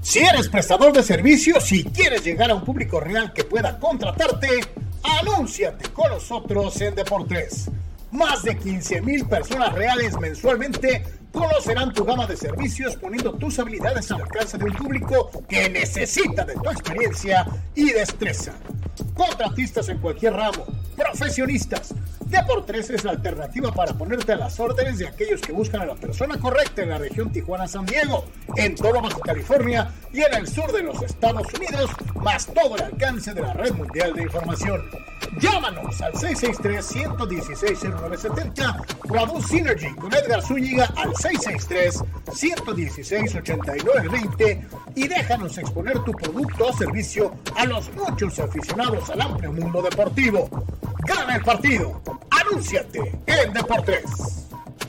Si eres prestador de servicios y quieres llegar a un público real que pueda contratarte, anúnciate con nosotros en Deportes. Más de 15,000 personas reales mensualmente conocerán tu gama de servicios poniendo tus habilidades al alcance de un público que necesita de tu experiencia y destreza. Contratistas en cualquier ramo, profesionistas. Deportes es la alternativa para ponerte a las órdenes de aquellos que buscan a la persona correcta en la región Tijuana-San Diego, en todo Baja California y en el sur de los Estados Unidos, más todo el alcance de la red mundial de información. Llámanos al 663-116-0970 o a Boost Synergy con Edgar Zúñiga al 663-116-8920 y déjanos exponer tu producto o servicio a los muchos aficionados al amplio mundo deportivo. Gana el partido. Anúnciate en Deportes.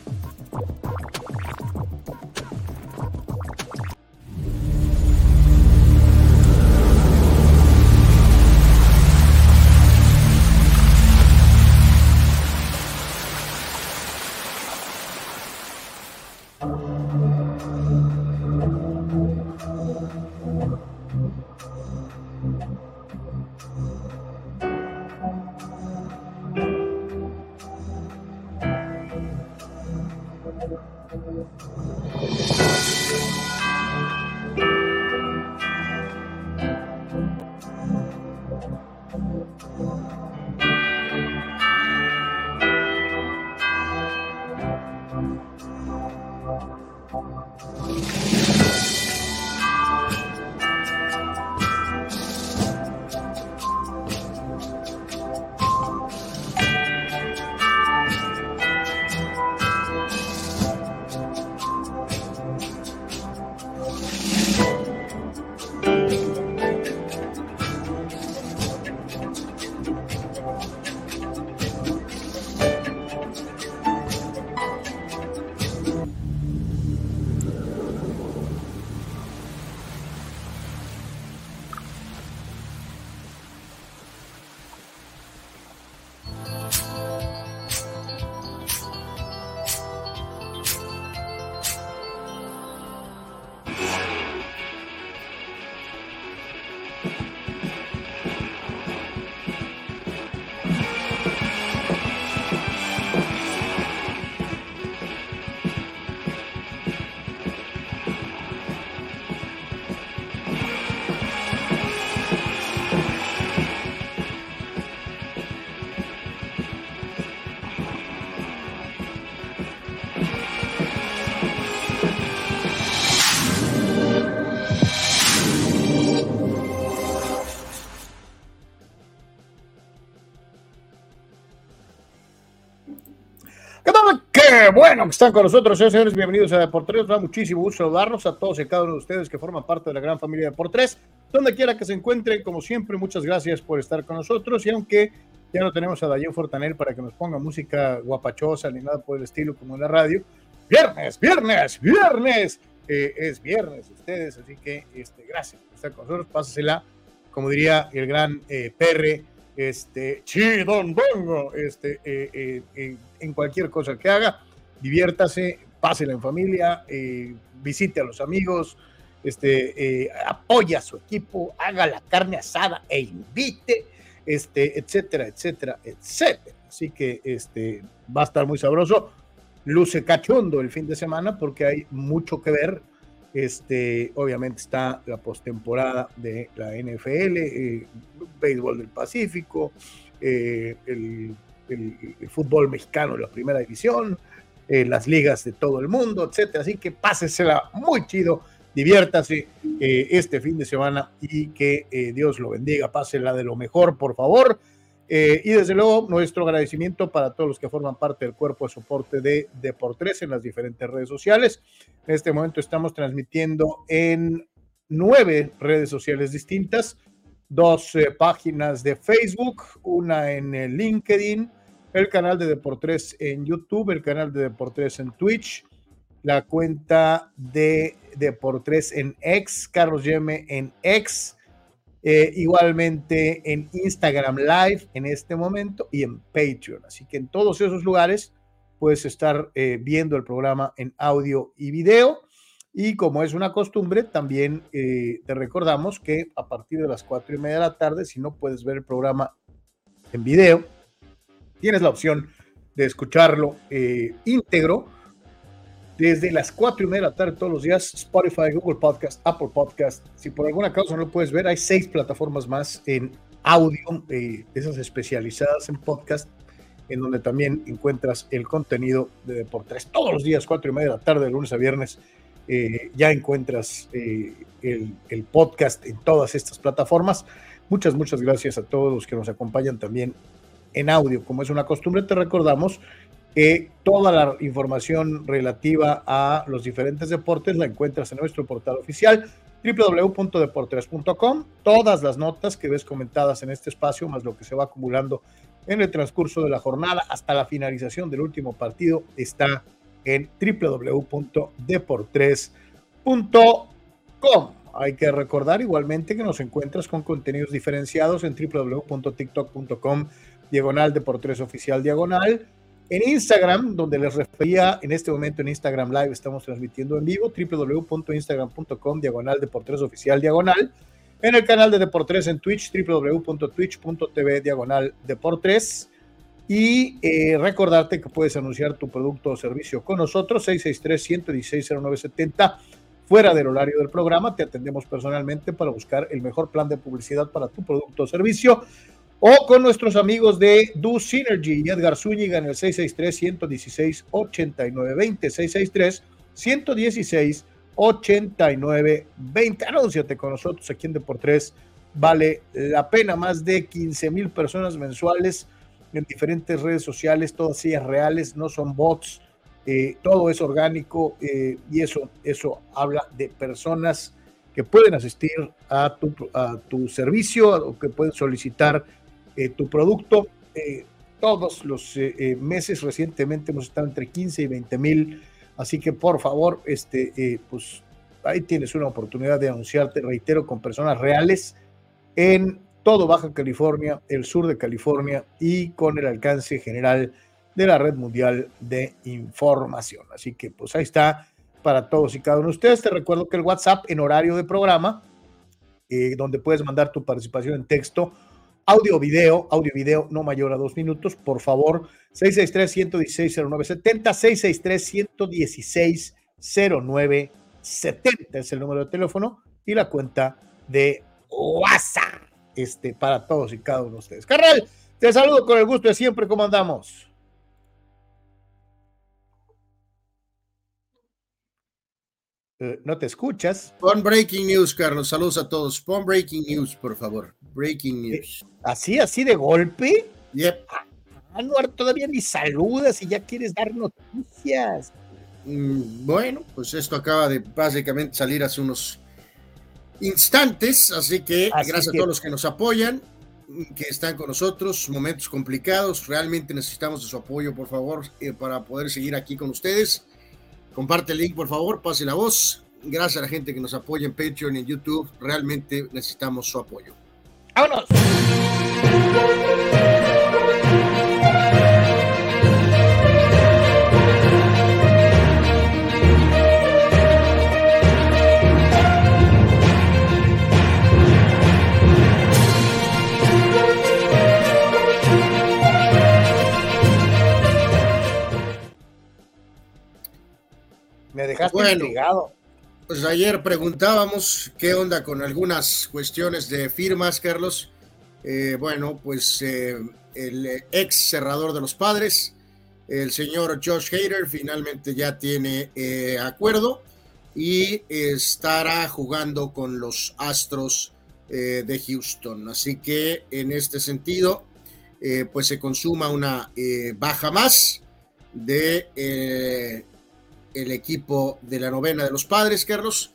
Bueno, que están con nosotros, señores, bienvenidos a Deportes. Nos da muchísimo gusto saludarlos a todos y a cada uno de ustedes que forman parte de la gran familia de Deportes, donde quiera que se encuentren. Como siempre, muchas gracias por estar con nosotros, y aunque ya no tenemos a Dayan Fortanel para que nos ponga música guapachosa ni nada por el estilo como en la radio, es viernes ustedes, así que gracias por estar con nosotros. Pásasela, como diría el gran Perre, chidondongo, en cualquier cosa que haga, diviértase, pásela en familia, visite a los amigos, apoya a su equipo, haga la carne asada e invite, etcétera, etcétera, etcétera. Así que va a estar muy sabroso, luce cachondo el fin de semana porque hay mucho que ver. Obviamente está la postemporada de la NFL, béisbol del Pacífico, el fútbol mexicano de la primera división, las ligas de todo el mundo, etcétera. Así que pásesela muy chido, diviértase este fin de semana y que Dios lo bendiga. Pásela de lo mejor, por favor. Y desde luego nuestro agradecimiento para todos los que forman parte del cuerpo de soporte de Deportes en las diferentes redes sociales. En este momento estamos transmitiendo en 9 redes sociales distintas, 2 páginas de Facebook, una en LinkedIn, el canal de Deportes en YouTube, el canal de Deportes en Twitch, la cuenta de Deportes en X, Carlos Yeme en X, igualmente en Instagram Live en este momento y en Patreon. Así que en todos esos lugares puedes estar viendo el programa en audio y video. Y como es una costumbre, también te recordamos que a partir de las 4:30 de la tarde, si no puedes ver el programa en video, tienes la opción de escucharlo íntegro desde las 4:30 de la tarde todos los días. Spotify, Google Podcast, Apple Podcast. Si por alguna causa no lo puedes ver, hay 6 plataformas más en audio, esas especializadas en podcast, en donde también encuentras el contenido de Deportes todos los días, 4:30 de la tarde, de lunes a viernes. Ya encuentras el podcast en todas estas plataformas. Muchas gracias a todos los que nos acompañan también en audio. Como es una costumbre, te recordamos que toda la información relativa a los diferentes deportes la encuentras en nuestro portal oficial www.deportes.com. Todas las notas que ves comentadas en este espacio, más lo que se va acumulando en el transcurso de la jornada hasta la finalización del último partido, está en www.deportes.com. Hay que recordar igualmente que nos encuentras con contenidos diferenciados en www.tiktok.com/Deportes Oficial /. En Instagram, donde les refería, en este momento en Instagram Live estamos transmitiendo en vivo, www.instagram.com/Deportes Oficial /. En el canal de Deportes en Twitch, www.twitch.tv/Deportes. Y recordarte que puedes anunciar tu producto o servicio con nosotros, 663-116-0970, fuera del horario del programa. Te atendemos personalmente para buscar el mejor plan de publicidad para tu producto o servicio, o con nuestros amigos de Do Synergy y Edgar Zúñiga en el 663-116-8920, 663-116-8920. Anúnciate con nosotros aquí en Deportes. Vale la pena. Más de 15,000 personas mensuales en diferentes redes sociales, todas ellas reales, no son bots, todo es orgánico, y eso habla de personas que pueden asistir a tu servicio o que pueden solicitar tu producto. Todos los meses recientemente hemos estado entre 15 y 20,000, así que por favor, pues ahí tienes una oportunidad de anunciarte, reitero, con personas reales en todo Baja California, el sur de California, y con el alcance general de la Red Mundial de Información. Así que pues ahí está para todos y cada uno de ustedes. Te recuerdo que el WhatsApp en horario de programa, donde puedes mandar tu participación en texto, audio video no mayor a 2 minutos, por favor, 663-116-0970, 663-116-0970 es el número de teléfono y la cuenta de WhatsApp. Para todos y cada uno de ustedes. Carnal, te saludo con el gusto de siempre. ¿Cómo andamos? No te escuchas. Pon breaking news, Carlos. Saludos a todos. Pon breaking news, por favor. Breaking news. ¿Así de golpe? Yep. Anuar, todavía ni saludas y ya quieres dar noticias. Bueno, pues esto acaba de básicamente salir hace unos instantes, así que gracias a todos los que nos apoyan, que están con nosotros, momentos complicados, realmente necesitamos de su apoyo, por favor, para poder seguir aquí con ustedes. Comparte el link, por favor, pase la voz. Gracias a la gente que nos apoya en Patreon y en YouTube, realmente necesitamos su apoyo. ¡Vámonos! Me dejaste intrigado. Pues ayer preguntábamos qué onda con algunas cuestiones de firmas, Carlos. Pues el ex cerrador de los Padres, el señor Josh Hader, finalmente ya tiene acuerdo y estará jugando con los Astros de Houston. Así que en este sentido, pues se consuma una baja más de el equipo de la novena de los Padres, Carlos.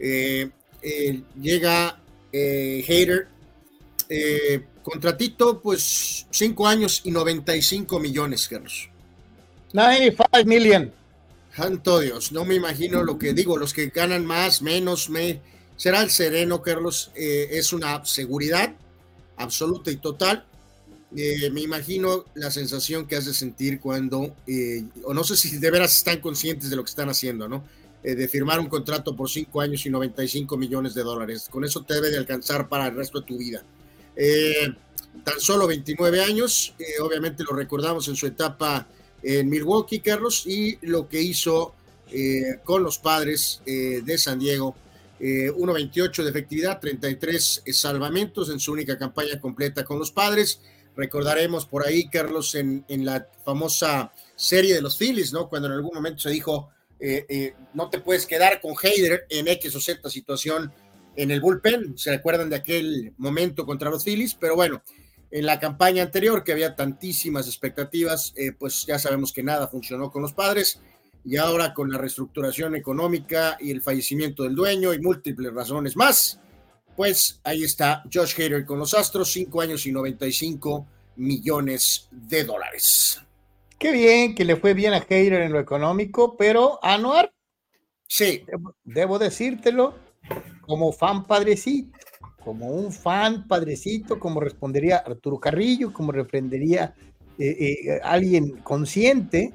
Llega Hader, contratito, pues 5 años y 95 millones, Carlos. 95 million. Santo Dios, no me imagino lo que digo, los que ganan más, menos, será el sereno, Carlos. Es una seguridad absoluta y total. Me imagino la sensación que hace sentir cuando, o no sé si de veras están conscientes de lo que están haciendo, ¿no? de firmar un contrato por 5 años y $95 millones. Con eso te debe de alcanzar para el resto de tu vida. Tan solo 29 años, obviamente lo recordamos en su etapa en Milwaukee, Carlos, y lo que hizo con los Padres de San Diego. 1.28 de efectividad, 33 salvamentos en su única campaña completa con los Padres. Recordaremos por ahí, Carlos, en la famosa serie de los Phillies, ¿no? Cuando en algún momento se dijo, no te puedes quedar con Hader en X o Z situación en el bullpen. ¿Se acuerdan de aquel momento contra los Phillies? Pero bueno, en la campaña anterior, que había tantísimas expectativas, pues ya sabemos que nada funcionó con los Padres. Y ahora con la reestructuración económica y el fallecimiento del dueño y múltiples razones más, pues ahí está Josh Hader con los Astros, 5 años y $95 millones. Qué bien que le fue bien a Hader en lo económico, pero Anuar, sí, debo decírtelo, como fan padrecito, como un fan padrecito, como respondería Arturo Carrillo, como respondería alguien consciente,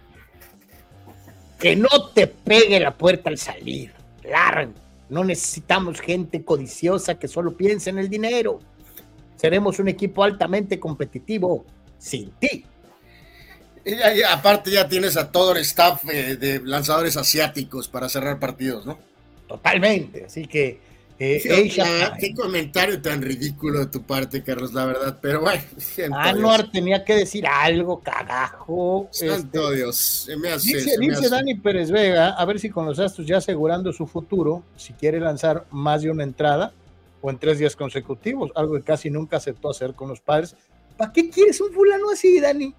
que no te pegue la puerta al salir, largo. No necesitamos gente codiciosa que solo piense en el dinero. Seremos un equipo altamente competitivo sin ti. Y aparte ya tienes a todo el staff de lanzadores asiáticos para cerrar partidos, ¿no? Totalmente, así que qué comentario tan ridículo de tu parte, Carlos, la verdad, pero bueno. Anuar tenía que decir algo, cagajo. Santo Dios, dice Dani Pérez Vega, a ver si con los Astros ya asegurando su futuro, si quiere lanzar más de una entrada o en 3 días consecutivos, algo que casi nunca aceptó hacer con los Padres. ¿Para qué quieres un fulano así, Dani?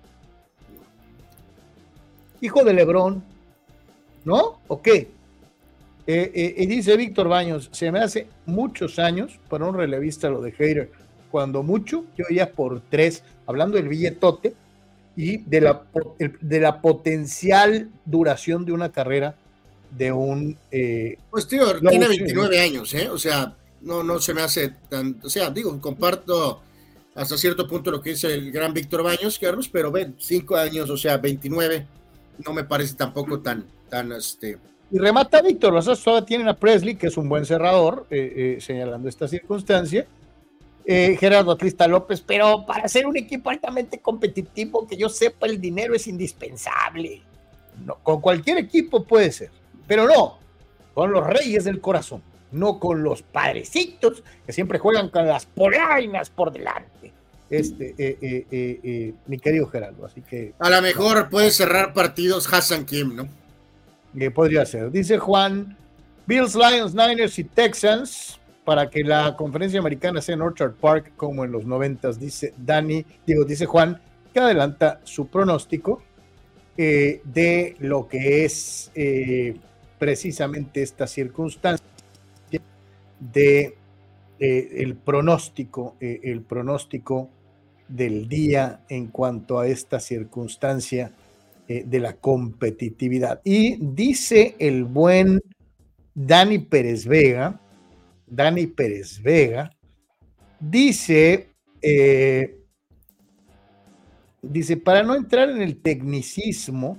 Hijo de Lebrón, ¿no? ¿O qué? Y dice Víctor Baños, se me hace muchos años para un relevista lo de Hader, cuando mucho yo ya por 3, hablando del billetote y de la potencial duración de una carrera de un pues tío, tiene 29 años, o sea, no se me hace tan, o sea, digo, comparto hasta cierto punto lo que dice el gran Víctor Baños, Carlos, pero ven, 5 años, o sea, 29, no me parece tampoco tan Y remata Víctor, los Astros todavía tienen a Presley, que es un buen cerrador, señalando esta circunstancia. Gerardo Atlista López, pero para ser un equipo altamente competitivo, que yo sepa, el dinero es indispensable. No, con cualquier equipo puede ser, pero no con los Reyes del Corazón, no con los padrecitos que siempre juegan con las polainas por delante. Mi querido Gerardo, así que a lo mejor puede cerrar partidos Hassan Kim, ¿no? Podría ser. Dice Juan, Bills, Lions, Niners y Texans para que la conferencia americana sea en Orchard Park como en los 90s, dice dice Juan, que adelanta su pronóstico de lo que es precisamente esta circunstancia de el pronóstico del día en cuanto a esta circunstancia de la competitividad. Y dice el buen Dani Pérez Vega, dice, para no entrar en el tecnicismo,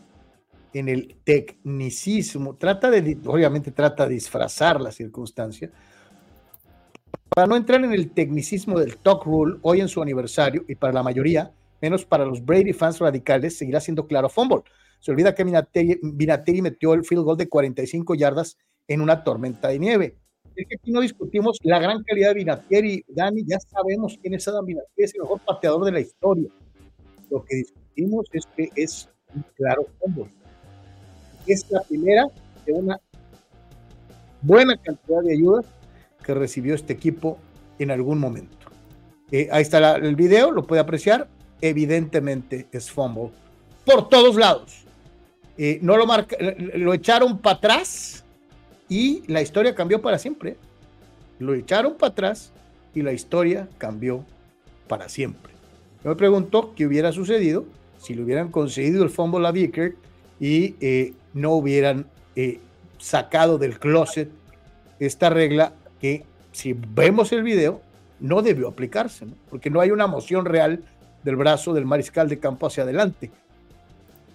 obviamente trata de disfrazar la circunstancia, para no entrar en el tecnicismo del talk rule hoy en su aniversario, y para la mayoría, menos para los Brady fans radicales, seguirá siendo claro fumble. Se olvida que Vinatieri metió el field goal de 45 yardas en una tormenta de nieve. Es que aquí no discutimos la gran calidad de Vinatieri, Dani, ya sabemos quién es Adam Vinatieri, es el mejor pateador de la historia. Lo que discutimos es que es un claro fumble. Es la primera de una buena cantidad de ayudas que recibió este equipo en algún momento. Ahí está el video, lo puede apreciar. Evidentemente es fumble por todos lados. No lo echaron para atrás y la historia cambió para siempre. Lo echaron para atrás y la historia cambió para siempre. Yo me pregunto qué hubiera sucedido si le hubieran concedido el fumble a Vicker y no hubieran sacado del closet esta regla que, si vemos el video, no debió aplicarse, ¿no? Porque no hay una moción real del brazo del mariscal de campo hacia adelante.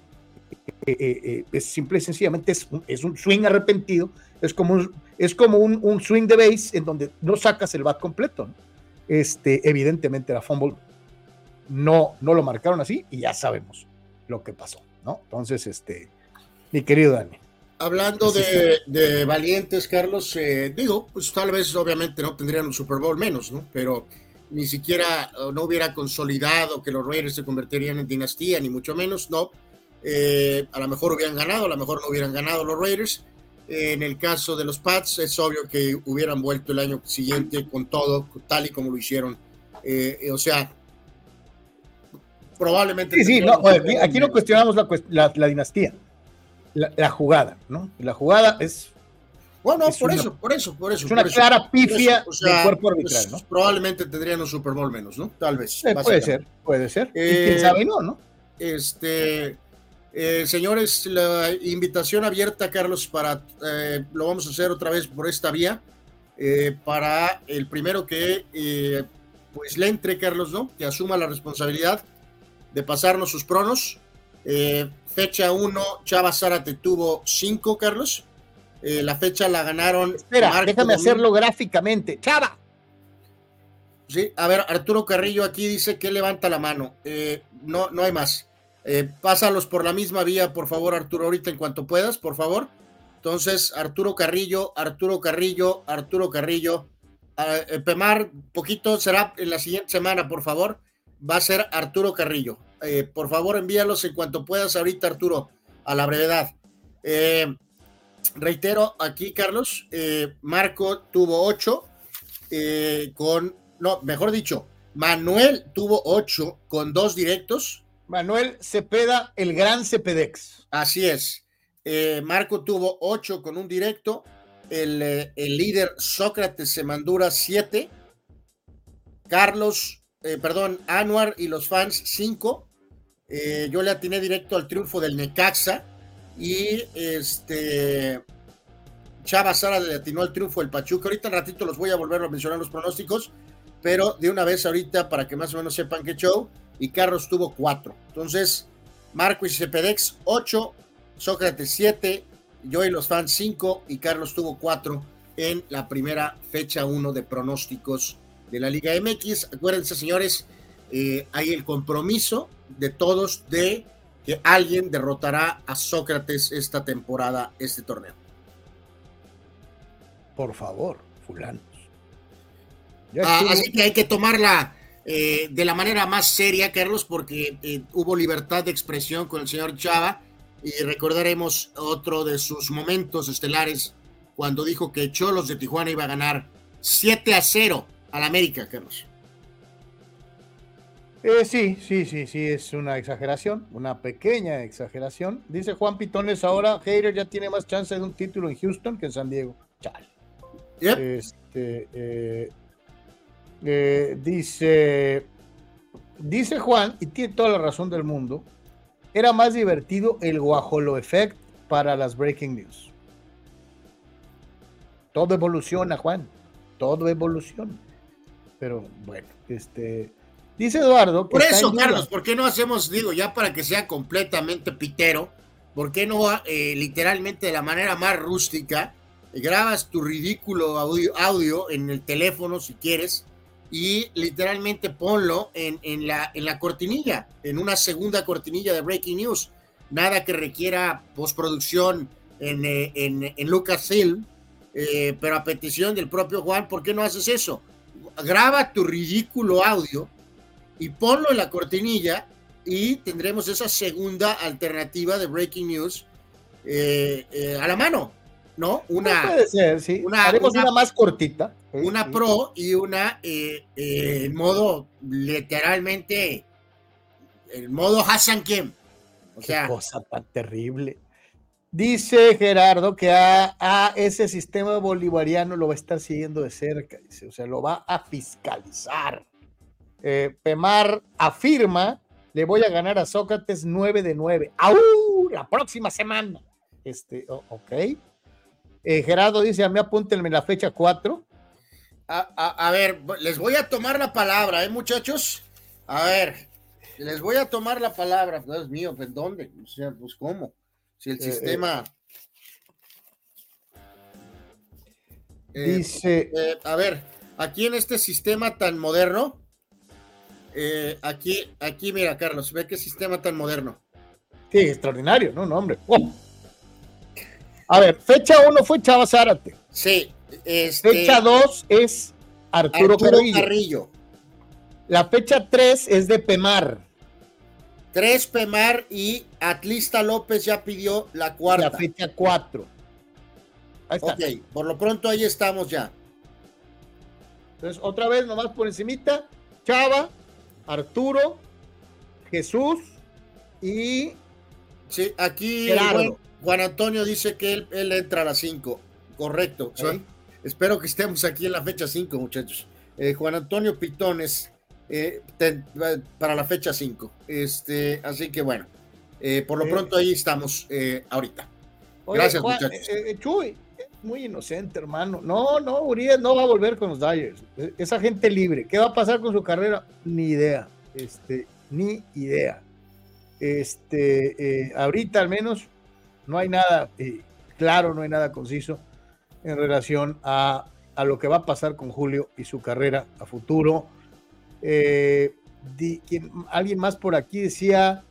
Es simple y sencillamente es un swing arrepentido, es como un swing de base en donde no sacas el bat completo, ¿no? Evidentemente la fumble no lo marcaron así y ya sabemos lo que pasó, ¿no? Entonces, mi querido Dani. Hablando de valientes, Carlos, digo, pues tal vez obviamente no tendrían un Super Bowl menos, ¿no? Pero ni siquiera no hubiera consolidado que los Raiders se convertirían en dinastía, ni mucho menos, no. A lo mejor hubieran ganado, a lo mejor no hubieran ganado los Raiders. En el caso de los Pats, es obvio que hubieran vuelto el año siguiente con todo, tal y como lo hicieron. O sea, probablemente... Sí, no, aquí no cuestionamos la dinastía, la jugada, ¿no? La jugada es... Bueno, por eso. Es una clara pifia del cuerpo arbitral, pues, ¿no? Probablemente tendrían un Super Bowl menos, ¿no? Tal vez. Puede ser. Y quién sabe, ¿no? Señores, la invitación abierta, Carlos, para lo vamos a hacer otra vez por esta vía, para el primero que pues le entre, Carlos, ¿no? Que asuma la responsabilidad de pasarnos sus pronos. Fecha 1, Chava Zárate tuvo 5, Carlos. La fecha la ganaron. Espera, déjame hacerlo gráficamente. ¡Chava! Sí, a ver, Arturo Carrillo aquí dice que levanta la mano. No hay más. Pásalos por la misma vía, por favor, Arturo, ahorita en cuanto puedas, por favor. Entonces, Arturo Carrillo. Pemar, poquito será en la siguiente semana, por favor. Va a ser Arturo Carrillo. Por favor, envíalos en cuanto puedas ahorita, Arturo, a la brevedad. Reitero aquí, Carlos, Marco tuvo 8 mejor dicho, Manuel tuvo 8 con 2 directos. Manuel Cepeda, el gran Cepedex. Así es. Marco tuvo 8 con un directo. El líder Sócrates Semandura 7. Anuar y los fans 5. Yo le atiné directo al triunfo del Necaxa. Y Chava Sara le atinó al triunfo del Pachuca. Ahorita un ratito los voy a volver a mencionar los pronósticos, pero de una vez ahorita para que más o menos sepan qué show. Y Carlos tuvo 4. Entonces, Marco y Cepedex 8, Sócrates 7, yo y los fans 5 y Carlos tuvo 4 en la primera fecha 1 de pronósticos de la Liga MX. Acuérdense, señores, hay el compromiso de todos de que alguien derrotará a Sócrates esta temporada, este torneo. Por favor, fulanos. Así que hay que tomarla de la manera más seria, Carlos, porque hubo libertad de expresión con el señor Chava y recordaremos otro de sus momentos estelares cuando dijo que Cholos de Tijuana iba a ganar 7-0 al América, Carlos. Sí, es una exageración, una pequeña exageración. Dice Juan Pitones, ahora Hater ya tiene más chance de un título en Houston que en San Diego. Chale. Yep. Dice Juan, y tiene toda la razón del mundo, era más divertido el Guajolo Effect para las breaking news. Todo evoluciona, Juan, todo evoluciona. Pero bueno, dice Eduardo que por eso, Carlos, ¿por qué no hacemos, ya para que sea completamente pitero, por qué no literalmente de la manera más rústica, grabas tu ridículo audio en el teléfono si quieres y literalmente ponlo en la cortinilla, en una segunda cortinilla de Breaking News, nada que requiera postproducción en Lucasfilm, pero a petición del propio Juan. ¿Por qué no haces eso? Graba tu ridículo audio y ponlo en la cortinilla y tendremos esa segunda alternativa de Breaking News a la mano, ¿no? Puede ser, sí. Haremos una más cortita. Una pro y una en modo, literalmente, el modo Hassan Kim. Qué cosa tan terrible. Dice Gerardo que a ese sistema bolivariano lo va a estar siguiendo de cerca, dice, o sea, lo va a fiscalizar. Pemar afirma, le voy a ganar a Sócrates 9-9. ¡Au! La próxima semana. Ok. Gerardo dice, a mí apúntenme la fecha 4. A ver, les voy a tomar la palabra, muchachos. A ver, les voy a tomar la palabra, Dios mío, ¿en dónde? O sea, pues ¿cómo? Si el sistema... dice... a ver, aquí en este sistema tan moderno, aquí mira, Carlos, ve qué sistema tan moderno. Sí, extraordinario, no, hombre. Oh. A ver, fecha 1 fue Chava Zárate. Sí. Fecha 2 es Arturo Carrillo. La fecha 3 es de Pemar. 3 Pemar y Atlista López ya pidió la cuarta. La fecha 4. Ahí está. Ok, por lo pronto ahí estamos ya. Entonces, otra vez, nomás por encimita, Chava, Arturo, Jesús y... Sí, aquí Juan Antonio dice que él entra a las 5. Correcto. ¿Sí? Espero que estemos aquí en la fecha 5, muchachos. Juan Antonio Pitones para la fecha 5. Así que bueno, por lo pronto ahí estamos ahorita. Gracias, Juan, muchachos. Chuy, muy inocente, hermano. No, Urias no va a volver con los Dodgers. Esa gente libre. ¿Qué va a pasar con su carrera? Ni idea. Ni idea. Ahorita al menos no hay nada claro, no hay nada conciso en relación a lo que va a pasar con Julio y su carrera a futuro. Alguien más por aquí decía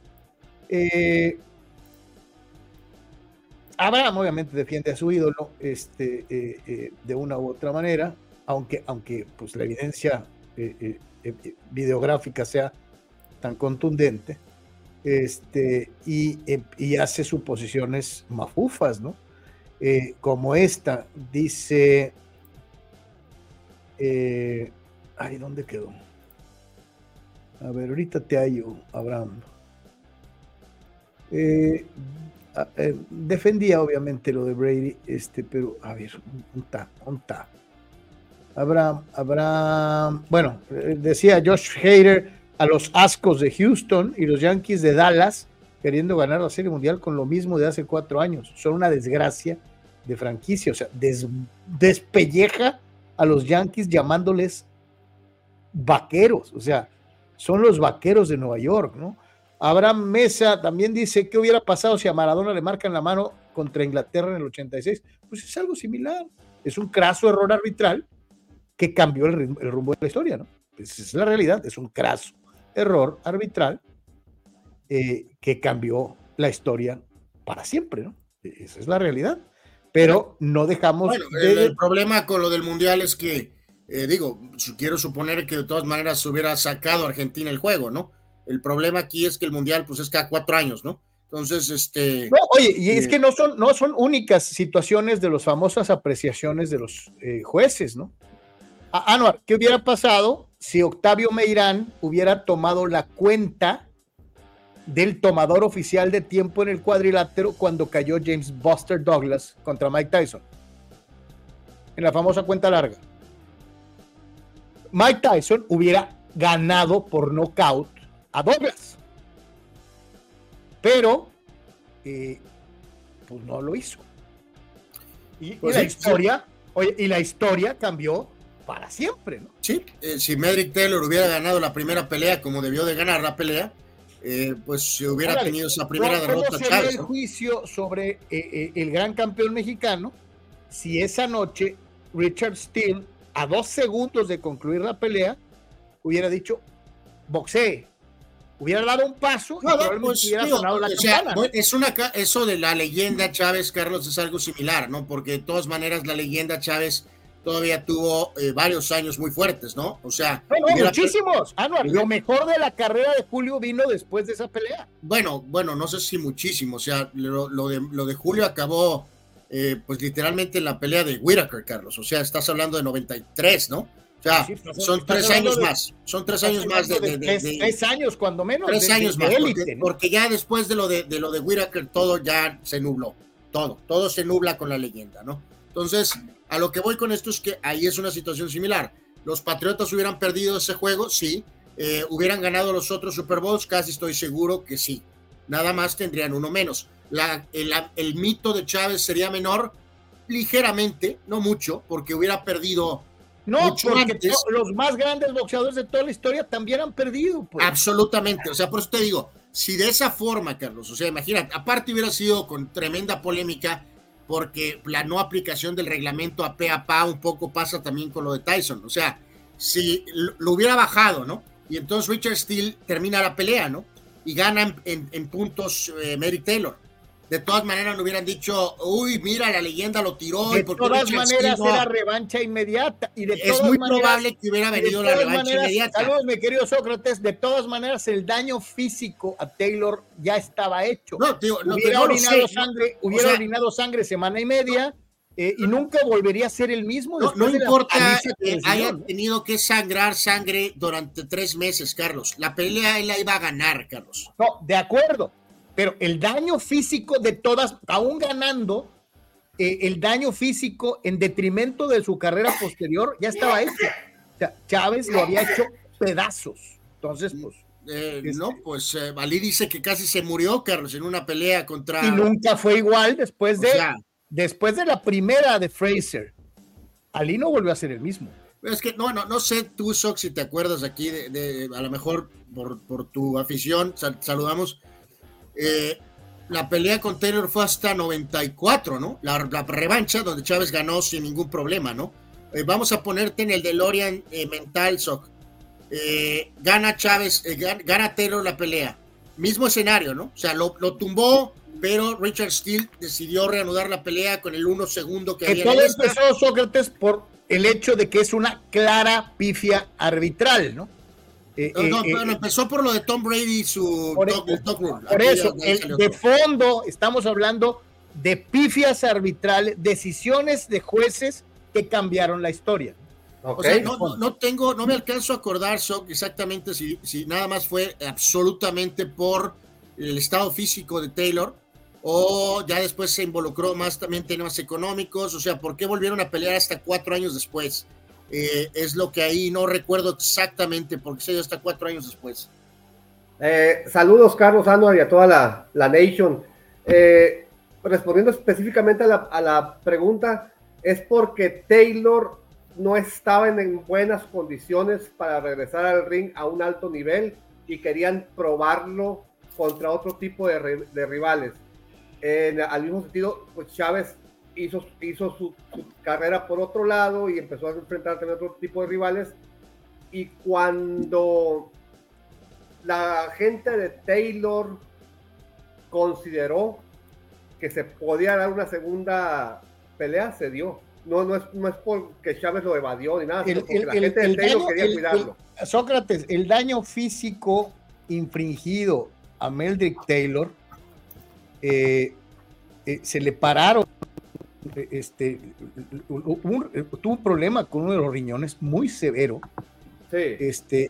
Abraham obviamente defiende a su ídolo de una u otra manera, aunque pues la evidencia videográfica sea tan contundente, y hace suposiciones mafufas, ¿no? Como esta, dice, ¿dónde quedó? A ver, ahorita te hallo, Abraham. Defendía obviamente lo de Brady, pero a ver, ¿dónde está? Abraham, bueno, decía Josh Hader a los Astros de Houston y los Yankees de Dallas queriendo ganar la Serie Mundial con lo mismo de hace 4 años. Son una desgracia de franquicia, o sea, despelleja a los Yankees llamándoles vaqueros, o sea, son los vaqueros de Nueva York, ¿no? Abraham Mesa también dice, ¿qué hubiera pasado si a Maradona le marcan la mano contra Inglaterra en el 86? Pues es algo similar, es un craso error arbitral que cambió el rumbo de la historia, ¿no? Pues esa es la realidad, es un craso error arbitral que cambió la historia para siempre, ¿no? Esa es la realidad, pero no dejamos... Bueno, el problema con lo del Mundial es que, quiero suponer que de todas maneras hubiera sacado a Argentina el juego, ¿no? El problema aquí es que el Mundial pues es cada 4 años, ¿no? Entonces, No, oye, y es que no son únicas situaciones de las famosas apreciaciones de los jueces, ¿no? Anuar, ¿qué hubiera pasado si Octavio Meirán hubiera tomado la cuenta del tomador oficial de tiempo en el cuadrilátero cuando cayó James Buster Douglas contra Mike Tyson? En la famosa cuenta larga. Mike Tyson hubiera ganado por nocaut a Douglas, pero pues no lo hizo. Y la historia cambió para siempre, ¿no? Sí, si Medrick Taylor hubiera ganado la primera pelea como debió de ganar la pelea, pues se hubiera tenido esa primera derrota. ¿Cómo sería el juicio sobre el gran campeón mexicano si esa noche Richard Steele, a 2 segundos de concluir la pelea, hubiera dicho boxee? Hubiera dado un paso y probablemente hubiera sonado la campana, ¿no? Eso de la leyenda Chávez, Carlos, es algo similar, ¿no? Porque de todas maneras la leyenda Chávez todavía tuvo varios años muy fuertes, ¿no? O sea... muchísimos. Lo mejor de la carrera de Julio vino después de esa pelea. Bueno, no sé si muchísimo. O sea, lo de Julio acabó, pues literalmente en la pelea de Whitaker, Carlos. O sea, estás hablando de 93, ¿no? O sea, son 3 años más. Son 3 años más de 3 años, cuando menos. 3 años más. Porque ya después de lo de Whitaker, todo ya se nubló. Todo se nubla con la leyenda, ¿no? Entonces, a lo que voy con esto es que ahí es una situación similar. Los Patriotas hubieran perdido ese juego, sí. Hubieran ganado los otros Super Bowls, casi estoy seguro que sí. Nada más tendrían uno menos. El mito de Chávez sería menor, ligeramente, no mucho, porque hubiera perdido No, mucho porque antes. Los más grandes boxeadores de toda la historia también han perdido. Pues. Absolutamente, o sea, por eso te digo, si de esa forma, Carlos, o sea, imagínate, aparte hubiera sido con tremenda polémica, porque la no aplicación del reglamento a pe a pa un poco pasa también con lo de Tyson, o sea, si lo hubiera bajado, ¿no? Y entonces Richard Steele termina la pelea, ¿no? Y gana en puntos Mary Taylor. De todas maneras no hubieran dicho, uy, mira, la leyenda lo tiró. De todas maneras era revancha inmediata. Y de es todas muy maneras, probable que hubiera venido la revancha inmediata. Saludos, mi querido Sócrates. De todas maneras, el daño físico a Taylor ya estaba hecho. No, tío, hubiera orinado sangre semana y media y nunca volvería a ser el mismo. No importa que haya tenido que sangrar sangre durante 3 meses, Carlos. La pelea él la iba a ganar, Carlos. No, de acuerdo. Pero el daño físico de todas, aún ganando, el daño físico en detrimento de su carrera posterior ya estaba hecho. O sea, Chávez lo había hecho pedazos. Entonces, pues. No, pues Ali dice que casi se murió, Carlos, en una pelea contra. Y nunca fue igual después de la primera de Fraser. Ali no volvió a ser el mismo. Es que no sé tú, Sox, si te acuerdas aquí a lo mejor por tu afición, saludamos. La pelea con Taylor fue hasta 94, ¿no? La revancha donde Chávez ganó sin ningún problema, ¿no? Vamos a ponerte en el DeLorean mental, Soc. Gana Chávez, gana Taylor la pelea. Mismo escenario, ¿no? O sea, lo tumbó, pero Richard Steele decidió reanudar la pelea con el 1 segundo que había. Todo empezó, Sócrates, por el hecho de que es una clara pifia arbitral, ¿no? Bueno, empezó por lo de Tom Brady y su talk rule. Por eso, de fondo, estamos hablando de pifias arbitrales, decisiones de jueces que cambiaron la historia. Okay. O sea, no me alcanzo a acordar, exactamente si nada más fue absolutamente por el estado físico de Taylor o ya después se involucró más también temas económicos, o sea, ¿por qué volvieron a pelear hasta 4 años después? Es lo que ahí no recuerdo exactamente porque se dio hasta 4 años después. Saludos, Carlos, Anuar y a toda la Nation. Respondiendo específicamente a la pregunta, es porque Taylor no estaba en buenas condiciones para regresar al ring a un alto nivel y querían probarlo contra otro tipo de rivales. Al mismo sentido, pues Chávez hizo su carrera por otro lado y empezó a enfrentarse a otro tipo de rivales, y cuando la gente de Taylor consideró que se podía dar una segunda pelea, se dio. No es porque Chávez lo evadió ni nada, sino porque la gente de Taylor quería cuidarlo. Sócrates, el daño físico infringido a Meldrick Taylor, se le pararon, tuvo un problema con uno de los riñones muy severo. Sí.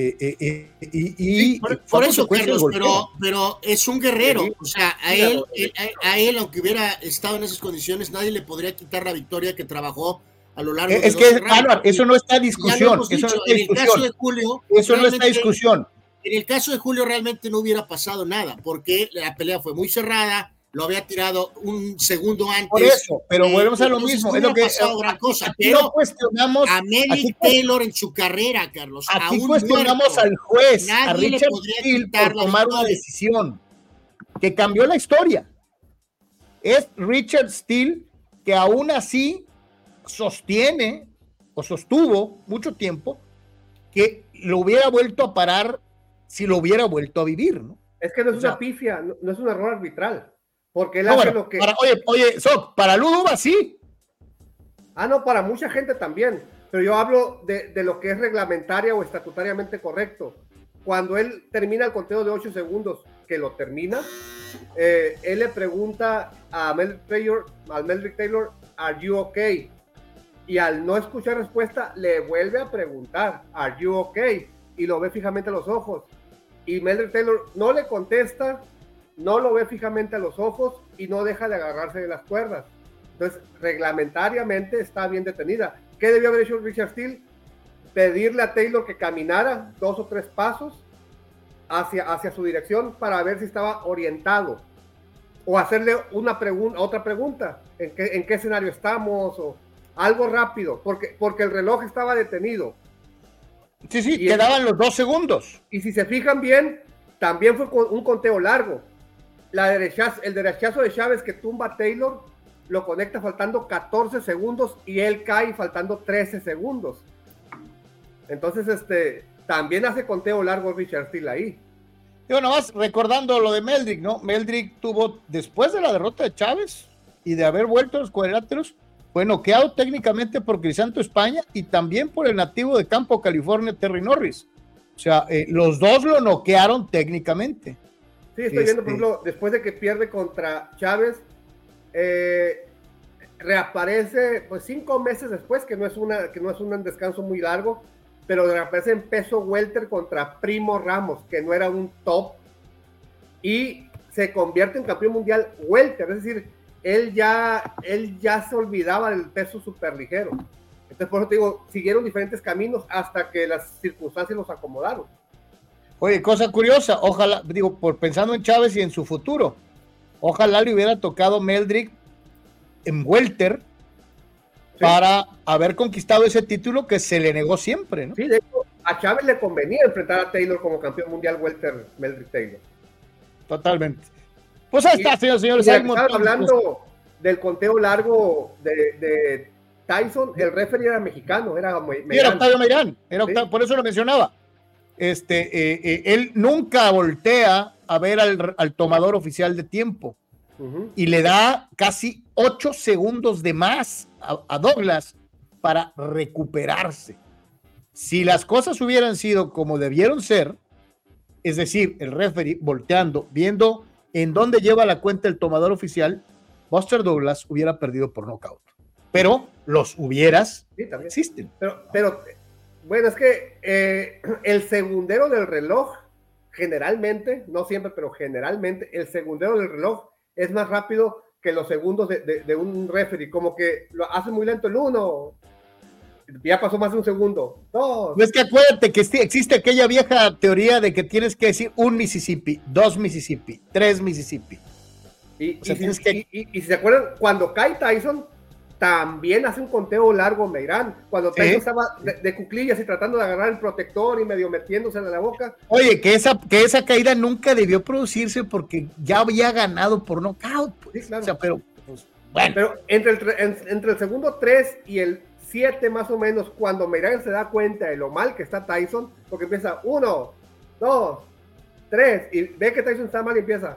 Por eso, Carlos, pero es un guerrero. O sea, a él, aunque hubiera estado en esas condiciones, nadie le podría quitar la victoria que trabajó a lo largo de eso no está en discusión. En el caso de Julio, eso no está en discusión. En el caso de Julio realmente no hubiera pasado nada, porque la pelea fue muy cerrada, lo había tirado un segundo antes. Por eso, pero volvemos a lo mismo. Es lo que ha pasado gran cosa. Pero no cuestionamos a Meldrick Taylor en su carrera, Carlos. Aquí cuestionamos al juez, a Richard Steele, por tomar una decisión que cambió la historia. Es Richard Steele que aún así sostiene o sostuvo mucho tiempo que lo hubiera vuelto a parar si lo hubiera vuelto a vivir, ¿no? Es que no es una pifia, no es un error arbitral. Porque él hace lo que. Oye, Soc, para Luduba sí. No, para mucha gente también. Pero yo hablo de lo que es reglamentaria o estatutariamente correcto. Cuando él termina el conteo de 8 segundos, que lo termina, él le pregunta a Meldrick Taylor, ¿Are you okay? Y al no escuchar respuesta, le vuelve a preguntar, ¿Are you okay? Y lo ve fijamente a los ojos. Y Meldrick Taylor no le contesta, no lo ve fijamente a los ojos y no deja de agarrarse de las cuerdas. Entonces, reglamentariamente está bien detenida. ¿Qué debió haber hecho Richard Steele? Pedirle a Taylor que caminara 2 o 3 pasos hacia su dirección para ver si estaba orientado. O hacerle otra pregunta. ¿En qué escenario estamos? algo rápido, porque el reloj estaba detenido. Sí, sí, quedaban los 2 segundos. Y si se fijan bien, también fue un conteo largo. El derechazo de Chávez que tumba a Taylor, lo conecta faltando 14 segundos y él cae faltando 13 segundos. Entonces, también hace conteo largo Richard Steele ahí. Yo nomás recordando lo de Meldrick, ¿no? Meldrick tuvo, después de la derrota de Chávez y de haber vuelto a los cuadriláteros, fue noqueado técnicamente por Crisanto España y también por el nativo de Campo, California, Terry Norris. O sea, los dos lo noquearon técnicamente. Sí, estoy viendo, por ejemplo, después de que pierde contra Chávez, reaparece pues 5 meses después, que no es un descanso muy largo, pero reaparece en peso welter contra Primo Ramos, que no era un top, y se convierte en campeón mundial welter, es decir, él ya se olvidaba del peso superligero. Entonces, por eso te digo, siguieron diferentes caminos hasta que las circunstancias los acomodaron. Oye, cosa curiosa, ojalá, digo, pensando en Chávez y en su futuro, ojalá le hubiera tocado Meldrick en welter, sí, para haber conquistado ese título que se le negó siempre, ¿no? Sí, de hecho, a Chávez le convenía enfrentar a Taylor como campeón mundial welter, Meldrick Taylor. Totalmente. Pues ahí está, señores. Hablando del conteo largo de Tyson, el referee era mexicano, era Octavio Meirán, ¿sí? Por eso lo mencionaba. Él nunca voltea a ver al tomador oficial de tiempo, y le da casi 8 segundos de más a Douglas para recuperarse. Si las cosas hubieran sido como debieron ser, es decir, el referee volteando, viendo en dónde lleva la cuenta el tomador oficial, Buster Douglas hubiera perdido por nocaut. Pero los hubieras existen. Pero bueno, es que el segundero del reloj, generalmente, no siempre, pero generalmente, el segundero del reloj es más rápido que los segundos de un referee, como que lo hace muy lento el uno, ya pasó más de un segundo, dos. No, es que acuérdate que existe aquella vieja teoría de que tienes que decir 1 Mississippi, 2 Mississippi, 3 Mississippi. Y si se acuerdan, cuando cae Tyson, también hace un conteo largo Meirán, cuando Tyson estaba de cuclillas y tratando de agarrar el protector y medio metiéndose en la boca. Oye, que esa caída nunca debió producirse porque ya había ganado por nocaut. Pues. Sí, claro. O sea, pero, pues, bueno. Pero entre el segundo 3 y el 7 más o menos, cuando Meirán se da cuenta de lo mal que está Tyson, porque empieza 1, 2, 3, y ve que Tyson está mal y empieza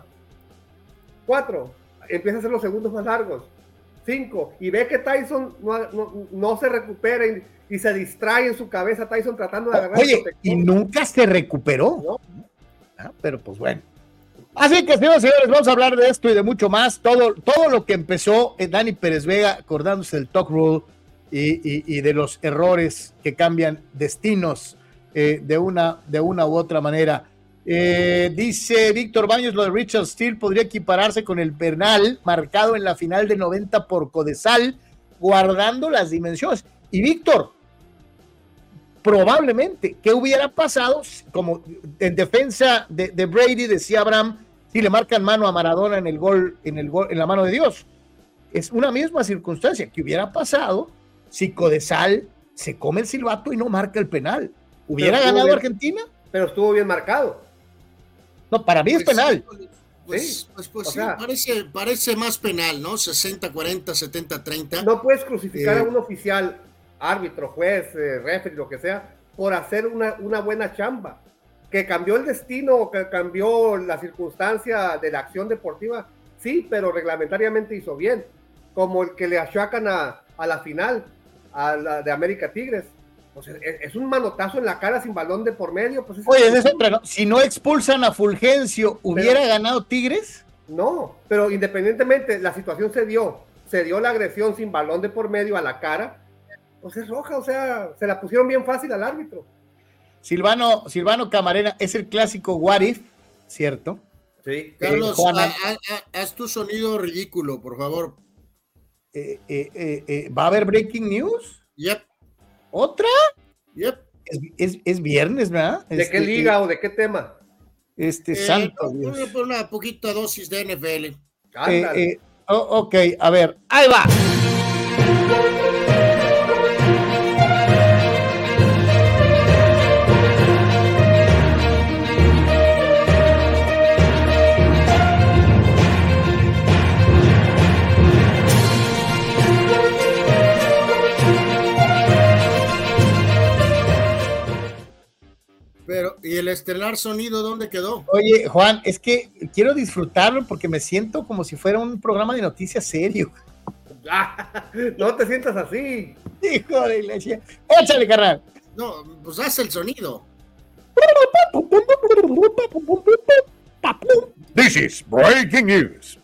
4, empieza a hacer los segundos más largos, 5, y ve que Tyson no se recupera y se distrae en su cabeza Tyson tratando de agarrar. Oye, y nunca se recuperó. ¿No? Pero pues bueno. Así que, señores, vamos a hablar de esto y de mucho más. Todo lo que empezó Dani Pérez Vega, acordándose del Talk Rule y de los errores que cambian destinos de una u otra manera. Dice Víctor Baños, lo de Richard Steele podría equipararse con el penal marcado en la final de 90 por Codesal, guardando las dimensiones. Y Víctor, probablemente, ¿qué hubiera pasado? Como en defensa de Brady, decía Abraham, si le marcan mano a Maradona en el gol, en la mano de Dios. Es una misma circunstancia. ¿Qué hubiera pasado si Codesal se come el silbato y no marca el penal? ¿Hubiera ganado Argentina? Pero estuvo bien marcado. No, para mí es penal. Pues sí, parece más penal, ¿no? 60-40, 70-30. No puedes crucificar a un oficial, árbitro, juez, referee, lo que sea, por hacer una buena chamba. Que cambió el destino, que cambió la circunstancia de la acción deportiva, sí, pero reglamentariamente hizo bien. Como el que le achacan a la final, a la de América Tigres. Pues es un manotazo en la cara sin balón de por medio. Pues oye, es otra, ¿no? Si no expulsan a Fulgencio, ¿hubiera ganado Tigres? No, pero independientemente, la situación se dio la agresión sin balón de por medio a la cara, pues es roja, o sea, se la pusieron bien fácil al árbitro. Silvano Camarena, es el clásico what if, ¿cierto? Sí. Carlos, haz tu sonido ridículo, por favor. ¿Va a haber breaking news? Yep. ¿Otra? Yep. Es viernes, ¿verdad? ¿De qué liga o de qué tema? Santo Dios. Una poquita dosis de NFL. Ok, a ver, ahí va. Pero, ¿y el estelar sonido dónde quedó? Oye, Juan, es que quiero disfrutarlo porque me siento como si fuera un programa de noticias serio. No te sientas así. Hijo de iglesia. Échale, carnal. No, pues haz el sonido. This is breaking news.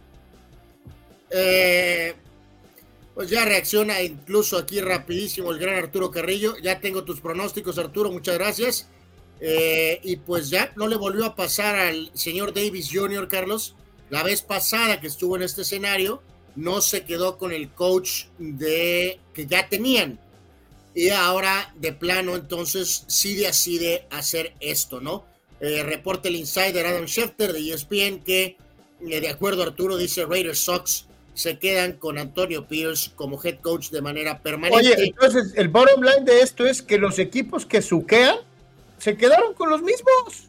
Pues ya reacciona incluso aquí rapidísimo el gran Arturo Carrillo. Ya tengo tus pronósticos, Arturo, muchas gracias. Y pues ya no le volvió a pasar al señor Davis Jr., Carlos. La vez pasada que estuvo en este escenario, no se quedó con el coach que ya tenían. Y ahora, de plano, entonces, sí decide hacer esto, ¿no? Reporta el insider Adam Schefter de ESPN que, de acuerdo a Arturo, dice Raiders Sox se quedan con Antonio Pierce como head coach de manera permanente. Oye, entonces el bottom line de esto es que los equipos que suquean se quedaron con los mismos.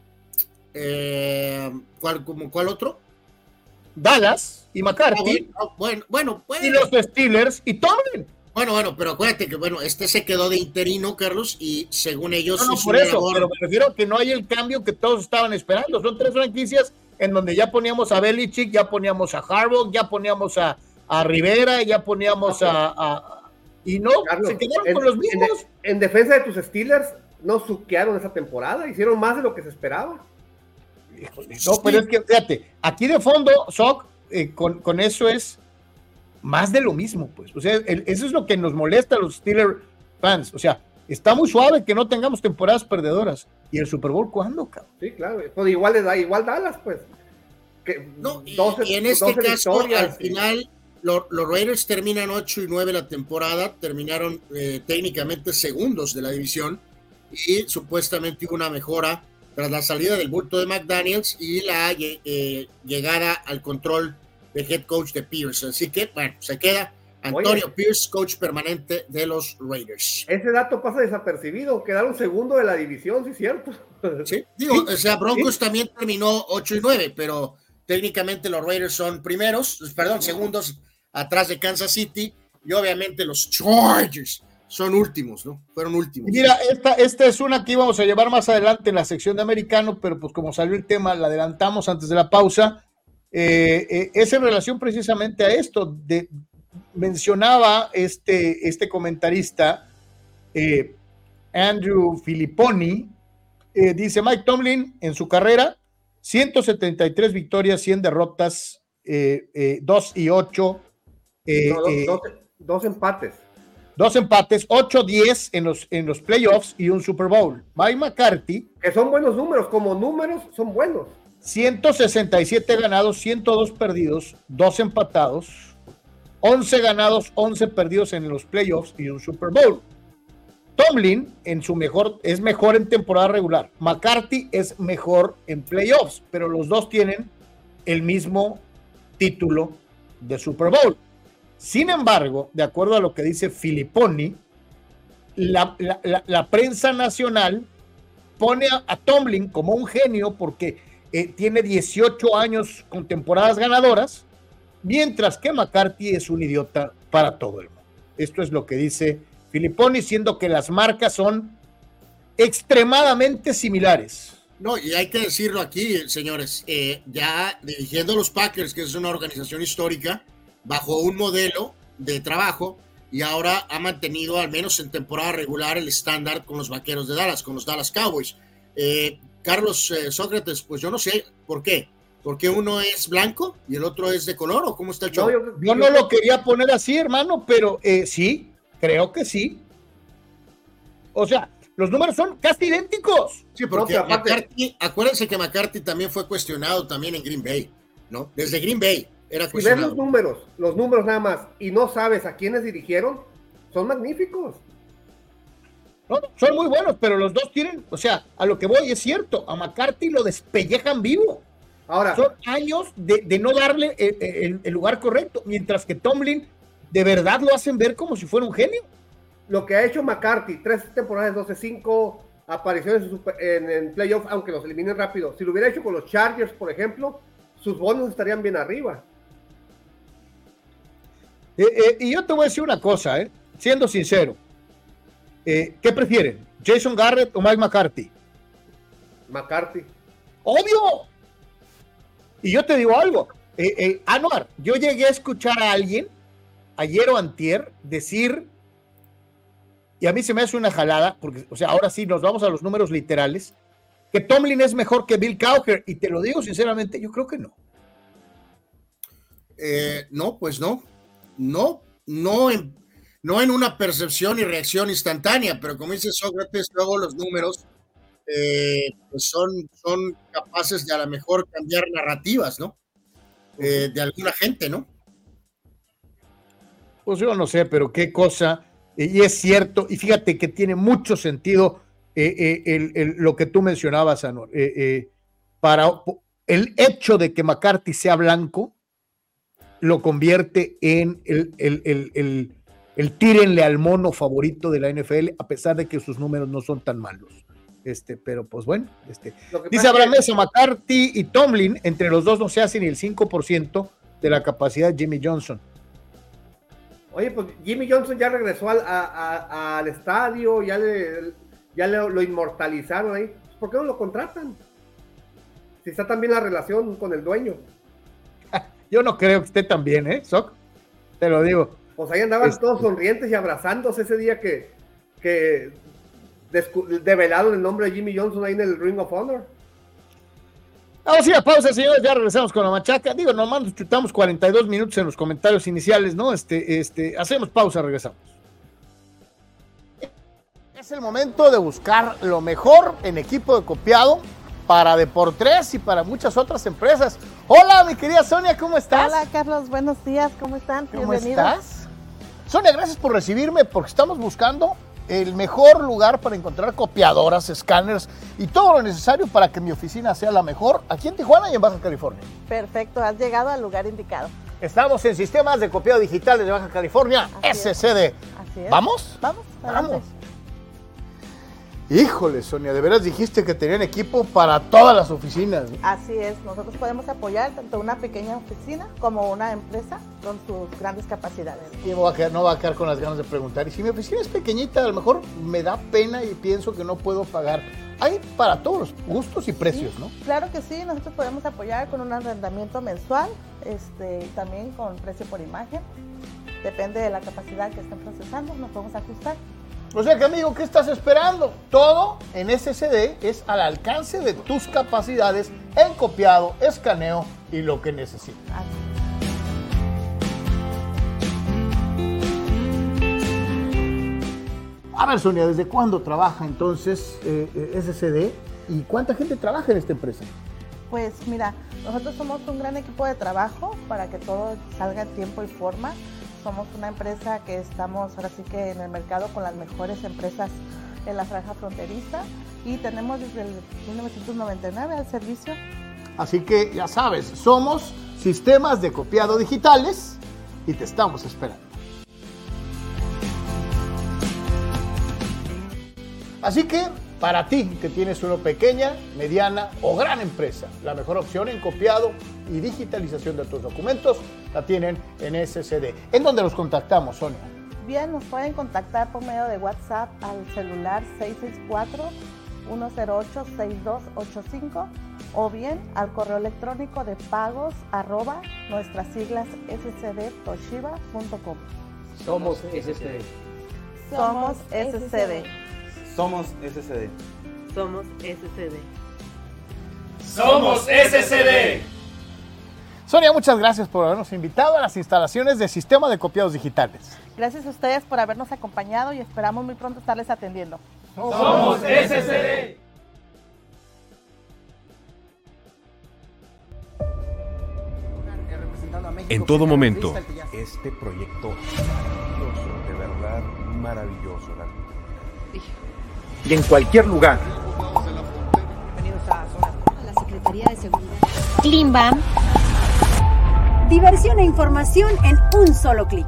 ¿Cuál otro? Dallas y McCarthy. Bueno, y los Steelers y Tomlin. Bueno, pero acuérdate que, este se quedó de interino, Carlos, y según ellos... No, por eso, pero me refiero a que no hay el cambio que todos estaban esperando. Son 3 franquicias en donde ya poníamos a Belichick, ya poníamos a Harbaugh, ya poníamos a Rivera, ya poníamos y no, Carlos, se quedaron con los mismos. En defensa de tus Steelers, no suquearon esa temporada, hicieron más de lo que se esperaba. Híjole, no, pero es que, fíjate, aquí de fondo, Soc, con eso es más de lo mismo, pues. O sea, eso es lo que nos molesta a los Steelers fans. O sea, está muy suave que no tengamos temporadas perdedoras. ¿Y el Super Bowl cuándo, cabrón? Sí, claro. Pues igual Dallas, pues. No, y en este caso, al final, los Raiders terminan 8-9 la temporada, terminaron técnicamente segundos de la división y supuestamente hubo una mejora tras la salida del bulto de McDaniels y la llegada al control de head coach de Pierce. Así que, bueno, se queda Antonio Pierce, coach permanente de los Raiders. Ese dato pasa desapercibido, quedaron segundo de la división, sí es cierto. Sí, digo, o sea, Broncos también terminó 8-9, pero técnicamente los Raiders son segundos atrás de Kansas City, y obviamente los Chargers son últimos, ¿no? Fueron últimos. Mira, esta es una que íbamos a llevar más adelante en la sección de americano, pero pues como salió el tema, la adelantamos antes de la pausa. Es en relación precisamente a esto. Mencionaba este comentarista, Andrew Filipponi, dice Mike Tomlin en su carrera, 173 victorias, 100 derrotas, 2-8. Dos empates. 2 empates, 8-10 en los playoffs y un Super Bowl. Mike McCarthy. Que son buenos números, como números son buenos. 167 ganados, 102 perdidos, 2 empatados, 11 ganados, 11 perdidos en los playoffs y un Super Bowl. Tomlin es mejor en temporada regular. McCarthy es mejor en playoffs, pero los dos tienen el mismo título de Super Bowl. Sin embargo, de acuerdo a lo que dice Filipponi, la prensa nacional pone a Tomlin como un genio porque tiene 18 años con temporadas ganadoras, mientras que McCarthy es un idiota para todo el mundo. Esto es lo que dice Filipponi, siendo que las marcas son extremadamente similares. No, y hay que decirlo aquí, señores, ya dirigiendo a los Packers, que es una organización histórica, bajo un modelo de trabajo, y ahora ha mantenido, al menos en temporada regular, el estándar con los Vaqueros de Dallas, con los Dallas Cowboys. Carlos Sócrates, pues yo no sé por qué. ¿Por qué uno es blanco y el otro es de color? ¿O cómo está el show? Yo no lo quería poner así, hermano, pero sí, creo que sí. O sea, los números son casi idénticos. Sí, porque McCarthy, acuérdense que McCarthy también fue cuestionado también en Green Bay, ¿no? Desde Green Bay era cuestionado. Si ves los números nada más, y no sabes a quiénes dirigieron, son magníficos. No, son muy buenos, pero los dos tienen, o sea, a lo que voy es cierto, a McCarthy lo despellejan vivo. Ahora, son años de no darle el lugar correcto, mientras que Tomlin de verdad lo hacen ver como si fuera un genio. Lo que ha hecho McCarthy, 3 temporadas, 12-5 apariciones en playoffs, aunque los eliminen rápido. Si lo hubiera hecho con los Chargers, por ejemplo, sus bonos estarían bien arriba. Y yo te voy a decir una cosa, siendo sincero. ¿Qué prefieren? ¿Jason Garrett o Mike McCarthy? McCarthy. ¡Obvio! Y yo te digo algo, Anuar, yo llegué a escuchar a alguien, ayer o antier, decir, y a mí se me hace una jalada, porque, o sea, ahora sí nos vamos a los números literales, que Tomlin es mejor que Bill Cowher, y te lo digo sinceramente, yo creo que no. No, pues no en una percepción y reacción instantánea, pero como dice Sócrates, luego los números pues son capaces de a lo mejor cambiar narrativas, ¿no? De alguna gente, ¿no? Pues yo no sé, pero qué cosa, y es cierto, y fíjate que tiene mucho sentido lo que tú mencionabas, Anor, para el hecho de que McCarthy sea blanco, lo convierte en el tírenle al mono favorito de la NFL, a pesar de que sus números no son tan malos. Pero pues bueno, dice Abraham Mesa, McCarthy y Tomlin, entre los dos no se hacen ni el 5% de la capacidad de Jimmy Johnson. Oye, pues Jimmy Johnson ya regresó al estadio, ya lo inmortalizaron ahí. ¿Por qué no lo contratan? Si está tan bien la relación con el dueño. Yo no creo que esté tan bien, Soc, te lo digo. Pues ahí andaban todos sonrientes y abrazándose ese día que develaron el nombre de Jimmy Johnson ahí en el Ring of Honor. Vamos a ir a pausa, señores, ya regresamos con la machaca. Digo, nomás nos chutamos 42 minutos en los comentarios iniciales, ¿no? Hacemos pausa, regresamos. Es el momento de buscar lo mejor en equipo de copiado para Deportes y para muchas otras empresas. Hola, mi querida Sonia, ¿cómo estás? Hola, Carlos, buenos días, ¿cómo están? ¿Cómo estás? Sonia, gracias por recibirme, porque estamos buscando el mejor lugar para encontrar copiadoras, escáneres y todo lo necesario para que mi oficina sea la mejor aquí en Tijuana y en Baja California. Perfecto, has llegado al lugar indicado. Estamos en Sistemas de Copiado Digitales de Baja California, SCD. Así es. ¿Vamos? Vamos. Híjole, Sonia, de veras dijiste que tenían equipo para todas las oficinas, ¿no? Así es, nosotros podemos apoyar tanto una pequeña oficina como una empresa con sus grandes capacidades. Y no va a quedar con las ganas de preguntar, y si mi oficina es pequeñita, a lo mejor me da pena y pienso que no puedo pagar. Hay para todos los gustos y precios, sí, ¿no? Claro que sí, nosotros podemos apoyar con un arrendamiento mensual, también con precio por imagen. Depende de la capacidad que estén procesando, nos podemos ajustar. O sea que, amigo, ¿qué estás esperando? Todo en SCD es al alcance de tus capacidades en copiado, escaneo y lo que necesitas. A ver, Sonia, ¿desde cuándo trabaja entonces SCD y cuánta gente trabaja en esta empresa? Pues mira, nosotros somos un gran equipo de trabajo para que todo salga en tiempo y forma. Somos una empresa que estamos ahora sí que en el mercado con las mejores empresas en la franja fronteriza y tenemos desde el 1999 al servicio. Así que ya sabes, somos Sistemas de Copiado Digitales y te estamos esperando. Así que para ti que tienes una pequeña, mediana o gran empresa, la mejor opción en copiado y digitalización de tus documentos la tienen en SCD. ¿En dónde los contactamos, Sonia? Bien, nos pueden contactar por medio de WhatsApp al celular 664-108-6285 o bien al correo electrónico de pagos @ nuestras siglas scdtoshiba.com. Somos SCD. Somos SCD. Somos SCD. Somos SCD. Somos SCD. Sonia, muchas gracias por habernos invitado a las instalaciones de Sistema de Copiados Digitales. Gracias a ustedes por habernos acompañado y esperamos muy pronto estarles atendiendo. Somos SCD. En todo momento, este proyecto maravilloso, de verdad maravilloso. Y en cualquier lugar. La Secretaría de Seguridad. Klimbam. Diversión e información en un solo clic.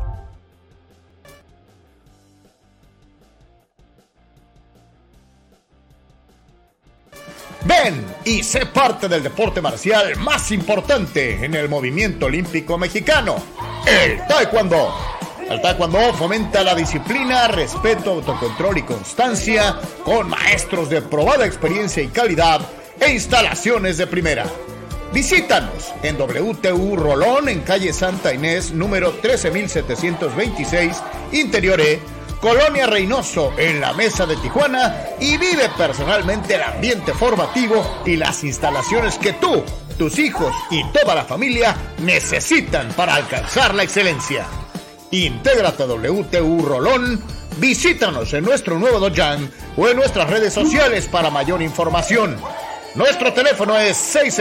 Ven y sé parte del deporte marcial más importante en el movimiento olímpico mexicano, el taekwondo. El taekwondo fomenta la disciplina, respeto, autocontrol y constancia con maestros de probada experiencia y calidad e instalaciones de primera. Visítanos en WTU Rolón, en calle Santa Inés, número 13726, Interior E, Colonia Reynoso, en la Mesa de Tijuana, y vive personalmente el ambiente formativo y las instalaciones que tú, tus hijos y toda la familia necesitan para alcanzar la excelencia. Intégrate a WTU Rolón, visítanos en nuestro nuevo Dojang o en nuestras redes sociales para mayor información. Nuestro teléfono es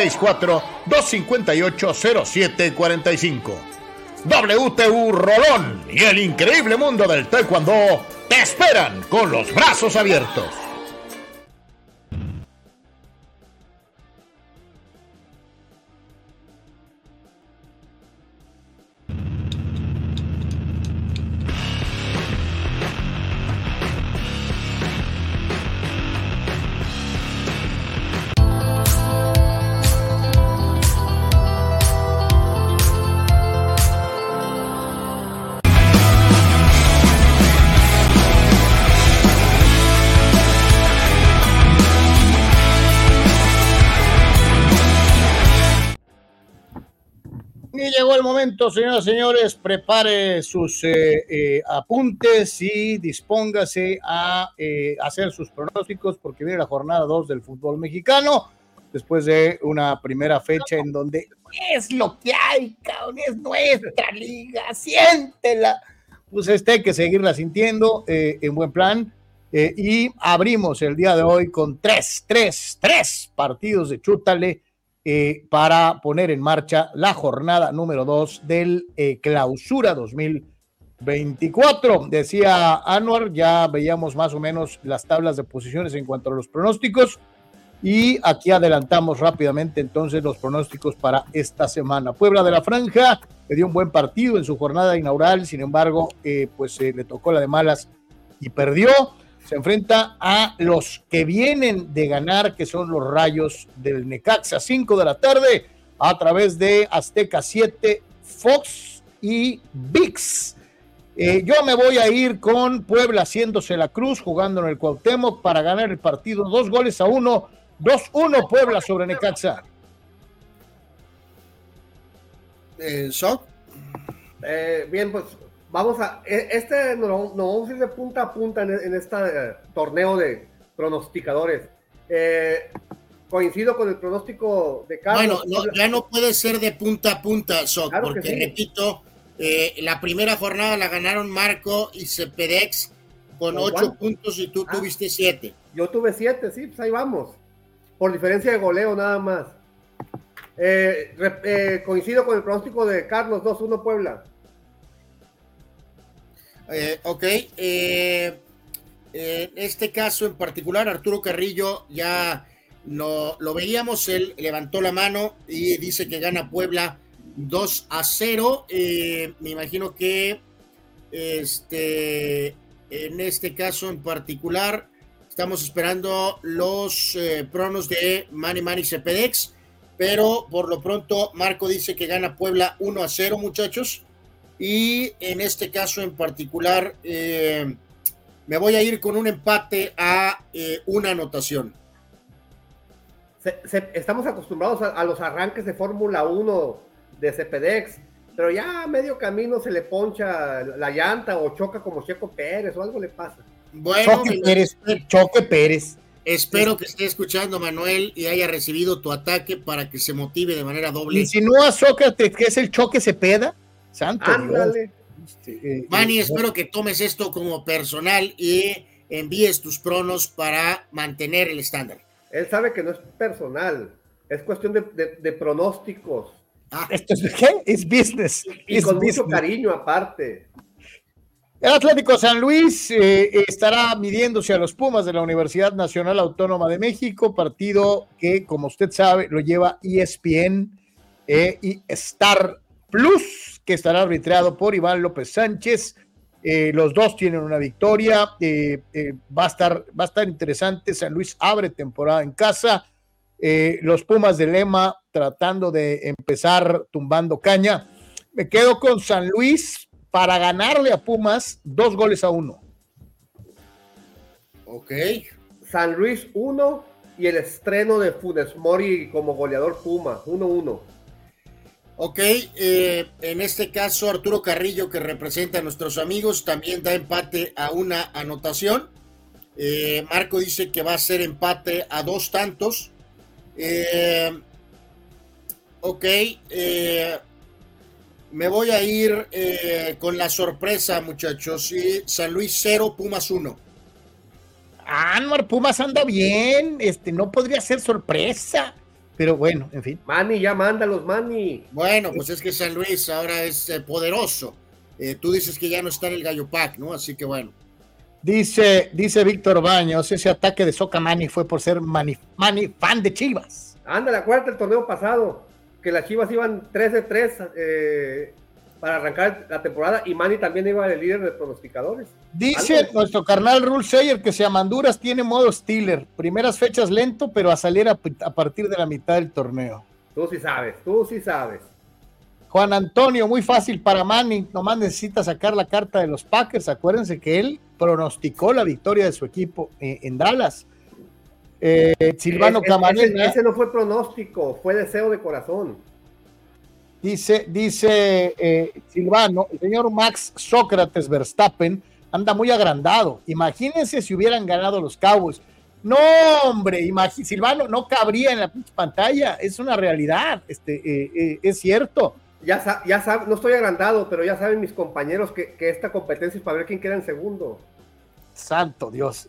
664-258-0745. WTU Rolón y el increíble mundo del taekwondo te esperan con los brazos abiertos. Y llegó el momento, señoras y señores, prepare sus apuntes y dispóngase a hacer sus pronósticos porque viene la jornada 2 del fútbol mexicano, después de una primera fecha en donde es lo que hay, cabrón, es nuestra liga, siéntela. Pues hay que seguirla sintiendo en buen plan. Y abrimos el día de hoy con tres partidos de chútale para poner en marcha la jornada número 2 del Clausura 2024. Decía Anwar, ya veíamos más o menos las tablas de posiciones en cuanto a los pronósticos y aquí adelantamos rápidamente entonces los pronósticos para esta semana. Puebla de la Franja le dio un buen partido en su jornada inaugural, sin embargo, le tocó la de malas y perdió. Se enfrenta a los que vienen de ganar, que son los Rayos del Necaxa, 5 de la tarde, a través de Azteca 7, Fox y ViX. Yo me voy a ir con Puebla haciéndose la cruz, jugando en el Cuauhtémoc para ganar el partido 2-1, 2-1 Puebla sobre Necaxa. ¿Soc? Bien, pues vamos a, nos vamos a ir de punta a punta en este torneo de pronosticadores. Coincido con el pronóstico de Carlos. Bueno, ya no puede ser de punta a punta, Soc, claro, porque sí. Repito, la primera jornada la ganaron Marco y Cepedex con 8 puntos y tú tuviste 7. Yo tuve 7, sí, pues ahí vamos. Por diferencia de goleo nada más. Coincido con el pronóstico de Carlos, 2-1 Puebla. Ok, en este caso en particular, Arturo Carrillo ya no lo veíamos, él levantó la mano y dice que gana Puebla 2-0. Me imagino que en este caso en particular estamos esperando los pronos de Manny Cepedex, pero por lo pronto Marco dice que gana Puebla 1-0, muchachos. Y en este caso en particular me voy a ir con un empate a una anotación. Estamos acostumbrados a los arranques de Fórmula 1 de Cepedex, pero ya a medio camino se le poncha la llanta o choca como Checo Pérez o algo le pasa. Bueno, Choque Pérez. Espero que esté escuchando, Manuel, y haya recibido tu ataque para que se motive de manera doble. Insinúa Sócrates que es el choque Cepeda. Santo Ándale. Manny, espero que tomes esto como personal y envíes tus pronos para mantener el estándar. Él sabe que no es personal, es cuestión de pronósticos. ¿Esto es qué? Es business. Y con mucho cariño aparte. El Atlético San Luis estará midiéndose a los Pumas de la Universidad Nacional Autónoma de México, partido que, como usted sabe, lo lleva ESPN y Star Plus, que estará arbitrado por Iván López Sánchez. Los dos tienen una victoria. Va a estar interesante. San Luis abre temporada en casa. Los Pumas de Lema tratando de empezar tumbando caña. Me quedo con San Luis para ganarle a Pumas 2-1. Ok. San Luis 1, y el estreno de Funes Mori como goleador Puma, 1-1. Ok, en este caso Arturo Carrillo, que representa a nuestros amigos, también da empate a una anotación. Marco dice que va a ser empate a 2 tantos. Ok, me voy a ir con la sorpresa, muchachos. Sí, San Luis 0, Pumas 1. Anuar, Pumas anda bien, no podría ser sorpresa, pero bueno, en fin. Manny, ya mándalos, Manny. Bueno, pues es que San Luis ahora es poderoso. Tú dices que ya no está en el Gallo Pack, ¿no? Así que bueno. Dice Víctor Baños, ese ataque de Soca Manny fue por ser Manny fan de Chivas. Ándale, acuérdate el torneo pasado, que las Chivas iban 3-3 para arrancar la temporada, y Manny también iba de líder de pronosticadores. Dice nuestro carnal Rule Sayer que Seamanduras tiene modo Steeler, primeras fechas lento, pero a salir a partir de la mitad del torneo. Tú sí sabes. Juan Antonio, muy fácil para Manny, nomás necesita sacar la carta de los Packers. Acuérdense que él pronosticó la victoria de su equipo en Dallas. Silvano Camarena. Ese no fue pronóstico, fue deseo de corazón. Dice Silvano, el señor Max Sócrates Verstappen anda muy agrandado. Imagínense si hubieran ganado los Cowboys. No, hombre, Silvano, no cabría en la pantalla, es una realidad, es cierto. Ya saben, no estoy agrandado, pero ya saben mis compañeros que esta competencia es para ver quién queda en segundo. Santo Dios,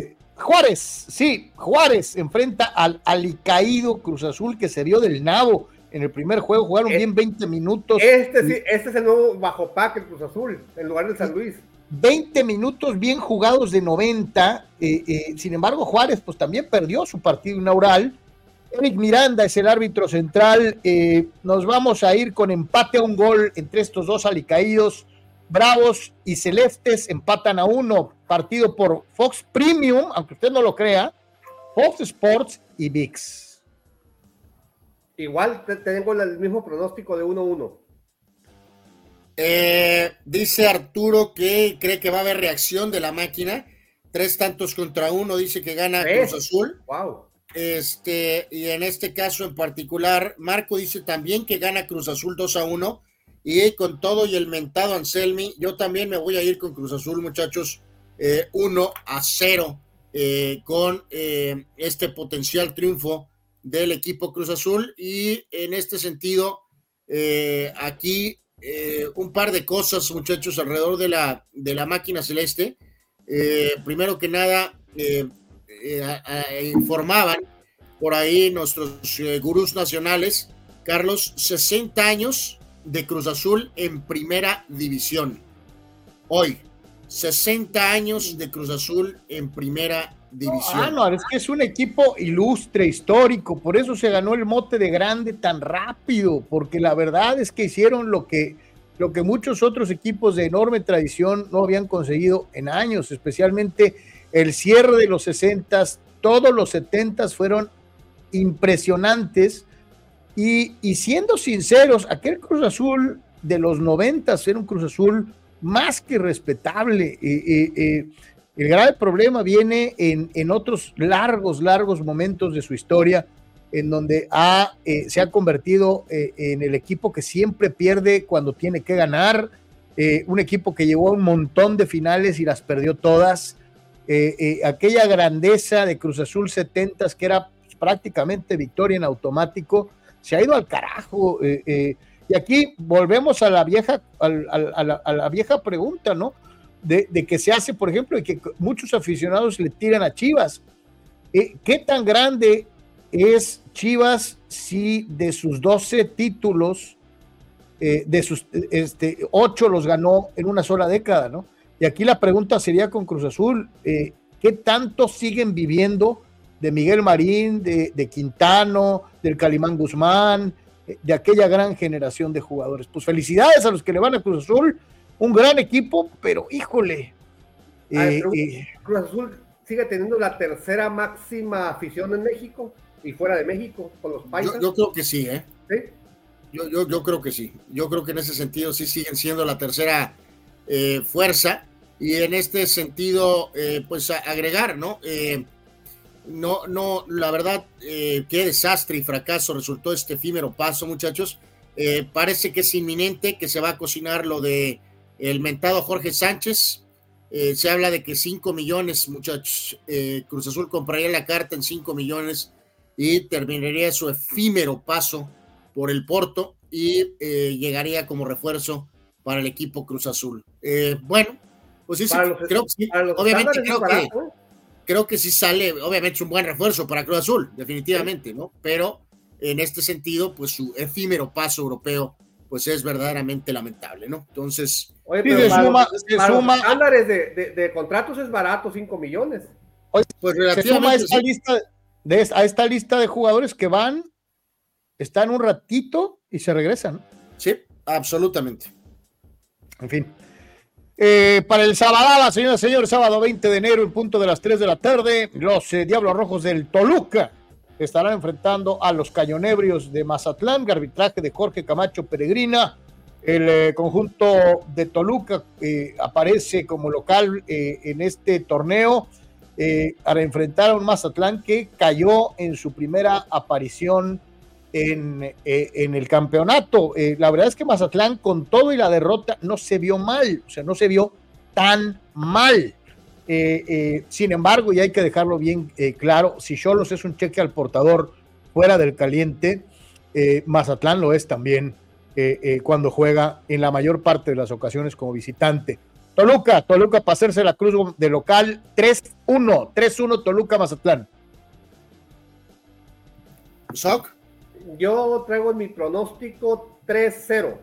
Juárez enfrenta al alicaído Cruz Azul, que se dio del nabo en el primer juego, jugaron bien 20 minutos. Este es el nuevo bajo pack, el Cruz Azul, en lugar del San Luis. 20 minutos bien jugados de 90, sin embargo Juárez pues también perdió su partido inaugural. Eric Miranda es el árbitro central. Nos vamos a ir con empate a 1 gol entre estos dos alicaídos. Bravos y Celestes empatan a 1, partido por Fox Premium, aunque usted no lo crea, Fox Sports y ViX. Igual tengo el mismo pronóstico de 1-1. Dice Arturo que cree que va a haber reacción de la máquina. 3 tantos contra 1, dice que gana Cruz Azul. Wow. Y en este caso en particular, Marco dice también que gana Cruz Azul 2-1. Y con todo y el mentado Anselmi, yo también me voy a ir con Cruz Azul, muchachos, 1-0, con este potencial triunfo del equipo Cruz Azul. Y en este sentido, aquí un par de cosas, muchachos, alrededor de la máquina celeste. Primero que nada, informaban por ahí nuestros gurús nacionales, Carlos, 60 años de Cruz Azul en primera división. Hoy, 60 años de Cruz Azul en primera división. No, es que es un equipo ilustre, histórico, por eso se ganó el mote de grande tan rápido, porque la verdad es que hicieron lo que muchos otros equipos de enorme tradición no habían conseguido en años, especialmente el cierre de los 60s, todos los 70s fueron impresionantes. Y siendo sinceros, aquel Cruz Azul de los 90s era un Cruz Azul más que respetable. El grave problema viene en otros largos momentos de su historia, en donde se ha convertido en el equipo que siempre pierde cuando tiene que ganar, un equipo que llegó a un montón de finales y las perdió todas. Aquella grandeza de Cruz Azul 70s, que era prácticamente victoria en automático, se ha ido al carajo, y aquí volvemos a la vieja pregunta, ¿no? De que se hace, por ejemplo, y que muchos aficionados le tiran a Chivas. ¿Qué tan grande es Chivas si de sus 12 títulos, de sus 8 los ganó en una sola década, ¿no? Y aquí la pregunta sería con Cruz Azul, ¿qué tanto siguen viviendo de Miguel Marín, de Quintano, del Calimán Guzmán, de aquella gran generación de jugadores? Pues felicidades a los que le van a Cruz Azul, un gran equipo, pero híjole. Cruz Azul sigue teniendo la tercera máxima afición en México y fuera de México, con los paisas. Yo creo que sí, ¿eh? ¿Sí? Yo creo que sí. Yo creo que en ese sentido sí siguen siendo la tercera fuerza, y en este sentido, pues agregar, ¿no? No, la verdad, qué desastre y fracaso resultó este efímero paso, muchachos. Parece que es inminente, que se va a cocinar lo de el mentado Jorge Sánchez. Se habla de que 5 millones, muchachos. Cruz Azul compraría la carta en 5 millones y terminaría su efímero paso por el Porto y llegaría como refuerzo para el equipo Cruz Azul. Bueno, pues sí, creo que sí. Obviamente creo que sí sale, obviamente es un buen refuerzo para Cruz Azul, definitivamente, ¿no? Pero en este sentido, pues su efímero paso europeo, pues es verdaderamente lamentable, ¿no? Entonces, oye, pero para los estándares de contratos es barato, 5 millones. Oye, pues relativamente a esta lista de jugadores que están un ratito y se regresan. Sí, absolutamente. En fin. Para el sábado, señoras y señores, sábado 20 de enero, en punto de las 3 de la tarde, los Diablos Rojos del Toluca estarán enfrentando a los Cañonebrios de Mazatlán, arbitraje de Jorge Camacho Peregrina. El conjunto de Toluca aparece como local en este torneo para enfrentar a un Mazatlán que cayó en su primera aparición en el campeonato. La verdad es que Mazatlán, con todo y la derrota, no se vio mal, o sea, no se vio tan mal. Sin embargo, y hay que dejarlo bien claro, si Xolos es un cheque al portador fuera del caliente, Mazatlán lo es también cuando juega en la mayor parte de las ocasiones como visitante. Toluca para hacerse la cruz de local, 3-1 Toluca-Mazatlán. ¿Soc? Yo traigo en mi pronóstico 3-0.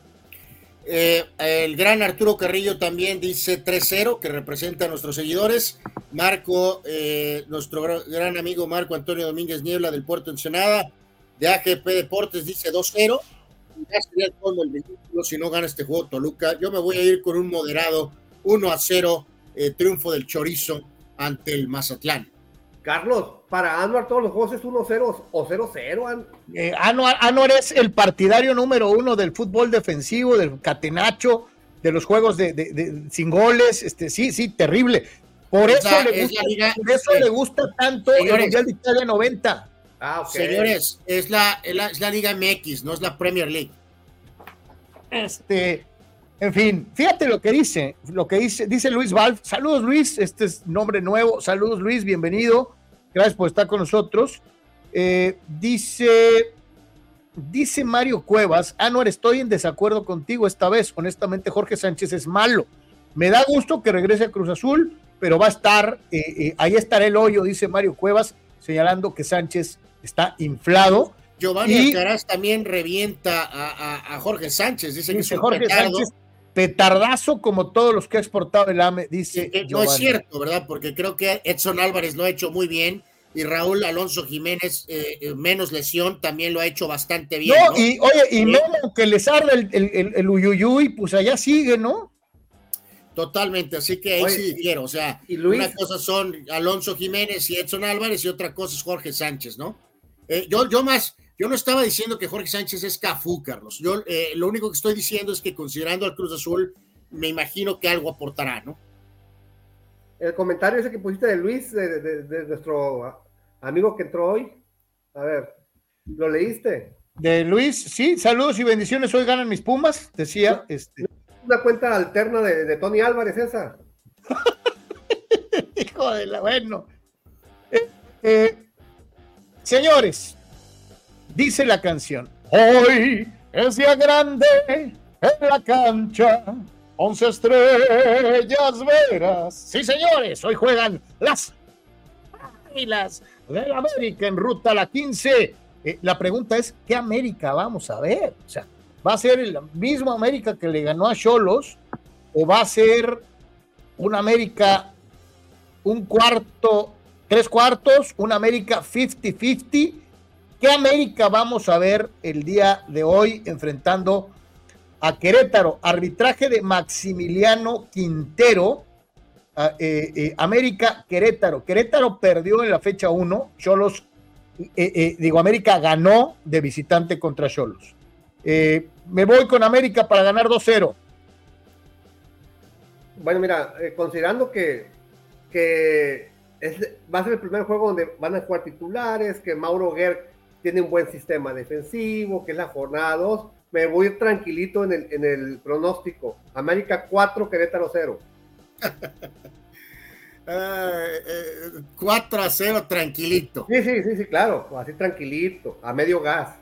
El gran Arturo Carrillo también dice 3-0, que representa a nuestros seguidores. Marco, nuestro gran amigo Marco Antonio Domínguez Niebla del Puerto Ensenada, de AGP Deportes, dice 2-0. Ya sería el fondo del vehículo si no gana este juego Toluca. Yo me voy a ir con un moderado 1-0, triunfo del Chorizo ante el Mazatlán. Carlos, para Anuar todos los juegos es 1-0 o 0-0. Anuar es el partidario número 1 del fútbol defensivo, del catenacho, de los juegos de sin goles. Sí, terrible. Por eso le gusta tanto el Mundial de Italia 90. Okay. Señores, es la Liga MX, no es la Premier League. En fin, fíjate lo que dice Luis Valve. Saludos, Luis, este es nombre nuevo. Saludos, Luis, bienvenido. Gracias por estar con nosotros. Dice Mario Cuevas, Anuar, estoy en desacuerdo contigo esta vez. Honestamente, Jorge Sánchez es malo. Me da gusto que regrese a Cruz Azul, pero va a estar, ahí estará el hoyo, dice Mario Cuevas, señalando que Sánchez está inflado. Giovanni Alcaraz también revienta a Jorge Sánchez, dice que es un Jorge Sánchez, petardazo como todos los que ha exportado el AME, dice no es cierto, ¿verdad? Porque creo que Edson Álvarez lo ha hecho muy bien y Raúl Alonso Jiménez, menos lesión, también lo ha hecho bastante bien. No, y Memo, que les arda el uyuyuy, pues allá sigue, ¿no? Totalmente, así que ahí sí difiero, o sea, una cosa son Alonso Jiménez y Edson Álvarez y otra cosa es Jorge Sánchez, ¿no? Yo no estaba diciendo que Jorge Sánchez es Cafú, Carlos. Yo lo único que estoy diciendo es que considerando al Cruz Azul, me imagino que algo aportará, ¿no? El comentario ese que pusiste de Luis, de nuestro amigo que entró hoy, a ver, ¿lo leíste? De Luis, sí, saludos y bendiciones, hoy ganan mis Pumas, decía. Una cuenta alterna de Tony Álvarez esa. Hijo de la, bueno. Señores, dice la canción, hoy es día grande en la cancha, 11 estrellas veras. Sí, señores, hoy juegan las Águilas del América en ruta a la 15. La pregunta es, ¿qué América vamos a ver? O sea, ¿va a ser el mismo América que le ganó a Xolos o va a ser un América tres cuartos, un América 50-50? ¿Qué América vamos a ver el día de hoy enfrentando a Querétaro? Arbitraje de Maximiliano Quintero. América Querétaro. Querétaro perdió en la fecha 1. Xolos, América ganó de visitante contra Xolos. Me voy con América para ganar 2-0. Bueno, mira, considerando que va a ser el primer juego donde van a jugar titulares, que Mauro Gerg tiene un buen sistema defensivo, que es la jornada 2. Me voy a ir tranquilito en el pronóstico. América 4, Querétaro 0. 4-0, tranquilito. Sí, claro, así tranquilito, a medio gas.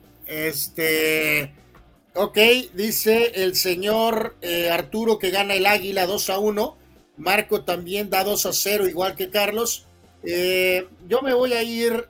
Ok, dice el señor Arturo que gana el Águila 2-1. Marco también da 2-0, igual que Carlos. Yo me voy a ir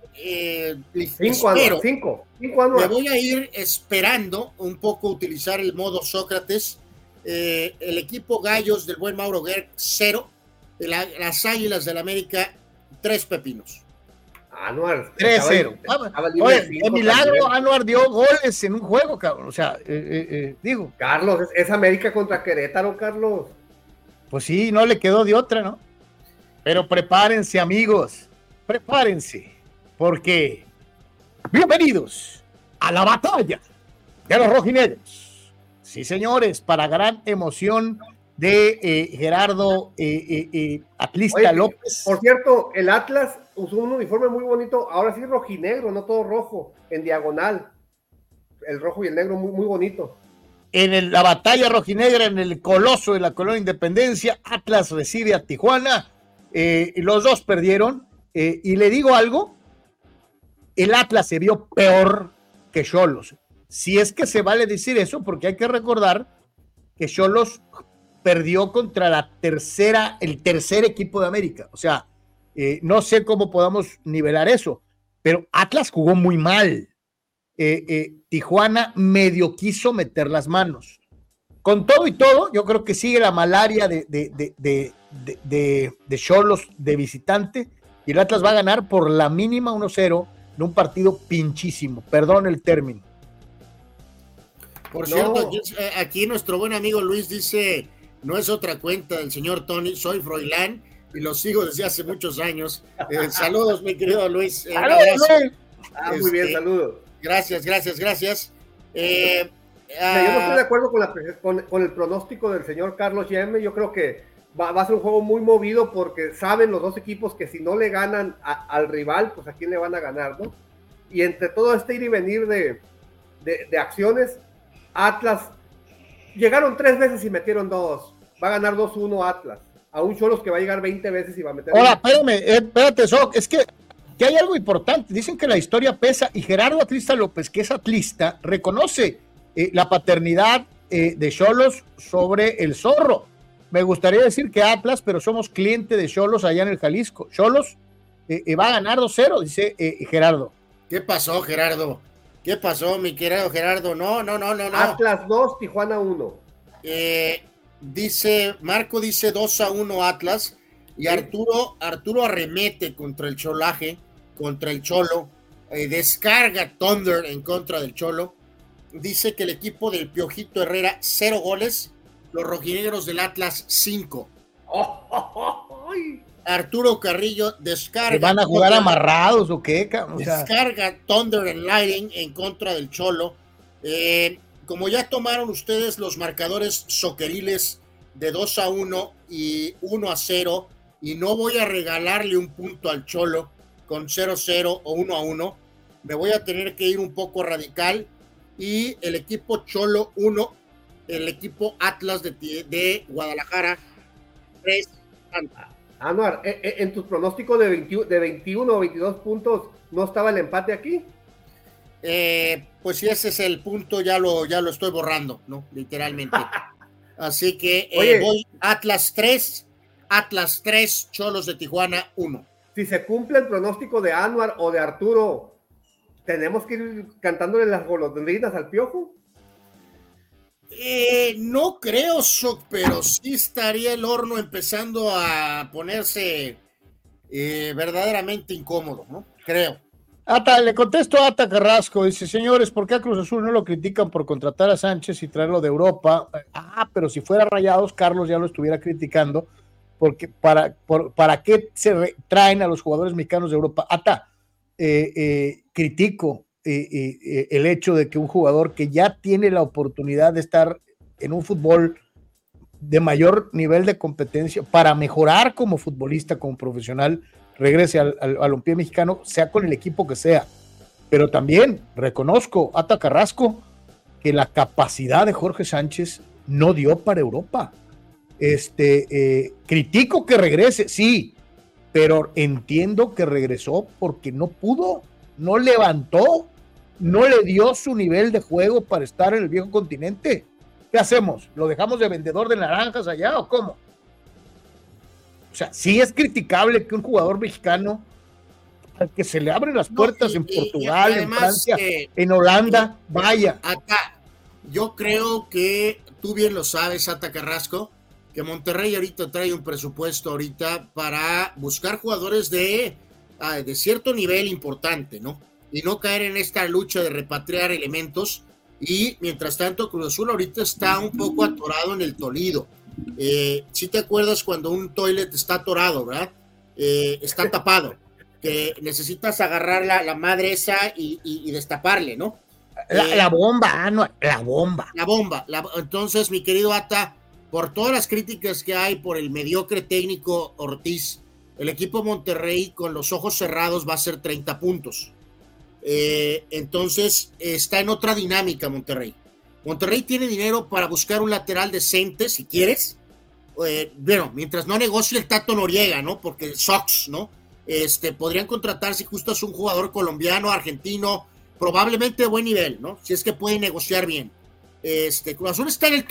5 me voy a ir esperando un poco utilizar el modo Sócrates. El equipo Gallos del buen Mauro Gerg 0, las Águilas del América 3 pepinos. Anuar 3-0. Oye, el milagro, Anuar dio goles en un juego, cabrón. O sea, digo. Carlos, es América contra Querétaro, Carlos. Pues sí, no le quedó de otra, ¿no? Pero prepárense, amigos, prepárense, porque bienvenidos a la batalla de los rojinegros. Sí, señores, para gran emoción de Gerardo Atlista López. Por cierto, el Atlas usó un uniforme muy bonito, ahora sí rojinegro, no todo rojo, en diagonal. El rojo y el negro muy, muy bonito. En la batalla rojinegra, en el Coloso de la Colonia Independencia, Atlas recibe a Tijuana. Los dos perdieron. Y le digo algo, el Atlas se vio peor que Xolos. Si es que se vale decir eso, porque hay que recordar que Xolos perdió contra el tercer equipo de América. O sea, no sé cómo podamos nivelar eso, pero Atlas jugó muy mal. Tijuana medio quiso meter las manos. Con todo y todo, yo creo que sigue la malaria de Xolos de visitante, y el Atlas va a ganar por la mínima 1-0 en un partido pinchísimo, perdón el término. Por cierto, aquí nuestro buen amigo Luis dice, no es otra cuenta del señor Tony, soy Froilán y lo sigo desde hace muchos años. Saludos, mi querido Luis. Muy bien, saludos. Gracias. Yo no estoy de acuerdo con el pronóstico del señor Carlos Yeme. Yo creo que va a ser un juego muy movido porque saben los dos equipos que si no le ganan al rival, pues a quién le van a ganar, ¿no? Y entre todo este ir y venir de acciones, Atlas llegaron 3 veces y metieron 2. Va a ganar 2-1 Atlas. A un Xolos que va a llegar 20 veces y va a meter. Ahora, espérate, Soc, es que hay algo importante. Dicen que la historia pesa y Gerardo Atlista López, que es atlista, reconoce la paternidad de Xolos sobre el Zorro. Me gustaría decir que Atlas, pero somos cliente de Xolos allá en el Jalisco. Xolos va a ganar 2-0, dice Gerardo. ¿Qué pasó, Gerardo? ¿Qué pasó, mi querido Gerardo? No. Atlas 2, Tijuana 1. Marco dice 2-1 Atlas. Y Arturo arremete contra el Cholaje, contra el Cholo, descarga Thunder en contra del Cholo. Dice que el equipo del Piojito Herrera 0 goles, los rojinegros del Atlas 5. Arturo Carrillo descarga. ¿Van a jugar amarrados o qué? Descarga Thunder and Lightning en contra del Cholo. Como ya tomaron ustedes los marcadores soqueriles de 2-1 y 1-0, y no voy a regalarle un punto al Cholo con 0-0 o 1-1, me voy a tener que ir un poco radical, y el equipo Cholo 1, el equipo Atlas de Guadalajara 3. Anuar, en tu pronóstico de 21 o 22 puntos, ¿no estaba el empate aquí? Pues si ese es el punto, ya lo estoy borrando, ¿no? Literalmente. Así que voy Atlas 3, Xolos de Tijuana 1. Si se cumple el pronóstico de Anuar o de Arturo, ¿tenemos que ir cantándole las golondrinas al Piojo? No creo, pero sí estaría el horno empezando a ponerse verdaderamente incómodo, ¿no? Creo. Le contesto a Ata Carrasco, dice, señores, ¿por qué a Cruz Azul no lo critican por contratar a Sánchez y traerlo de Europa? Pero si fuera Rayados, Carlos ya lo estuviera criticando, porque ¿para qué se traen a los jugadores mexicanos de Europa? Ata, critico el hecho de que un jugador que ya tiene la oportunidad de estar en un fútbol de mayor nivel de competencia para mejorar como futbolista, como profesional, regrese al balompié mexicano, sea con el equipo que sea. Pero también reconozco, Ata Carrasco, que la capacidad de Jorge Sánchez no dio para Europa. Critico que regrese, sí, pero entiendo que regresó porque no pudo, no levantó, no le dio su nivel de juego para estar en el viejo continente. ¿Qué hacemos? ¿Lo dejamos de vendedor de naranjas allá o cómo? O sea, sí es criticable que un jugador mexicano al que se le abren las puertas en Portugal, además, en Francia, en Holanda, vaya. Acá, yo creo que tú bien lo sabes, Ata Carrasco, que Monterrey ahorita trae un presupuesto ahorita para buscar jugadores de cierto nivel importante, ¿no? Y no caer en esta lucha de repatriar elementos. Y mientras tanto, Cruz Azul ahorita está un poco atorado en el Toledo. Si te acuerdas cuando un toilet está atorado, ¿verdad? Está tapado, que necesitas agarrar la madre esa y destaparle, ¿no? La bomba, no, la bomba. Entonces, mi querido Ata, por todas las críticas que hay por el mediocre técnico Ortiz, el equipo Monterrey con los ojos cerrados va a hacer 30 puntos. Entonces está en otra dinámica Monterrey. Monterrey tiene dinero para buscar un lateral decente si quieres, bueno, mientras no negocie el Tato Noriega, ¿no? Porque Sox, ¿no? Podrían contratar si justo es un jugador colombiano, argentino, probablemente de buen nivel, ¿no? Si es que puede negociar bien. Cruz Azul está en el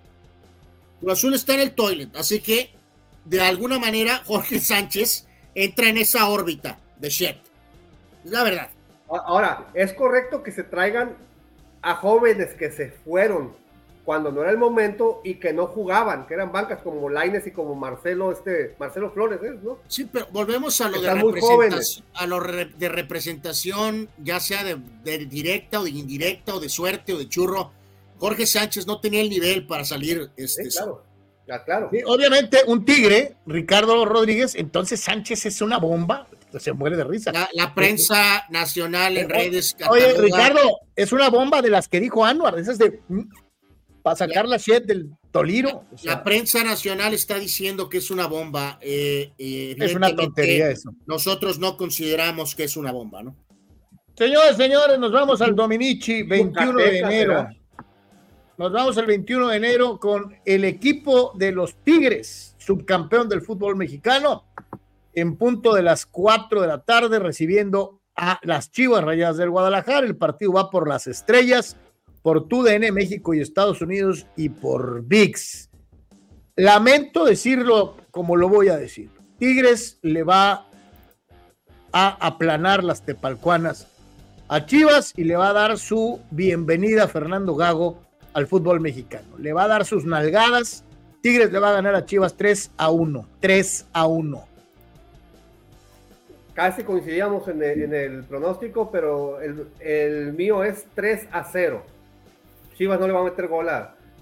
toilet, así que de alguna manera Jorge Sánchez entra en esa órbita de shit. Es la verdad. Ahora, es correcto que se traigan a jóvenes que se fueron cuando no era el momento y que no jugaban, que eran bancas como Lainez y como Marcelo Flores, ¿no? Sí, pero volvemos a lo de representación, ya sea de directa o de indirecta o de suerte o de churro. Jorge Sánchez no tenía el nivel para salir. Sí, claro. Sí, obviamente un tigre, Ricardo Rodríguez, entonces Sánchez es una bomba. Se muere de risa. La prensa nacional en redes. Oye, Ricardo, es una bomba de las que dijo Anuar, esas de para sacar la shit del Toliro. La prensa nacional está diciendo que es una bomba. Es una tontería eso. Nosotros no consideramos que es una bomba, ¿no? Señores, nos vamos al Dominici, 21 de enero. Nos vamos el 21 de enero con el equipo de los Tigres, subcampeón del fútbol mexicano, en punto de las 4 de la tarde, recibiendo a las Chivas Rayadas del Guadalajara. El partido va por las estrellas, por TUDN México y Estados Unidos y por ViX. Lamento decirlo como lo voy a decir. Tigres le va a aplanar las tepalcuanas a Chivas y le va a dar su bienvenida a Fernando Gago al fútbol mexicano. Le va a dar sus nalgadas. Tigres le va a ganar a Chivas 3-1. 3-1. Casi coincidíamos en el pronóstico, pero el mío es 3-0. Chivas no le va a meter gol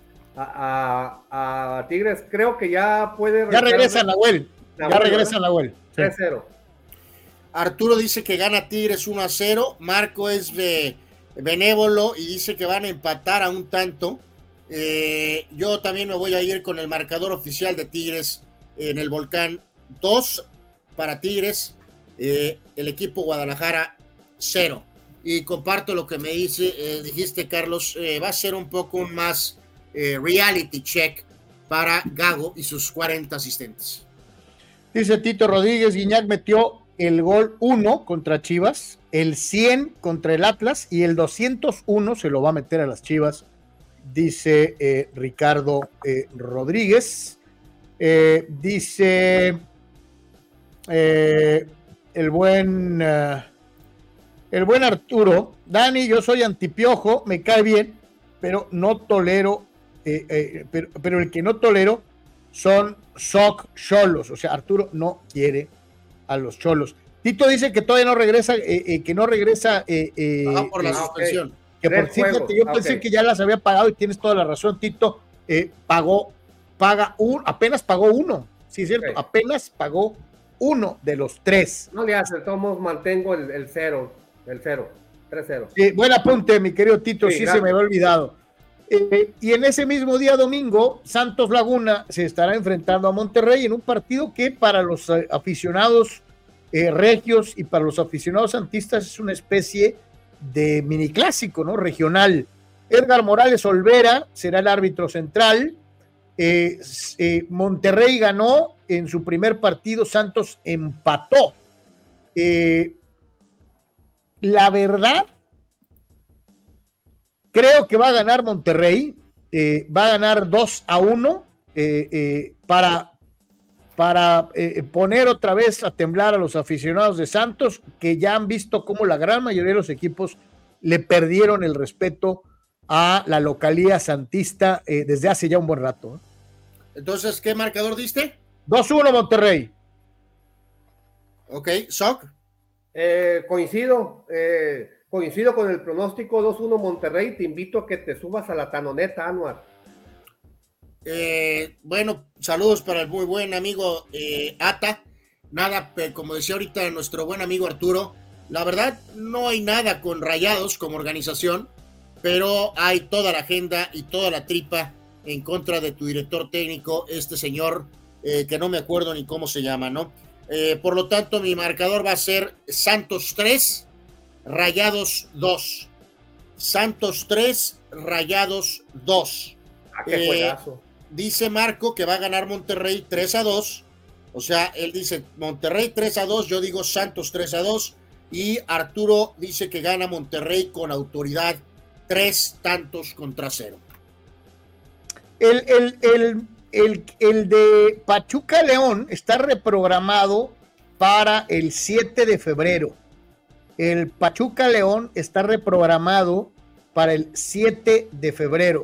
a Tigres. Creo que ya puede... Ya regresa Nahuel. Ya regresa Nahuel. 3-0. Arturo dice que gana Tigres 1-0. Marco es benévolo y dice que van a empatar a un tanto. Yo también me voy a ir con el marcador oficial de Tigres en el Volcán. 2 para Tigres. El equipo Guadalajara 0. Y comparto lo que me dijiste, Carlos. Va a ser un poco más reality check para Gago y sus 40 asistentes. Dice Tito Rodríguez, Guiñac metió el gol 1 contra Chivas, el 100 contra el Atlas y el 201 se lo va a meter a las Chivas, dice Ricardo Rodríguez. Dice el buen Arturo, Dani, yo soy antipiojo, me cae bien, pero no tolero, pero el que no tolero son cholos, o sea, Arturo no quiere a los cholos. Tito dice que todavía no regresa, que no regresa por la suspensión. Que por cierto, yo pensé que ya las había pagado y tienes toda la razón, Tito. Apenas pagó uno, sí es cierto, apenas pagó uno de los 3. No le hace, todos mantengo el 0, 3-0. Buen apunte, mi querido Tito, sí se me había olvidado. Y en ese mismo día domingo, Santos Laguna se estará enfrentando a Monterrey en un partido que para los aficionados regios, y para los aficionados santistas es una especie de mini clásico, ¿no? Regional. Edgar Morales Olvera será el árbitro central. Monterrey ganó en su primer partido, Santos empató. La verdad, creo que va a ganar Monterrey, va a ganar 2-1 para poner otra vez a temblar a los aficionados de Santos, que ya han visto cómo la gran mayoría de los equipos le perdieron el respeto a la localía santista desde hace ya un buen rato. Entonces, ¿qué marcador diste? 2-1 Monterrey. Ok, Soc. Coincido con el pronóstico 2-1 Monterrey. Te invito a que te subas a la tanoneta, Anuar. Bueno, saludos para el muy buen amigo Ata. Nada, como decía ahorita nuestro buen amigo Arturo, la verdad no hay nada con Rayados como organización, pero hay toda la agenda y toda la tripa en contra de tu director técnico, este señor que no me acuerdo ni cómo se llama, ¿no? Por lo tanto, mi marcador va a ser Santos 3, Rayados 2. Santos 3, Rayados 2. ¡Qué juegazo! Dice Marco que va a ganar Monterrey 3-2. O sea, él dice Monterrey 3-2, yo digo Santos 3-2. Y Arturo dice que gana Monterrey con autoridad 3-0. El de Pachuca León está reprogramado para el 7 de febrero. El Pachuca León está reprogramado para el 7 de febrero.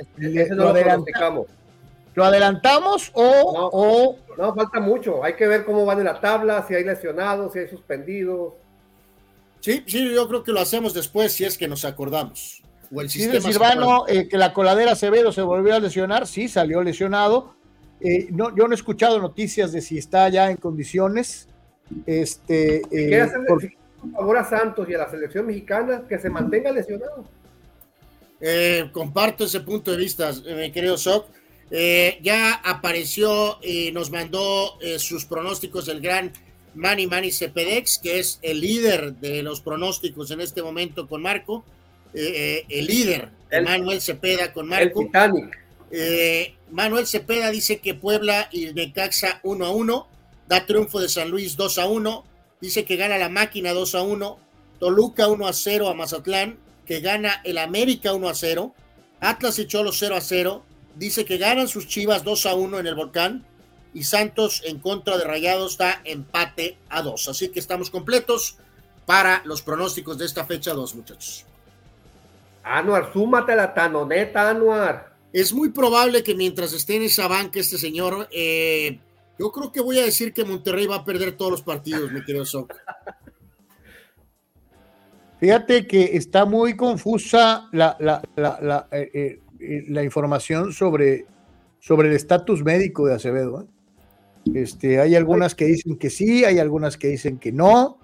¿Lo adelantamos o...? No, falta mucho. Hay que ver cómo van en la tabla, si hay lesionados, si hay suspendidos. Sí, yo creo que lo hacemos después si es que nos acordamos. O el sistema Silvano, que la coladera Acevedo se volvió a lesionar, sí, salió lesionado. Yo no he escuchado noticias de si está ya en condiciones. Quiere hacerle un favor a Santos y a la selección mexicana que se mantenga lesionado. Comparto ese punto de vista, mi querido Soc. Ya apareció y nos mandó sus pronósticos el gran Manny Cepedex, que es el líder de los pronósticos en este momento con Marco. El líder, Manuel Cepeda con Marco. El Titanic. Manuel Cepeda dice que Puebla y Necaxa 1-1, da triunfo de San Luis 2-1, dice que gana la Máquina 2-1, Toluca 1-0 a Mazatlán, que gana el América 1-0, Atlas y Cholos 0-0, dice que ganan sus Chivas 2-1 en el Volcán, y Santos en contra de Rayados da empate a 2. Así que estamos completos para los pronósticos de esta fecha 2, muchachos. Anuar, súmate a la tanoneta, Anuar. Es muy probable que mientras esté en esa banca este señor, yo creo que voy a decir que Monterrey va a perder todos los partidos, mi querido Soc. Fíjate que está muy confusa la información sobre el estatus médico de Acevedo. Hay algunas que dicen que sí, hay algunas que dicen que no.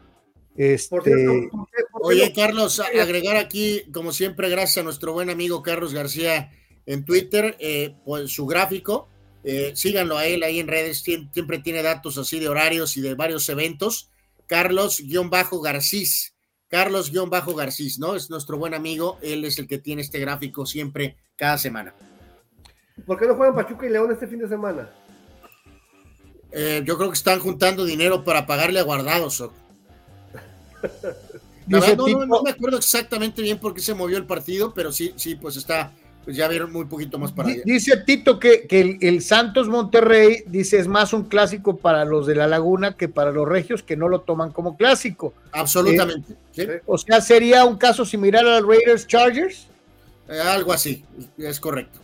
Oye, Carlos, agregar aquí, como siempre, gracias a nuestro buen amigo Carlos García en Twitter, pues su gráfico, síganlo a él ahí en redes, siempre tiene datos así de horarios y de varios eventos. Carlos-Garcís, ¿no? Es nuestro buen amigo, él es el que tiene este gráfico siempre, cada semana. ¿Por qué no juegan Pachuca y León este fin de semana? Yo creo que están juntando dinero para pagarle a Guardados. No me acuerdo exactamente bien por qué se movió el partido, pero sí, pues está, pues ya vieron muy poquito más para allá. Dice Tito que el Santos Monterrey, dice, es más un clásico para los de la Laguna que para los regios, que no lo toman como clásico. Absolutamente. ¿Sí? O sea, ¿sería un caso similar a los Raiders Chargers? Algo así, es correcto.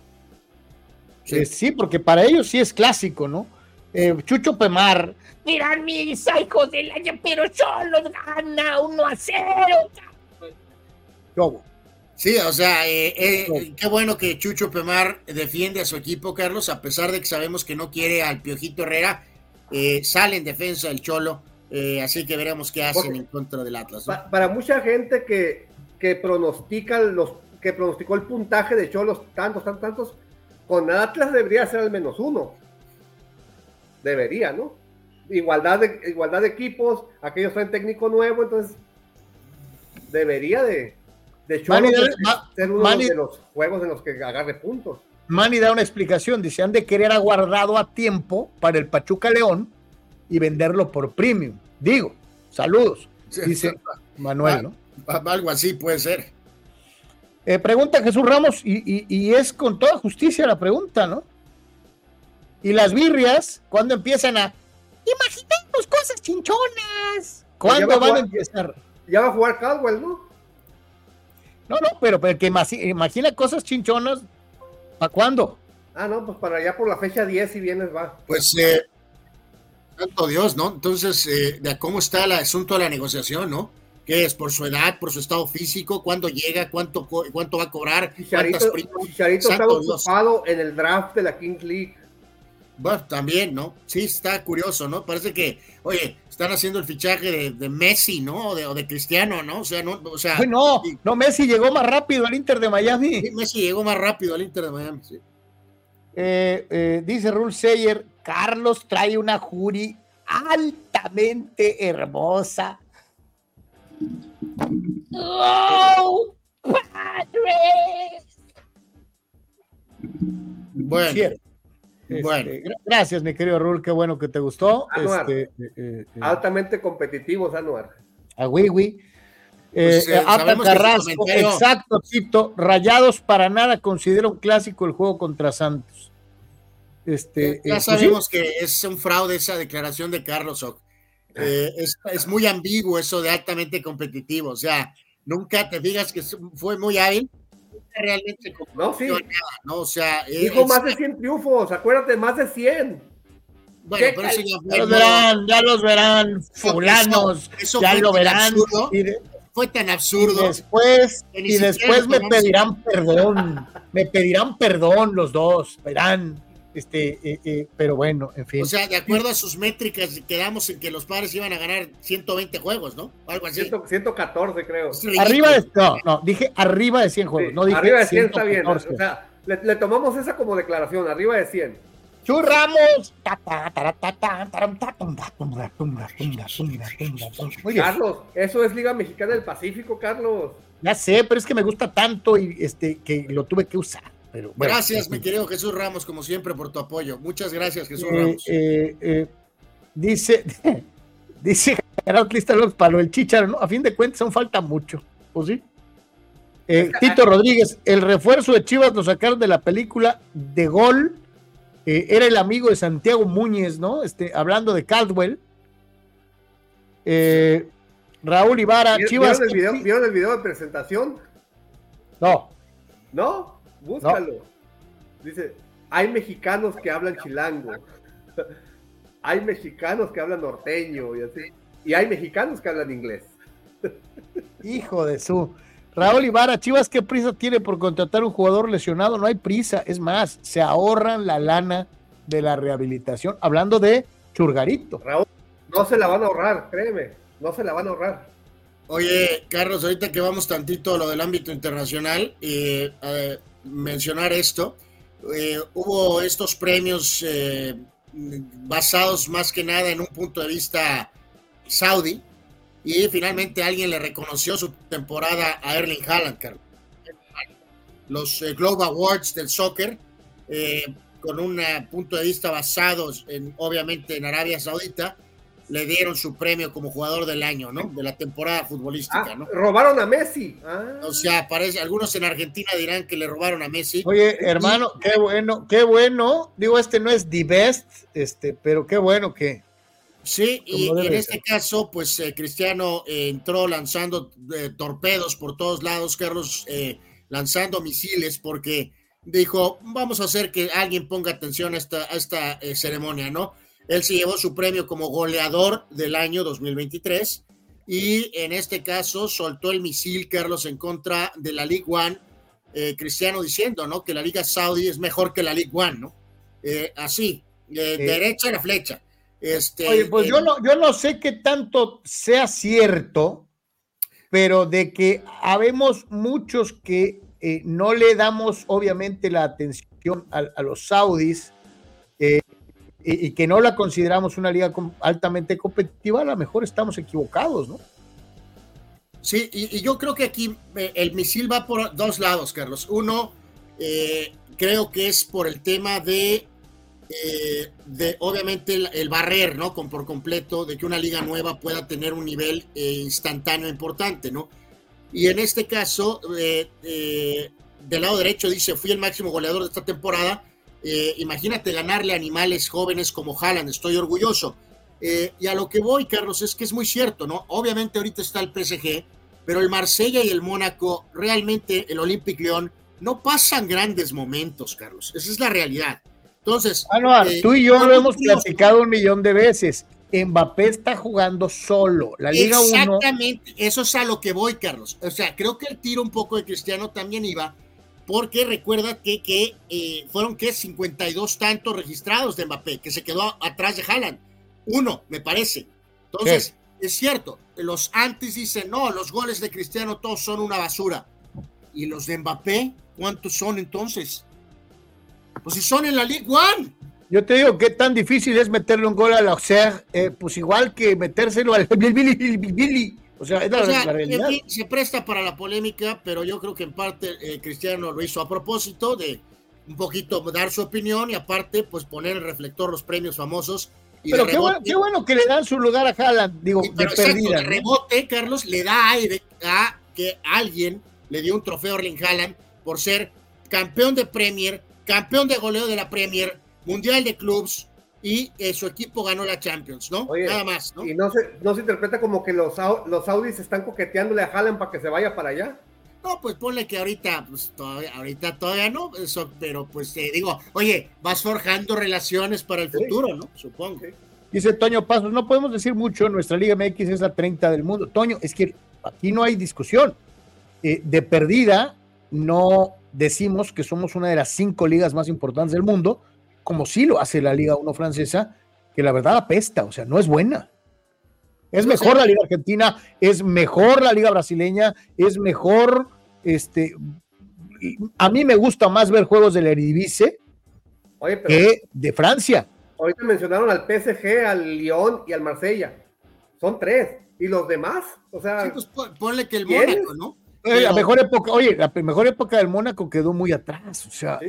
Sí, porque para ellos sí es clásico, ¿no? Chucho Pemar, mira mis hijos del año, pero Cholos gana 1-0. ¿Cómo? Sí, o sea, qué bueno que Chucho Pemar defiende a su equipo, Carlos, a pesar de que sabemos que no quiere al Piojito Herrera, sale en defensa del Cholo, así que veremos qué hacen en contra del Atlas, ¿no? Para mucha gente que pronosticó el puntaje de Cholos tantos, con Atlas debería ser al -1. Debería, ¿no? igualdad de equipos, aquellos traen técnico nuevo, entonces debería de Manny, ser uno de los juegos en los que agarre puntos. Manny da una explicación, dice, han de querer aguardado a tiempo para el Pachuca León y venderlo por premium. Digo, saludos, dice Manuel, ¿no? Algo así puede ser. Pregunta Jesús Ramos, y es con toda justicia la pregunta, ¿no? Y las birrias, ¿cuándo empiezan a imaginemos cosas chinchonas? ¿Cuándo van a empezar? Ya va a jugar Caldwell, ¿no? No, pero que imagina cosas chinchonas, ¿para cuándo? No, pues para allá por la fecha 10 si vienes va. Pues, santo Dios, ¿no? Entonces, de cómo está el asunto de la negociación, ¿no? ¿Qué es? ¿Por su edad, por su estado físico? ¿Cuándo llega? ¿Cuánto va a cobrar? Chicharito está ocupado en el draft de la Kings League. Bueno, también, ¿no? Sí, está curioso, ¿no? Parece que, oye, están haciendo el fichaje de Messi, ¿no? O de Cristiano, ¿no? No, Messi llegó más rápido al Inter de Miami. Sí, Messi llegó más rápido al Inter de Miami, sí. Dice Rule Sayer, Carlos trae una jury altamente hermosa. ¡Oh, padre! Bueno. Cierto. Gracias, mi querido Rul, qué bueno que te gustó. Altamente competitivos, Anuar. Carrasco, exacto, Tito. Rayados para nada considera un clásico el juego contra Santos. Ya sabemos que es un fraude esa declaración de Carlos Ock. Es muy ambiguo eso de altamente competitivo. O sea, nunca te digas que fue muy hábil. Realmente no, sí. Nada, ¿no? O sea, dijo más de 100 triunfos, acuérdate, más de 100. Bueno, pero eso ya los verán, fulanos, eso ya lo verán. Fue tan absurdo. Y después me pedirán perdón los dos, verán. Pero bueno, en fin. O sea, de acuerdo a sus métricas, quedamos en que los Padres iban a ganar 120 juegos, ¿no? Algo así. 114, creo. Dije arriba de 100 juegos. Sí, No dije arriba de 100 está bien. O 114. sea, le tomamos esa como declaración, arriba de 100. ¡Churramos! Carlos, eso es Liga Mexicana del Pacífico, Carlos. Ya sé, pero es que me gusta tanto y que lo tuve que usar. Pero, bueno, gracias, mi querido Jesús Ramos, como siempre, por tu apoyo. Muchas gracias, Jesús Ramos. Dice Gerardo Cristal para el Chícharo, ¿no? A fin de cuentas, aún falta mucho. ¿O sí? Tito Rodríguez, el refuerzo de Chivas lo sacaron de la película de Gol. Era el amigo de Santiago Muñez, ¿no? Hablando de Caldwell. Raúl Ibarra, Chivas. ¿Vieron el video de presentación? No. Búscalo. No. Dice, hay mexicanos que hablan chilango, hay mexicanos que hablan norteño y así, y hay mexicanos que hablan inglés. Hijo de su. Raúl Ibarra, Chivas, ¿qué prisa tiene por contratar un jugador lesionado? No hay prisa, es más, se ahorran la lana de la rehabilitación. Hablando de Churgarito. Raúl, no se la van a ahorrar, créeme, no se la van a ahorrar. Oye, Carlos, ahorita que vamos tantito a lo del ámbito internacional, mencionar esto, hubo estos premios basados más que nada en un punto de vista saudí, y finalmente alguien le reconoció su temporada a Erling Haaland, Carlos. Los Globe Awards del soccer, con un punto de vista basado obviamente en Arabia Saudita, le dieron su premio como jugador del año, ¿no? De la temporada futbolística, ¿no? Robaron a Messi. O sea, algunos en Argentina dirán que le robaron a Messi. Oye, hermano, qué bueno. Digo, no es the best, pero qué bueno que. Sí, y en este caso, pues Cristiano entró lanzando torpedos por todos lados, Carlos, lanzando misiles, porque dijo, vamos a hacer que alguien ponga atención a esta ceremonia, ¿no? Él se llevó su premio como goleador del año 2023 y en este caso soltó el misil, Carlos, en contra de la League One, Cristiano diciendo, ¿no? Que la Liga Saudí es mejor que la League One, ¿no? Así, derecha a la flecha. Oye, pues yo no sé qué tanto sea cierto, pero de que habemos muchos que no le damos obviamente la atención a los saudis, y que no la consideramos una liga altamente competitiva, a lo mejor estamos equivocados, ¿no? Sí, y yo creo que aquí el misil va por dos lados, Carlos. Uno, creo que es por el tema de obviamente el barrer, ¿no? Por completo, de que una liga nueva pueda tener un nivel instantáneo importante, ¿no? Y en este caso, del lado derecho dice, fui el máximo goleador de esta temporada. Imagínate ganarle a animales jóvenes como Haaland, estoy orgulloso. Y a lo que voy, Carlos, es que es muy cierto, ¿no? Obviamente ahorita está el PSG, pero el Marsella y el Mónaco, realmente el Olympique Lyon, no pasan grandes momentos, Carlos. Esa es la realidad. Entonces, tú y yo lo hemos platicado 1,000,000 de veces. Mbappé está jugando solo. La Liga 1. Exactamente, eso es a lo que voy, Carlos. O sea, creo que el tiro un poco de Cristiano también iba, porque recuerda que fueron 52 tantos registrados de Mbappé, que se quedó atrás de Haaland. 1, me parece. Entonces, es cierto, los antes dicen, no, los goles de Cristiano todos son una basura. ¿Y los de Mbappé? ¿Cuántos son entonces? Pues si son en la Ligue 1. Yo te digo, ¿qué tan difícil es meterle un gol al Auxerre? Pues igual que metérselo al Billy. O sea, es la realidad. Se presta para la polémica, pero yo creo que en parte Cristiano lo hizo a propósito de un poquito dar su opinión y aparte, pues poner el reflector los premios famosos. Y pero qué bueno que le dan su lugar a Haaland, digo, de perdida. De rebote, Carlos, le da aire a que alguien le dio un trofeo a Erling Haaland por ser campeón de Premier, campeón de goleo de la Premier, Mundial de Clubs, y su equipo ganó la Champions, ¿no? Oye, nada más, ¿no? Y no se interpreta como que los Saudis están coqueteándole a Haaland para que se vaya para allá. No, pues ponle que ahorita, pues todavía no, eso, pero pues digo, oye, vas forjando relaciones para el futuro, ¿no? Supongo. Dice Toño Pasos, no podemos decir mucho, nuestra Liga MX es la 30 del mundo. Toño, es que aquí no hay discusión. De perdida, no decimos que somos una de las 5 ligas más importantes del mundo, como sí lo hace la Liga 1 francesa, que la verdad apesta, o sea, no es buena. Es mejor la Liga Argentina, es mejor la Liga Brasileña, es mejor, a mí me gusta más ver juegos del Eredivisie que de Francia. Ahorita mencionaron al PSG, al Lyon y al Marsella. Son 3. ¿Y los demás? O sea, sí, pues ponle que el Mónaco, ¿no? La mejor época del Mónaco quedó muy atrás, o sea,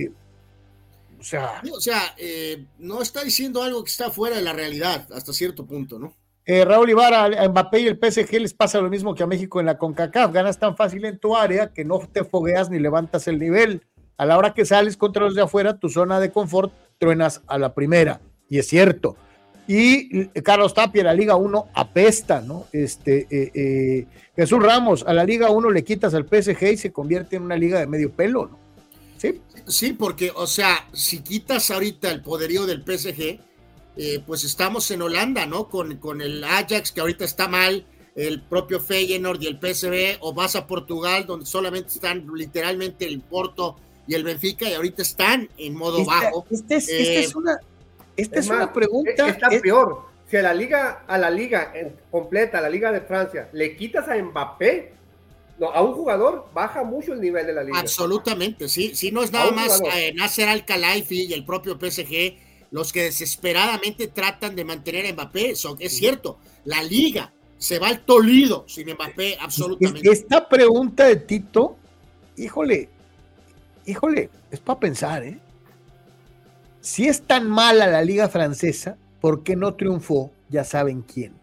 no está diciendo algo que está fuera de la realidad hasta cierto punto, ¿no? Raúl Ibarra, a Mbappé y el PSG les pasa lo mismo que a México en la CONCACAF, ganas tan fácil en tu área que no te fogueas ni levantas el nivel. A la hora que sales contra los de afuera, tu zona de confort truenas a la primera, y es cierto. Y Carlos Tapia, la Liga 1 apesta, ¿no? Jesús Ramos, a la Liga 1 le quitas al PSG y se convierte en una liga de medio pelo, ¿no? Sí, porque, o sea, si quitas ahorita el poderío del PSG, pues estamos en Holanda, ¿no? Con el Ajax, que ahorita está mal, el propio Feyenoord y el PSV, o vas a Portugal, donde solamente están literalmente el Porto y el Benfica, y ahorita están en modo bajo. Esta es una pregunta. Está peor. Si a la liga completa, a la Liga de Francia, le quitas a Mbappé, a un jugador baja mucho el nivel de la liga. Absolutamente, sí. Sí, no es nada más Nasser Al-Khelaifi y el propio PSG los que desesperadamente tratan de mantener a Mbappé. Es cierto, la liga se va al Toledo sin Mbappé, absolutamente. Esta pregunta de Tito, híjole, es para pensar, ¿eh? Si es tan mala la liga francesa, ¿por qué no triunfó? Ya saben quién.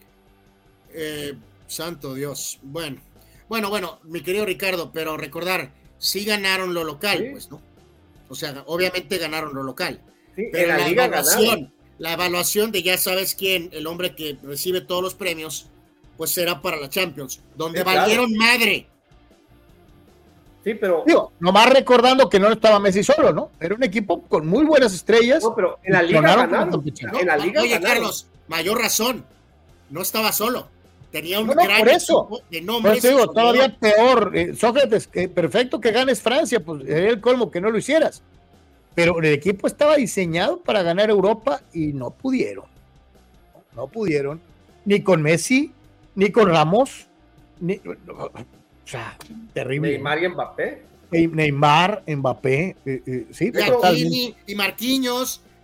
Santo Dios. Bueno, mi querido Ricardo, pero recordar, sí ganaron lo local, pues, ¿no? O sea, obviamente ganaron lo local. Sí, pero la evaluación de ya sabes quién, el hombre que recibe todos los premios, pues será para la Champions, donde valieron madre. Sí, pero... Digo, nomás recordando que no estaba Messi solo, ¿no? Era un equipo con muy buenas estrellas. No, pero en la liga ganaron. Oye, Carlos, mayor razón, no estaba solo. Tenía un gran equipo de nombres. Por eso digo, todavía peor. Sócrates, perfecto que ganes Francia, pues era el colmo que no lo hicieras. Pero el equipo estaba diseñado para ganar Europa y no pudieron. No pudieron. Ni con Messi, ni con Ramos, o sea, terrible. Neymar y Mbappé. Neymar, Mbappé, sí. Y Marquinhos,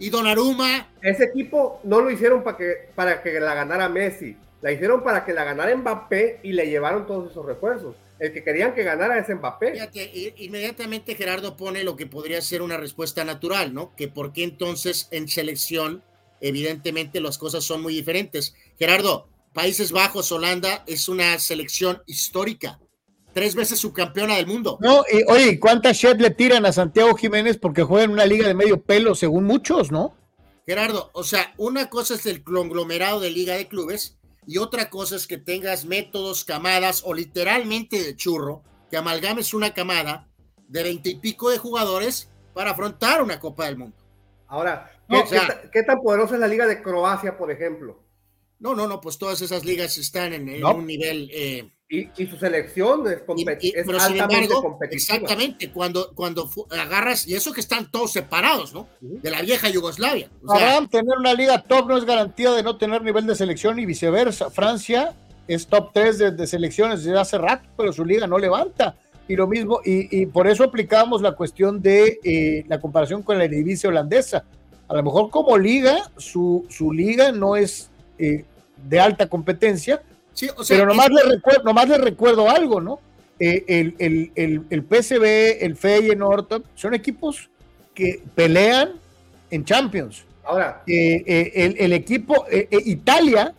y Donnarumma. Ese equipo no lo hicieron para que la ganara Messi, la hicieron para que la ganara Mbappé y le llevaron todos esos refuerzos. El que querían que ganara es Mbappé. Fíjate, inmediatamente Gerardo pone lo que podría ser una respuesta natural, ¿no? Que por qué entonces en selección, evidentemente las cosas son muy diferentes. Gerardo, Países Bajos, Holanda es una selección histórica, 3 veces subcampeona del mundo. No, oye, ¿cuántas shit le tiran a Santiago Jiménez porque juega en una liga de medio pelo, según muchos, ¿no? Gerardo, o sea, una cosa es el conglomerado de liga de clubes y otra cosa es que tengas métodos, camadas o literalmente de churro, que amalgames una camada de 20 y pico de jugadores para afrontar una Copa del Mundo. Ahora, ¿qué tan poderosa es la liga de Croacia, por ejemplo? No, pues todas esas ligas están en un nivel... Y su selección es altamente competitiva. Exactamente, cuando agarras, y eso que están todos separados, ¿no? De la vieja Yugoslavia. Tener una liga top no es garantía de no tener nivel de selección y viceversa. Francia es top 3 de selecciones desde hace rato, pero su liga no levanta. Y lo mismo, y por eso aplicamos la cuestión de la comparación con la Eredivisie holandesa. A lo mejor como liga, su liga no es de alta competencia. Sí, o sea, pero nomás le recuerdo algo, ¿no? El PSV, el Feyenoord, son equipos que pelean en Champions. Ahora, el equipo Italia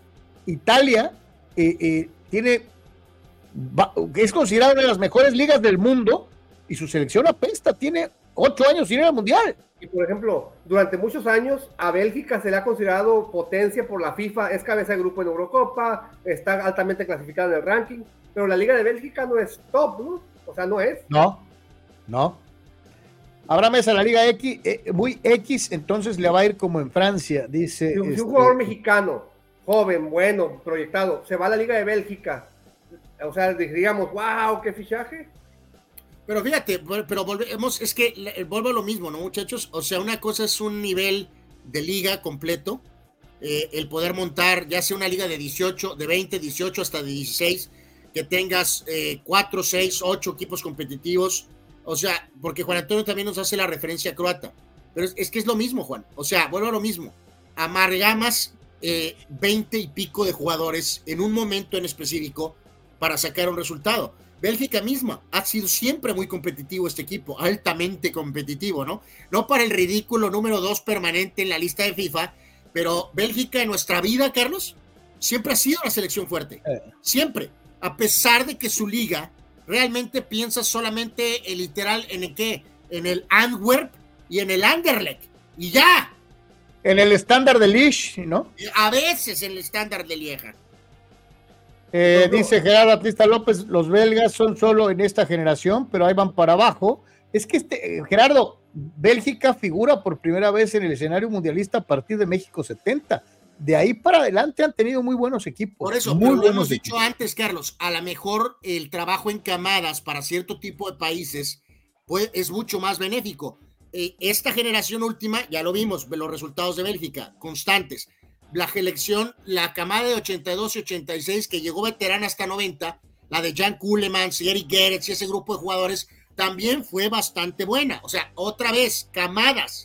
tiene, es considerada una de las mejores ligas del mundo y su selección apesta, tiene 8 años sin ir al Mundial. Y por ejemplo, durante muchos años a Bélgica se le ha considerado potencia por la FIFA, es cabeza de grupo en Eurocopa, está altamente clasificada en el ranking, pero la Liga de Bélgica no es top, ¿no? O sea, no es. No. Abraham es a la Liga X, muy X, entonces le va a ir como en Francia, dice. Si un jugador mexicano, joven, bueno, proyectado, se va a la Liga de Bélgica, o sea, diríamos, wow, qué fichaje. Pero fíjate, pero volvemos, es que vuelvo a lo mismo, ¿no, muchachos? O sea, una cosa es un nivel de liga completo, el poder montar ya sea una liga de 18, de 20, 18 hasta de 16, que tengas 4, 6, 8 equipos competitivos, o sea, porque Juan Antonio también nos hace la referencia croata, pero es que es lo mismo, Juan, o sea, vuelvo a lo mismo, amalgamas 20 y pico de jugadores en un momento en específico para sacar un resultado. Bélgica misma ha sido siempre muy competitivo este equipo, altamente competitivo, ¿no? No para el ridículo número 2 permanente en la lista de FIFA, pero Bélgica en nuestra vida, Carlos, siempre ha sido una selección fuerte. Siempre. A pesar de que su liga realmente piensa solamente literal en el qué, en el Antwerp y en el Anderlecht. Y ya. En el estándar de Liège, ¿no? A veces en el estándar de Lieja. Dice Gerardo Atlista López, los belgas son solo en esta generación, pero ahí van para abajo. Es que Gerardo, Bélgica figura por primera vez en el escenario mundialista a partir de México 70. De ahí para adelante han tenido muy buenos equipos. Por eso, muy lo hemos dicho antes, Carlos, a lo mejor el trabajo en camadas para cierto tipo de países pues, es mucho más benéfico. Esta generación última, ya lo vimos, los resultados de Bélgica, constantes. La selección, la camada de 82 y 86 que llegó veterana hasta 90, la de Jan Koelemans y Eric Gerets y ese grupo de jugadores también fue bastante buena. O sea, otra vez, camadas.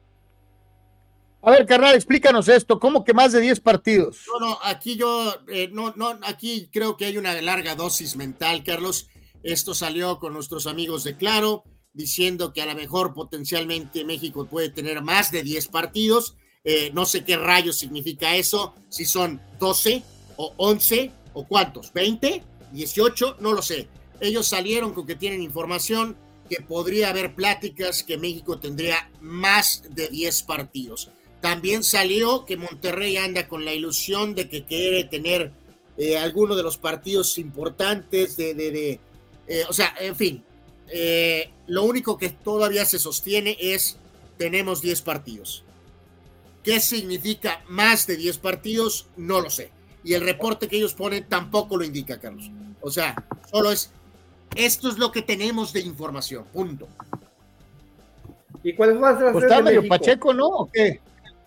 A ver, carnal, explícanos esto, ¿cómo que más de 10 partidos? No, aquí aquí creo que hay una larga dosis mental, Carlos. Esto salió con nuestros amigos de Claro, diciendo que a lo mejor potencialmente México puede tener más de 10 partidos. No sé qué rayos significa eso, si son 12 o 11 o cuántos, 20, 18, no lo sé. Ellos salieron con que tienen información que podría haber pláticas que México tendría más de 10 partidos. También salió que Monterrey anda con la ilusión de que quiere tener alguno de los partidos importantes o sea, en fin, lo único que todavía se sostiene es tenemos 10 partidos. ¿Qué significa más de 10 partidos? No lo sé. Y el reporte que ellos ponen tampoco lo indica, Carlos. O sea, solo esto es lo que tenemos de información, punto. ¿Y cuáles van a ser las pues está medio Pacheco, ¿no? ¿O qué?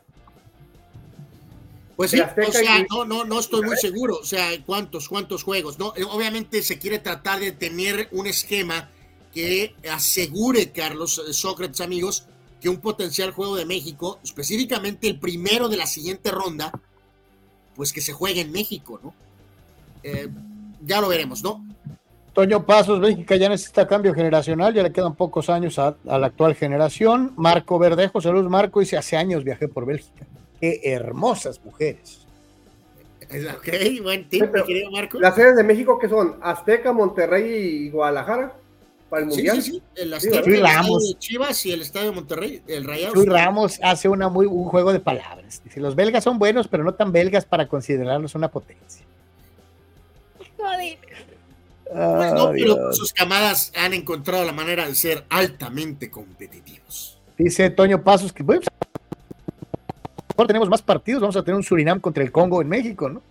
Pues sí, o sea, no estoy muy seguro. O sea, ¿cuántos juegos? No, obviamente se quiere tratar de tener un esquema que asegure, Carlos, Sócrates, amigos, que un potencial juego de México, específicamente el primero de la siguiente ronda, pues que se juegue en México, ¿no? Ya lo veremos, ¿no? Toño Pasos, México ya necesita cambio generacional, ya le quedan pocos años a la actual generación. Marco Verdejo, saludos Marco, dice, hace años viajé por Bélgica. Qué hermosas mujeres. Ok, buen tip, mi querido Marco. ¿Las sedes de México que son? Azteca, Monterrey y Guadalajara para el Mundial. Sí. El Azteca, Chuy el Ramos. estadio de Chivas y el estadio de Monterrey, el Rayados. Chuy Ramos hace un juego de palabras. Dice, los belgas son buenos, pero no tan belgas para considerarlos una potencia. Joder. Pues no, pero sus camadas han encontrado la manera de ser altamente competitivos. Dice Toño Pasos que bueno, mejor tenemos más partidos, vamos a tener un Surinam contra el Congo en México, ¿no?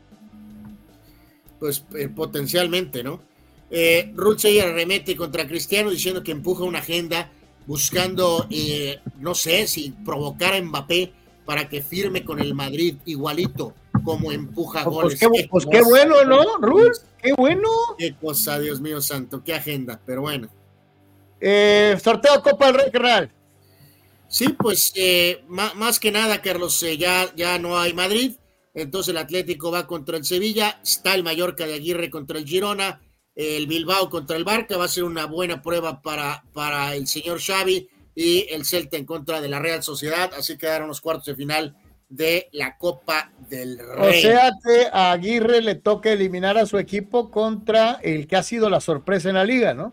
Pues potencialmente, ¿no? Rulseyer arremete contra Cristiano diciendo que empuja una agenda buscando, no sé, si provocar a Mbappé para que firme con el Madrid igualito como empuja goles. Pues qué bueno, ¿no, Rul? Qué bueno. Qué cosa, Dios mío santo, qué agenda, pero bueno. Sorteo Copa del Rey, carnal. Sí, pues más que nada, Carlos, ya no hay Madrid, entonces el Atlético va contra el Sevilla, está el Mallorca de Aguirre contra el Girona, el Bilbao contra el Barça, va a ser una buena prueba para el señor Xavi, y el Celta en contra de la Real Sociedad, así quedaron los cuartos de final de la Copa del Rey. O sea que a Aguirre le toca eliminar a su equipo contra el que ha sido la sorpresa en la liga, ¿no?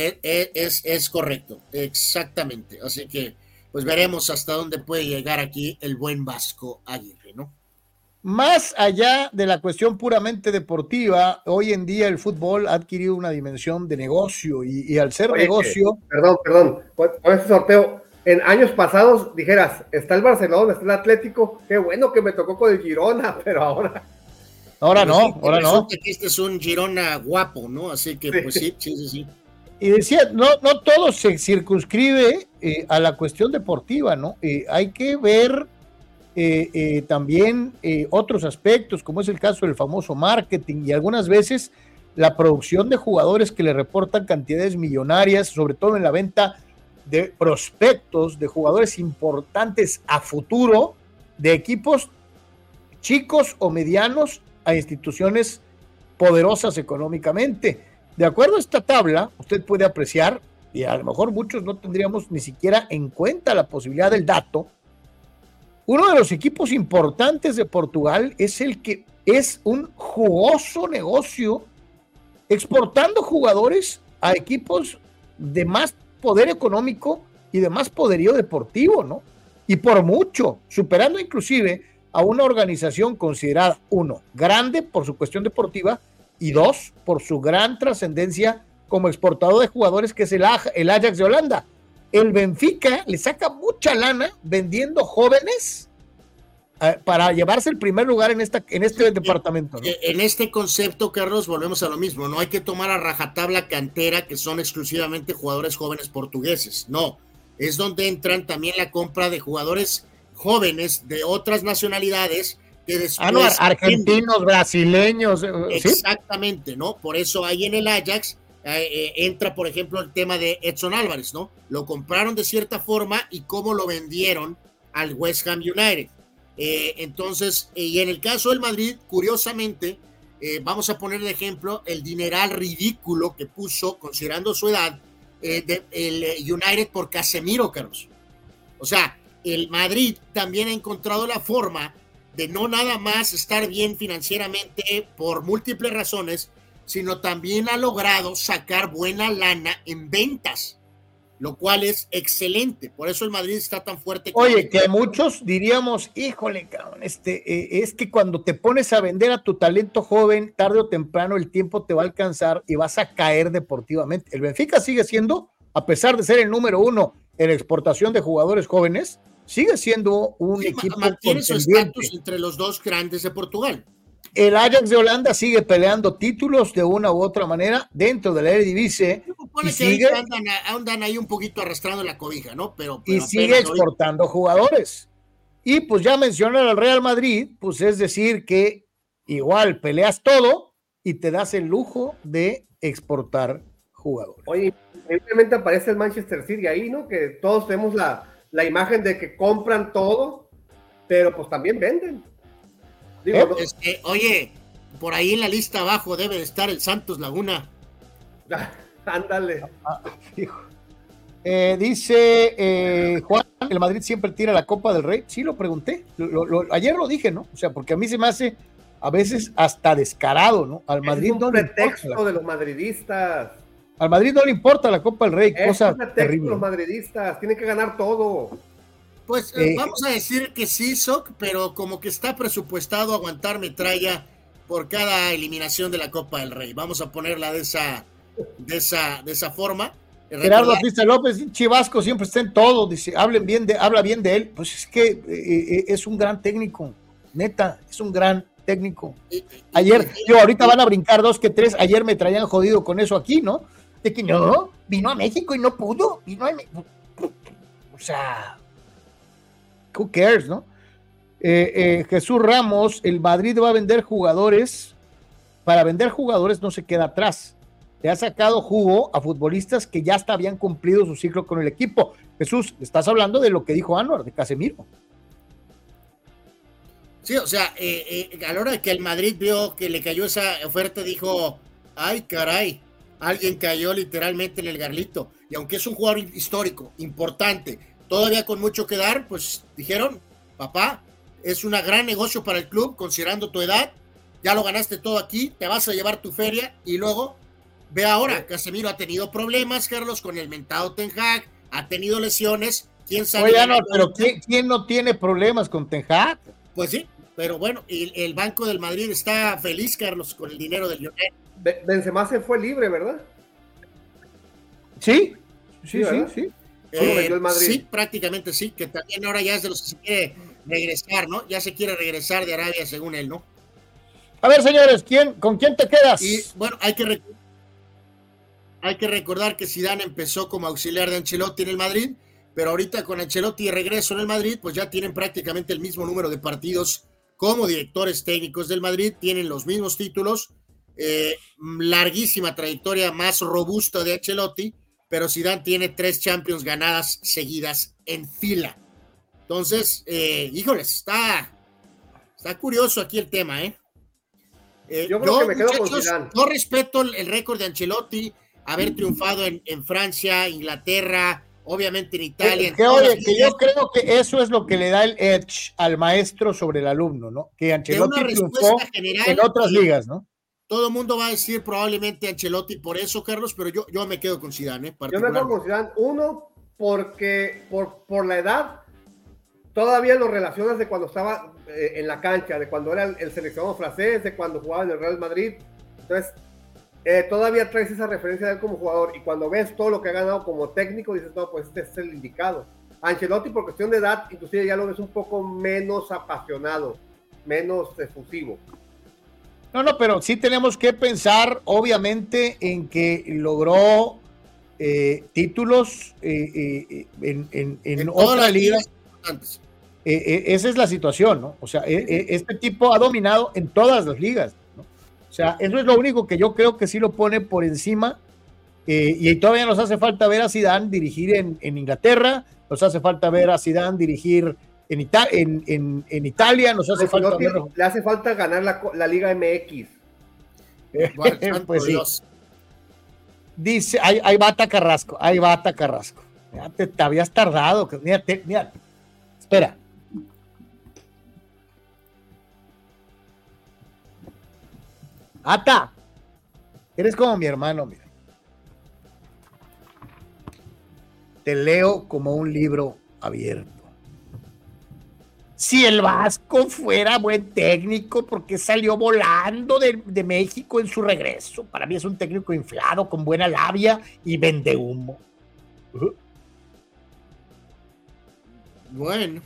Es correcto, exactamente, así que pues veremos hasta dónde puede llegar aquí el buen Vasco Aguirre, ¿no? Más allá de la cuestión puramente deportiva, hoy en día el fútbol ha adquirido una dimensión de negocio y al ser negocio... Perdón, con este sorteo, en años pasados dijeras, está el Barcelona, está el Atlético, qué bueno que me tocó con el Girona, pero ahora... Ahora no. Que este es un Girona guapo, ¿no? Así que pues sí. Y decía, no todo se circunscribe a la cuestión deportiva, ¿no? Hay que ver también otros aspectos, como es el caso del famoso marketing y algunas veces la producción de jugadores que le reportan cantidades millonarias, sobre todo en la venta de prospectos, de jugadores importantes a futuro, de equipos chicos o medianos a instituciones poderosas económicamente. De acuerdo a esta tabla, usted puede apreciar, y a lo mejor muchos no tendríamos ni siquiera en cuenta la posibilidad del dato, uno de los equipos importantes de Portugal es el que es un jugoso negocio exportando jugadores a equipos de más poder económico y de más poderío deportivo, ¿no? Y por mucho, superando inclusive a una organización considerada, uno, grande por su cuestión deportiva y dos, por su gran trascendencia como exportador de jugadores, que es el Ajax de Holanda. El Benfica le saca mucha lana vendiendo jóvenes para llevarse el primer lugar en este departamento, ¿no? En este concepto, Carlos, volvemos a lo mismo. No hay que tomar a rajatabla cantera, que son exclusivamente jugadores jóvenes portugueses. No, es donde entran también la compra de jugadores jóvenes de otras nacionalidades que después... argentinos, brasileños. Exactamente, ¿sí? ¿No? Por eso ahí en el Ajax entra, por ejemplo, el tema de Edson Álvarez, ¿no? Lo compraron de cierta forma y cómo lo vendieron al West Ham United. Entonces, y en el caso del Madrid, curiosamente, vamos a poner de ejemplo el dineral ridículo que puso, considerando su edad, el United por Casemiro, Carlos. O sea, el Madrid también ha encontrado la forma de no nada más estar bien financieramente por múltiples razones, sino también ha logrado sacar buena lana en ventas, lo cual es excelente. Por eso el Madrid está tan fuerte. Oye, que muchos diríamos, híjole, cabrón, es que cuando te pones a vender a tu talento joven, tarde o temprano el tiempo te va a alcanzar y vas a caer deportivamente. El Benfica sigue siendo, a pesar de ser el número uno en exportación de jugadores jóvenes, sigue siendo un equipo mantiene su estatus entre los dos grandes de Portugal. El Ajax de Holanda sigue peleando títulos de una u otra manera dentro de la Eredivisie. Y sigue, andan ahí un poquito arrastrando la cobija, ¿no? Pero sigue exportando jugadores. Y pues ya mencionar al Real Madrid, pues es decir que igual peleas todo y te das el lujo de exportar jugadores. Oye, evidentemente aparece el Manchester City ahí, ¿no? Que todos tenemos la la imagen de que compran todo, pero pues también venden. Digo, ¿no? Oye, por ahí en la lista abajo debe de estar el Santos Laguna. Ándale. Dice Juan, el Madrid siempre tira la Copa del Rey. Sí, lo pregunté. Ayer lo dije, ¿no? O sea, porque a mí se me hace a veces hasta descarado, ¿no? Al Madrid es un pretexto de los madridistas. Al Madrid no le importa la Copa del Rey, cosa un pretexto terrible. Los madridistas tienen que ganar todo. Pues vamos a decir que sí, Soc, pero como que está presupuestado aguantar metralla por cada eliminación de la Copa del Rey. Vamos a ponerla de esa forma. Gerardo Pista López, Chivasco siempre está en todo, dice, habla bien de él. Pues es que es un gran técnico, neta, es un gran técnico. Ayer, ahorita van a brincar 2 que 3, ayer me traían jodido con eso aquí, ¿no? De que no, vino a México y no pudo, o sea, who cares, ¿no? Jesús Ramos, el Madrid va a vender jugadores, para vender jugadores no se queda atrás, le ha sacado jugo a futbolistas que ya hasta habían cumplido su ciclo con el equipo. Jesús, estás hablando de lo que dijo Anwar, de Casemiro. Sí, o sea, a la hora de que el Madrid vio que le cayó esa oferta, dijo, ay caray, alguien cayó literalmente en el garlito, y aunque es un jugador histórico, importante, todavía con mucho que dar, pues dijeron, papá, es un gran negocio para el club, considerando tu edad, ya lo ganaste todo aquí, te vas a llevar tu feria, y luego, ve ahora, Casemiro ha tenido problemas, Carlos, con el mentado Ten Hag, ha tenido lesiones, quién sabe. Oye, no, pero ¿quién no tiene problemas con Ten Hag? Pues sí, pero bueno, el Banco del Madrid está feliz, Carlos, con el dinero del Lionel. Benzema se fue libre, ¿verdad? Sí. El Madrid. Sí, prácticamente sí, que también ahora ya es de los que se quiere regresar, ¿no? Ya se quiere regresar de Arabia, según él, ¿no? A ver, señores, ¿con quién te quedas? Y bueno, hay que recordar que Zidane empezó como auxiliar de Ancelotti en el Madrid, pero ahorita con Ancelotti de regreso en el Madrid, pues ya tienen prácticamente el mismo número de partidos como directores técnicos del Madrid, tienen los mismos títulos, larguísima trayectoria más robusta de Ancelotti, pero Zidane tiene 3 Champions ganadas seguidas en fila. Entonces, híjoles, está curioso aquí el tema, ¿eh? Yo creo que me quedo con Zidane. Yo respeto el récord de Ancelotti, haber triunfado en Francia, Inglaterra, obviamente en Italia. Yo creo que eso es lo que le da el edge al maestro sobre el alumno, ¿no? Que Ancelotti triunfó en otras ligas, ¿no? Todo el mundo va a decir probablemente Ancelotti por eso, Carlos, pero yo me quedo con Zidane, Yo me quedo con Zidane, uno, porque por la edad, todavía lo relacionas de cuando estaba en la cancha, de cuando era el seleccionado francés, de cuando jugaba en el Real Madrid. Entonces, todavía traes esa referencia de él como jugador, y cuando ves todo lo que ha ganado como técnico, dices, no, pues este es el indicado. Ancelotti, por cuestión de edad, inclusive ya lo ves un poco menos apasionado, menos efusivo. No, pero sí tenemos que pensar, obviamente, en que logró títulos en otra liga. Esa es la situación, ¿no? O sea, este tipo ha dominado en todas las ligas, ¿no? O sea, eso es lo único que yo creo que sí lo pone por encima, y todavía nos hace falta ver a Zidane dirigir en Inglaterra, nos hace falta ver a Zidane dirigir en Italia, nos hace falta ver... Le hace falta ganar la Liga MX. Pues sí. Dice, ahí va Carrasco. Ya te habías tardado. Mira, espera. Ata, eres como mi hermano, mira. Te leo como un libro abierto. Si el Vasco fuera buen técnico, porque salió volando de México en su regreso. Para mí es un técnico inflado, con buena labia y vende humo. Bueno.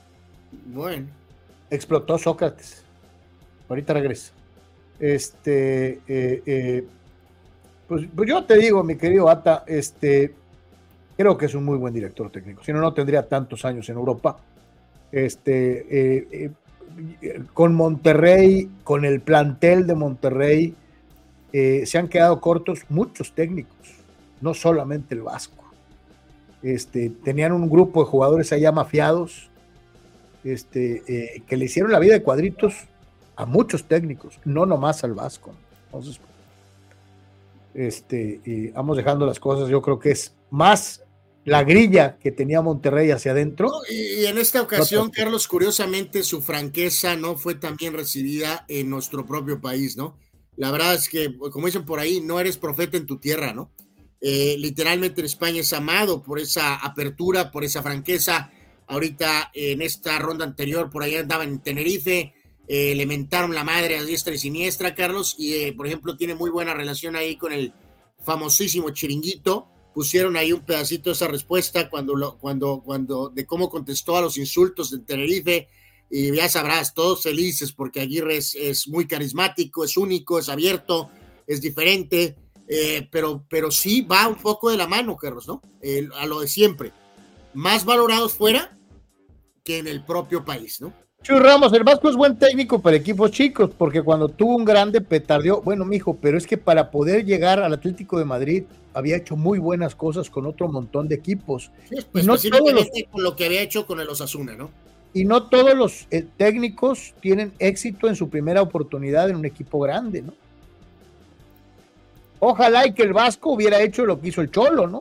Explotó Sócrates. Ahorita regreso. Pues yo te digo, mi querido Ata, creo que es un muy buen director técnico. Si no, no tendría tantos años en Europa. Con Monterrey, con el plantel de Monterrey, se han quedado cortos muchos técnicos, no solamente el Vasco. tenían un grupo de jugadores allá mafiados, que le hicieron la vida de cuadritos a muchos técnicos, no nomás al Vasco. Entonces, vamos dejando las cosas, yo creo que es más la grilla que tenía Monterrey hacia adentro. Y en esta ocasión, Carlos, curiosamente, su franqueza no fue tan bien recibida en nuestro propio país, ¿no? La verdad es que, como dicen por ahí, no eres profeta en tu tierra, ¿no? Literalmente en España es amado por esa apertura, por esa franqueza. Ahorita en esta ronda anterior, por ahí andaba en Tenerife, le mentaron la madre a diestra y siniestra, Carlos, y por ejemplo tiene muy buena relación ahí con el famosísimo Chiringuito. Pusieron ahí un pedacito de esa respuesta cuando de cómo contestó a los insultos de Tenerife, y ya sabrás, todos felices porque Aguirre es muy carismático, es único, es abierto, es diferente, pero sí va un poco de la mano, Carlos, ¿no? A lo de siempre, más valorados fuera que en el propio país, ¿no? Chuy Ramos, el Vasco es buen técnico para equipos chicos, porque cuando tuvo un grande petardeó, bueno, mijo, pero es que para poder llegar al Atlético de Madrid había hecho muy buenas cosas con otro montón de equipos. Sí, pues no específicamente con lo que había hecho con el Osasuna, ¿no? Y no todos los técnicos tienen éxito en su primera oportunidad en un equipo grande, ¿no? Ojalá y que el Vasco hubiera hecho lo que hizo el Cholo, ¿no?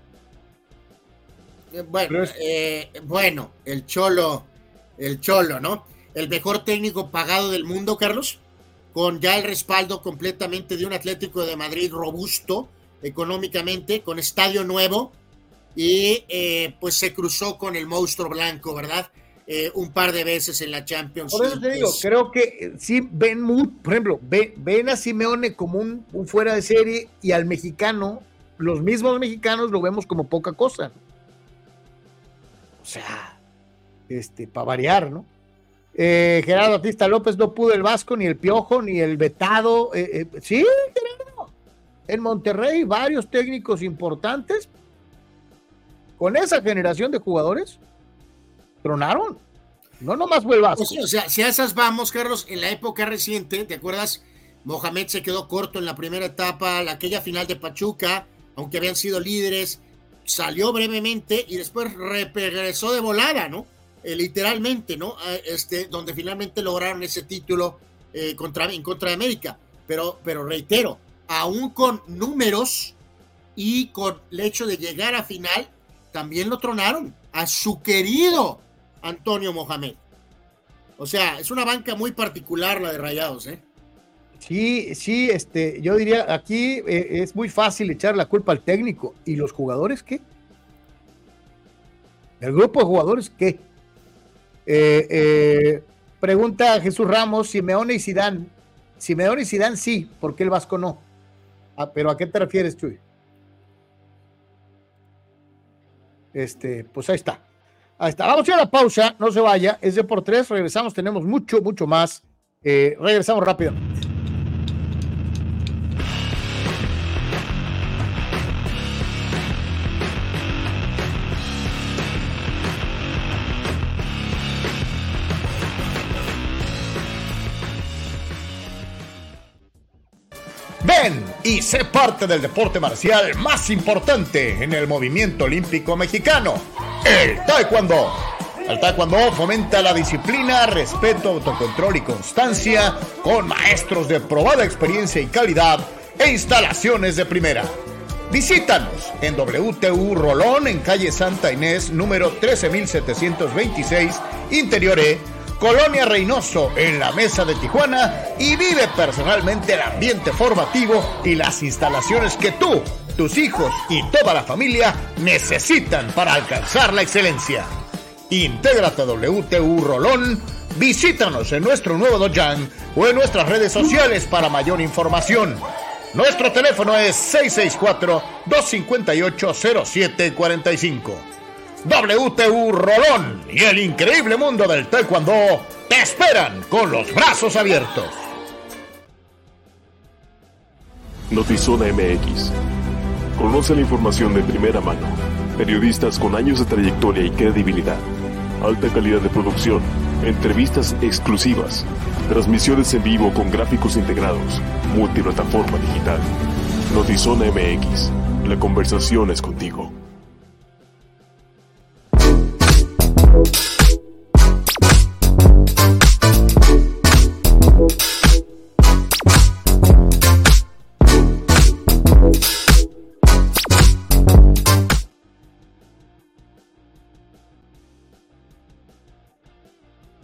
Bueno, el Cholo, ¿no? El mejor técnico pagado del mundo, Carlos, con ya el respaldo completamente de un Atlético de Madrid robusto económicamente, con estadio nuevo, y pues se cruzó con el monstruo blanco, ¿verdad? Un par de veces en la Champions. Por eso te digo, creo que sí ven por ejemplo, ven a Simeone como un fuera de serie, y al mexicano, los mismos mexicanos lo vemos como poca cosa. O sea, para variar, ¿no? Gerardo Batista López, no pudo el Vasco, ni el Piojo, ni el Vetado. Sí, Gerardo. En Monterrey, varios técnicos importantes, con esa generación de jugadores, tronaron. No nomás fue el Vasco. O sea, si a esas vamos, Carlos, en la época reciente, ¿te acuerdas? Mohamed se quedó corto en la primera etapa, aquella final de Pachuca, aunque habían sido líderes, salió brevemente y después regresó de volada, ¿no? Literalmente, ¿no? Donde finalmente lograron ese título en contra de América. Pero reitero, aún con números y con el hecho de llegar a final, también lo tronaron a su querido Antonio Mohamed. O sea, es una banca muy particular la de Rayados, ¿eh? Sí, yo diría, aquí es muy fácil echar la culpa al técnico. ¿Y los jugadores qué? ¿El grupo de jugadores qué? Pregunta Jesús Ramos, Simeone y Zidane. Simeone y Zidane sí, ¿por qué el Vasco no? ¿Pero a qué te refieres, Chuy? Pues ahí está. Vamos a ir a la pausa, no se vaya, es de por tres, regresamos, tenemos mucho más. Regresamos rápidamente. Ven y sé parte del deporte marcial más importante en el movimiento olímpico mexicano, el taekwondo. El taekwondo fomenta la disciplina, respeto, autocontrol y constancia con maestros de probada experiencia y calidad e instalaciones de primera. Visítanos en WTU Rolón, en calle Santa Inés, número 13726, Interior E, Colonia Reynoso, en la Mesa de Tijuana, y vive personalmente el ambiente formativo y las instalaciones que tú, tus hijos y toda la familia necesitan para alcanzar la excelencia. Intégrate a WTU Rolón, visítanos en nuestro nuevo dojang o en nuestras redes sociales para mayor información. Nuestro teléfono es 664-258-0745. WTU Rolón y el increíble mundo del taekwondo te esperan con los brazos abiertos. Notizona MX. Conoce la información de primera mano. Periodistas con años de trayectoria y credibilidad. Alta calidad de producción. Entrevistas exclusivas. Transmisiones en vivo con gráficos integrados. Multiplataforma digital. Notizona MX. La conversación es contigo.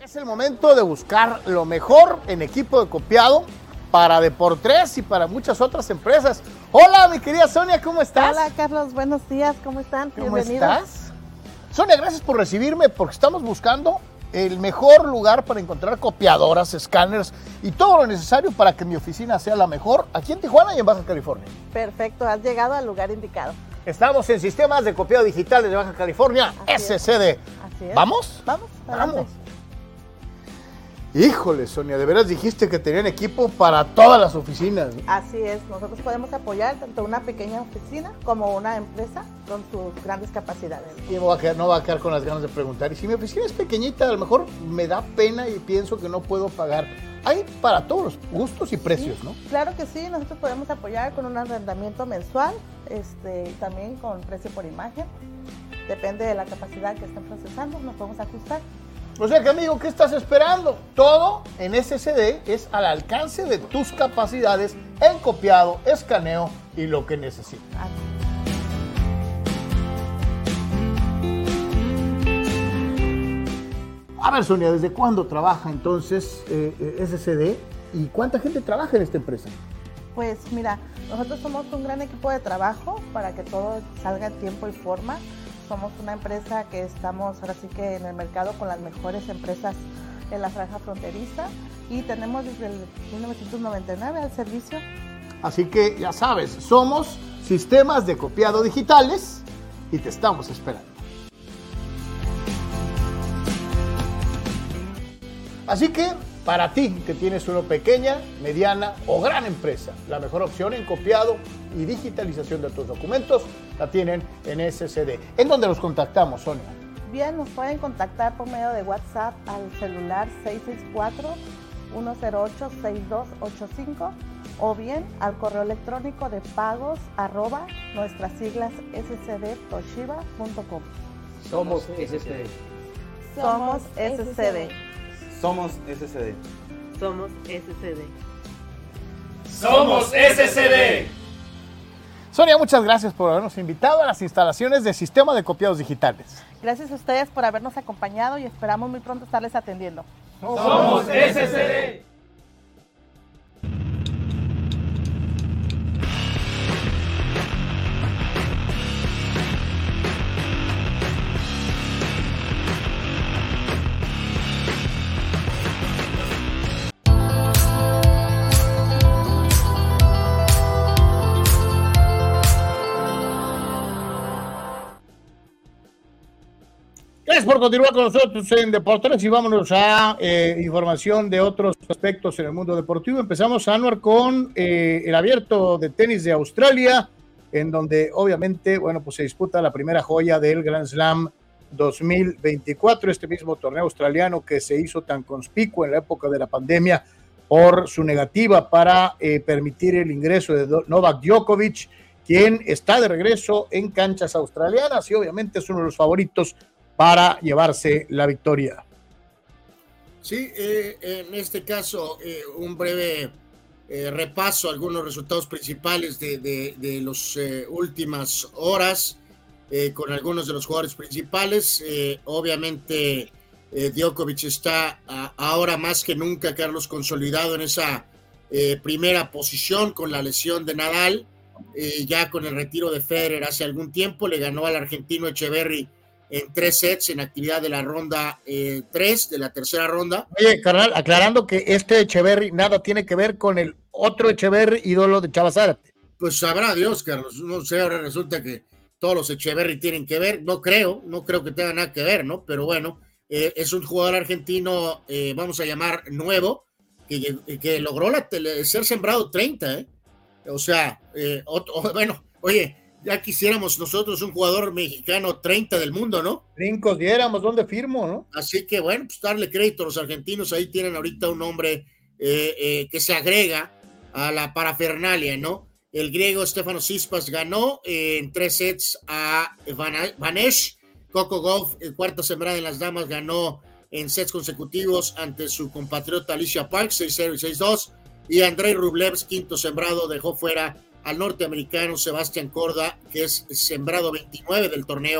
Es el momento de buscar lo mejor en equipo de copiado para Deportes y para muchas otras empresas. Hola, mi querida Sonia, ¿cómo estás? Hola, Carlos, buenos días, ¿cómo están? ¿Cómo estás? Sonia, gracias por recibirme porque estamos buscando el mejor lugar para encontrar copiadoras, escáneres y todo lo necesario para que mi oficina sea la mejor aquí en Tijuana y en Baja California. Perfecto, has llegado al lugar indicado. Estamos en Sistemas de Copiado Digitales de Baja California, SCD. Así es. ¿Vamos? Vamos, adelante. Vamos. Híjole, Sonia, de veras dijiste que tenían equipo para todas las oficinas, ¿no? Así es, nosotros podemos apoyar tanto una pequeña oficina como una empresa con sus grandes capacidades. Y no va a quedar con las ganas de preguntar. Y si mi oficina es pequeñita, a lo mejor me da pena y pienso que no puedo pagar. Hay para todos los gustos y precios, Sí, ¿no? Claro que sí, nosotros podemos apoyar con un arrendamiento mensual, también con precio por imagen. Depende de la capacidad que estén procesando, nos podemos ajustar. O sea que, amigo, ¿qué estás esperando? Todo en SCD es al alcance de tus capacidades en copiado, escaneo y lo que necesites. A ver, Sonia, ¿desde cuándo trabaja entonces SCD y cuánta gente trabaja en esta empresa? Pues mira, nosotros somos un gran equipo de trabajo para que todo salga en tiempo y forma. Somos una empresa que estamos ahora sí que en el mercado con las mejores empresas en la franja fronteriza y tenemos desde el 1999 al servicio. Así que ya sabes, somos Sistemas de Copiado Digitales y te estamos esperando. Así que para ti que tienes una pequeña, mediana o gran empresa, la mejor opción en copiado y digitalización de tus documentos la tienen en SCD. ¿En dónde los contactamos, Sonia? Bien, nos pueden contactar por medio de WhatsApp al celular 664-108-6285 o bien al correo electrónico de pagos @ nuestras siglas scdtoshiba.com. Somos SCD. Somos SCD. Somos SCD. Somos SCD. Somos SCD. Sonia, muchas gracias por habernos invitado a las instalaciones de Sistema de Copiados Digitales. Gracias a ustedes por habernos acompañado y esperamos muy pronto estarles atendiendo. Somos SCD. Gracias por continuar con nosotros en Deportes y vámonos a información de otros aspectos en el mundo deportivo. Empezamos, Anuar, con el abierto de tenis de Australia, en donde obviamente, bueno, pues se disputa la primera joya del Grand Slam 2024, este mismo torneo australiano que se hizo tan conspicuo en la época de la pandemia por su negativa para permitir el ingreso de Novak Djokovic, quien está de regreso en canchas australianas y obviamente es uno de los favoritos para llevarse la victoria. Sí, en este caso, un breve repaso a algunos resultados principales de las últimas horas, con algunos de los jugadores principales. Obviamente, Djokovic está ahora más que nunca, Carlos, consolidado en esa primera posición con la lesión de Nadal, ya con el retiro de Federer hace algún tiempo. Le ganó al argentino Echeverry en 3 sets en actividad de la ronda 3, de la tercera ronda. Oye, carnal, aclarando que este Echeverry nada tiene que ver con el otro Echeverry, ídolo de Chava Zárate. Pues sabrá Dios, Carlos, no sé, ahora resulta que todos los Echeverry tienen que ver, no creo que tenga nada que ver, ¿no? Pero bueno, es un jugador argentino, vamos a llamar nuevo, que logró ser sembrado 30, o sea, bueno, oye, ya quisiéramos nosotros un jugador mexicano 30 del mundo, ¿no? Brincos diéramos, ¿dónde firmo, no? Así que, bueno, pues darle crédito a los argentinos. Ahí tienen ahorita un hombre que se agrega a la parafernalia, ¿no? El griego Stefanos Tsitsipas ganó en 3 sets a Vanesh. Coco Gauff, cuarta sembrada en las damas, ganó en sets consecutivos ante su compatriota Alicia Parks, 6-0 y 6-2. Y Andrei Rublev, quinto sembrado, dejó fuera al norteamericano Sebastián Corda, que es sembrado 29 del torneo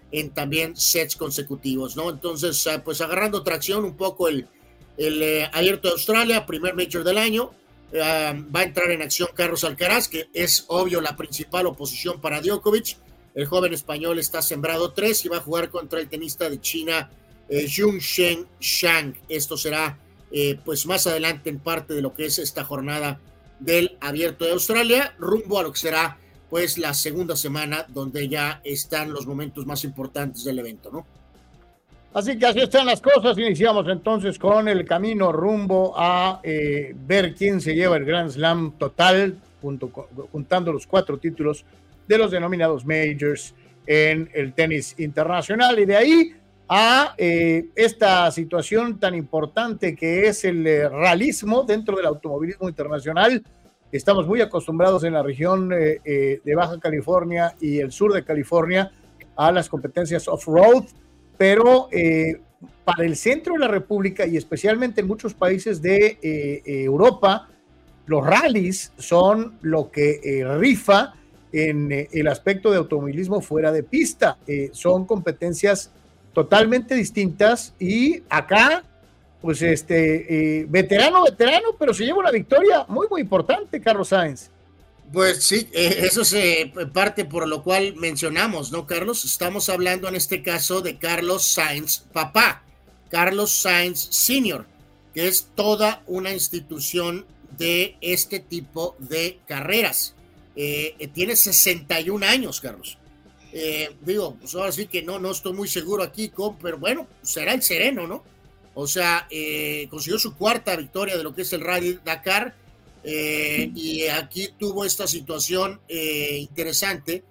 en también sets consecutivos, ¿no? Entonces, pues agarrando tracción un poco el Abierto de Australia, primer Major del año. Va a entrar en acción Carlos Alcaraz, que es obvio la principal oposición para Djokovic. El joven español está sembrado 3 y va a jugar contra el tenista de China, Zhongzhen Shang. Esto será pues más adelante en parte de lo que es esta jornada del Abierto de Australia, rumbo a lo que será pues la segunda semana, donde ya están los momentos más importantes del evento, ¿no? Así que así están las cosas. Iniciamos entonces con el camino rumbo a ver quién se lleva el Grand Slam total, juntando los 4 títulos de los denominados Majors en el tenis internacional, y de ahí a esta situación tan importante que es el realismo dentro del automovilismo internacional. Estamos muy acostumbrados en la región de Baja California y el sur de California a las competencias off-road, pero para el centro de la República y especialmente en muchos países de Europa, los rallies son lo que rifa en el aspecto de automovilismo fuera de pista. Son competencias totalmente distintas y acá, pues veterano, pero se lleva una victoria muy, muy importante, Carlos Sainz. Pues sí, eso se parte por lo cual mencionamos, ¿no, Carlos? Estamos hablando en este caso de Carlos Sainz papá, Carlos Sainz Sr., que es toda una institución de este tipo de carreras. Tiene 61 años, Carlos. Digo, pues ahora sí que no estoy muy seguro aquí, pero bueno, será el sereno, ¿no? O sea, consiguió su 4ª victoria de lo que es el Rally Dakar, y aquí tuvo esta situación interesante,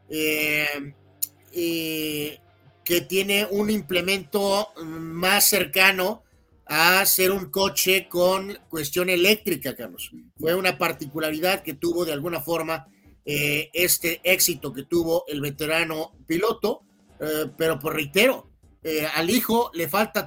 que tiene un implemento más cercano a ser un coche con cuestión eléctrica, Carlos. Fue una particularidad que tuvo de alguna forma este éxito que tuvo el veterano piloto, pero pues reitero, al hijo le falta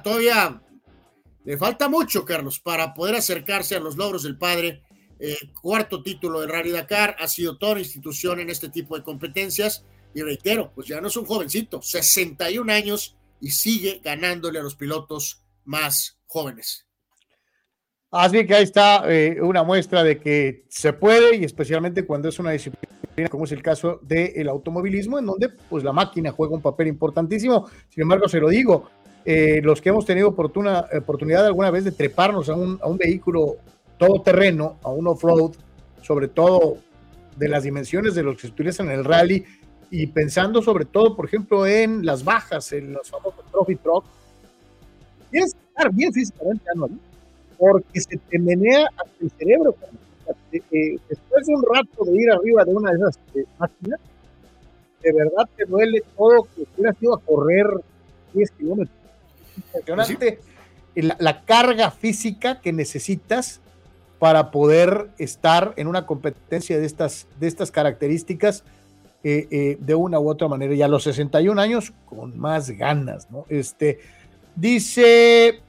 mucho, Carlos, para poder acercarse a los logros del padre. 4º título de Rally Dakar, ha sido toda una institución en este tipo de competencias, y reitero, pues ya no es un jovencito, 61 años y sigue ganándole a los pilotos más jóvenes. Así que ahí está una muestra de que se puede, y especialmente cuando es una disciplina como es el caso del automovilismo, en donde pues la máquina juega un papel importantísimo. Sin embargo, se lo digo, los que hemos tenido oportunidad alguna vez de treparnos a un vehículo todoterreno, a un off-road, sobre todo de las dimensiones de los que se utilizan en el rally, y pensando sobre todo, por ejemplo, en las bajas, en los famosos trophy truck, tienes que estar bien físicamente, ¿no? Porque se te menea hasta el cerebro. Después de un rato de ir arriba de una de esas máquinas, de verdad te duele todo, que hubieras ido a correr 10 kilómetros. Impresionante la carga física que necesitas para poder estar en una competencia de estas características, de una u otra manera, y a los 61 años con más ganas, ¿no? Dice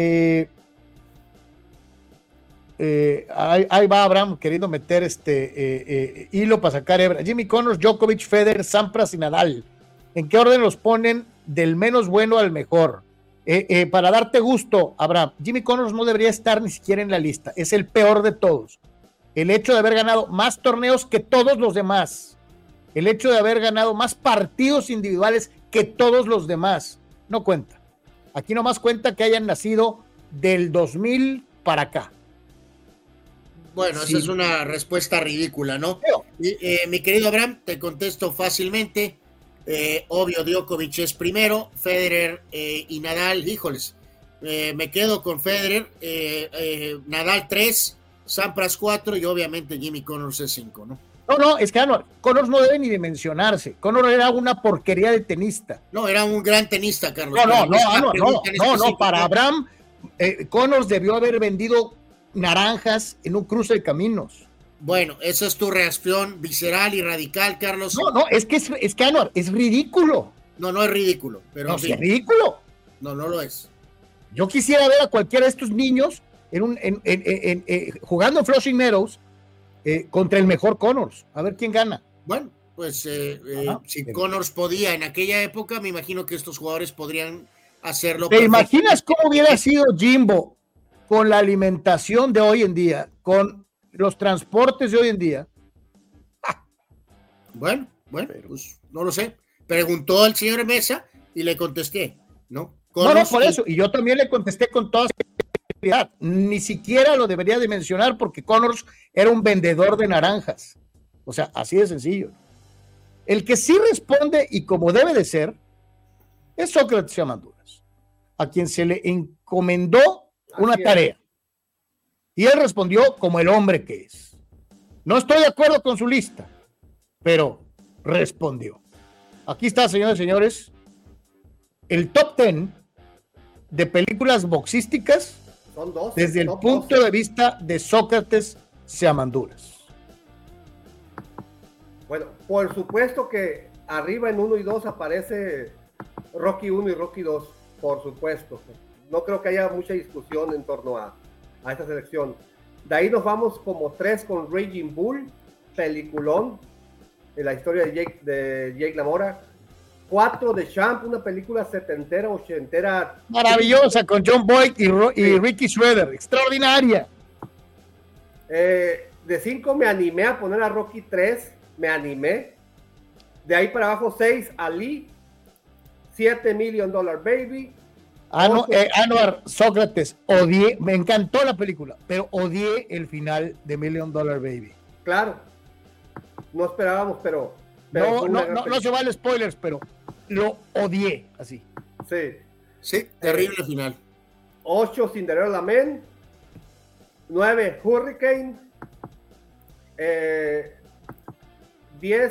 ahí va Abraham queriendo meter hilo para sacar hebra. Jimmy Connors, Djokovic, Federer, Sampras y Nadal, ¿en qué orden los ponen del menos bueno al mejor? Para darte gusto, Abraham, Jimmy Connors no debería estar ni siquiera en la lista, es el peor de todos. El hecho de haber ganado más torneos que todos los demás, el hecho de haber ganado más partidos individuales que todos los demás, no cuenta. Aquí nomás cuenta que hayan nacido del 2000 para acá. Bueno, sí. Esa es una respuesta ridícula, ¿no? Mi querido Abraham, te contesto fácilmente. Obvio, Djokovic es primero, Federer y Nadal, híjoles, me quedo con Federer, Nadal 3, Sampras 4 y obviamente Jimmy Connors es 5, ¿no? No, es que Connors no debe ni de mencionarse. Connors era una porquería de tenista. No, era un gran tenista, Carlos. No, para Abraham, Connors debió haber vendido naranjas en un cruce de caminos. Bueno, esa es tu reacción visceral y radical, Carlos. No, es que Anuar, es ridículo. No es ridículo. Pero no, sí, es ridículo. No lo es. Yo quisiera ver a cualquiera de estos niños jugando en Flushing Meadows contra el mejor Connors. A ver quién gana. Bueno, Pues si Connors podía en aquella época, me imagino que estos jugadores podrían hacerlo. ¿Te imaginas cómo hubiera sido Jimbo con la alimentación de hoy en día, con los transportes de hoy en día? Bueno, pues no lo sé. Preguntó al señor Mesa y le contesté, ¿no? No, por eso. Y yo también le contesté con toda seguridad. Ni siquiera lo debería de mencionar porque Connors era un vendedor de naranjas. O sea, así de sencillo. El que sí responde y como debe de ser es Sócrates Yamanduras, a quien se le encomendó una tarea. Y él respondió como el hombre que es. No estoy de acuerdo con su lista, pero respondió. Aquí está, señores y señores, el top 10 de películas boxísticas desde el punto de vista de Sócrates Yamanduras. Bueno, por supuesto que arriba en 1 y 2 aparece Rocky 1 y Rocky 2, por supuesto. No creo que haya mucha discusión en torno a esta selección. De ahí nos vamos como 3 con Raging Bull, peliculón, en la historia de Jake LaMotta. 4 de Champ, una película setentera, ochentera. Maravillosa, con John Boyd y Ricky Schroeder, extraordinaria. De 5 me animé a poner a Rocky 3, me animé. De ahí para abajo 6, Ali. 7, $1 Million Baby. Anwar, Sócrates, odié, me encantó la película, pero odié el final de $1 Million Baby. Claro, no esperábamos, pero no se vale spoilers, pero lo odié así. Sí, terrible final. 8, Cinderella Man. 9, Hurricane. 10,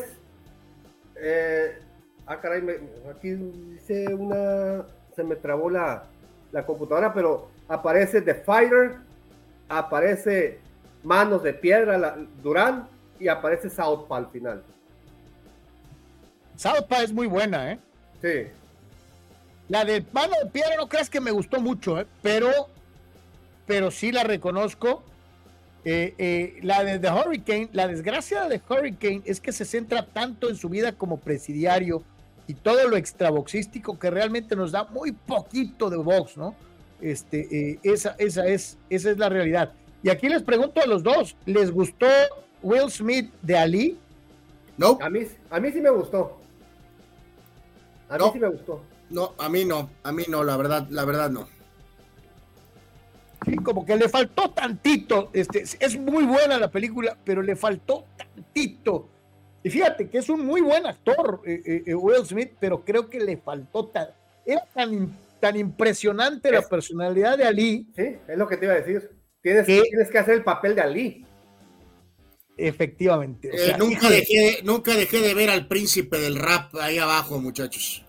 caray, aquí dice se me trabó la computadora, pero aparece The Fighter, aparece Manos de Piedra, Durán, y aparece Southpaw al final. Southpaw es muy buena, ¿eh? Sí. La de Mano de Piedra no creas que me gustó mucho, ¿eh? Pero sí la reconozco. La de The Hurricane, la desgracia de Hurricane es que se centra tanto en su vida como presidiario y todo lo extraboxístico que realmente nos da muy poquito de box, ¿no? Esa es la realidad. Y aquí les pregunto a los dos, ¿les gustó Will Smith de Ali? No. A mí sí me gustó. A mí sí me gustó. No, a mí no, la verdad no. Sí, como que le faltó tantito, es muy buena la película, pero le faltó tantito. Y fíjate que es un muy buen actor, Will Smith, pero creo que le faltó era tan impresionante la personalidad de Ali. Sí, es lo que te iba a decir. Tienes que hacer el papel de Ali. Efectivamente. O sea, nunca dejé de ver al príncipe del rap ahí abajo, muchachos.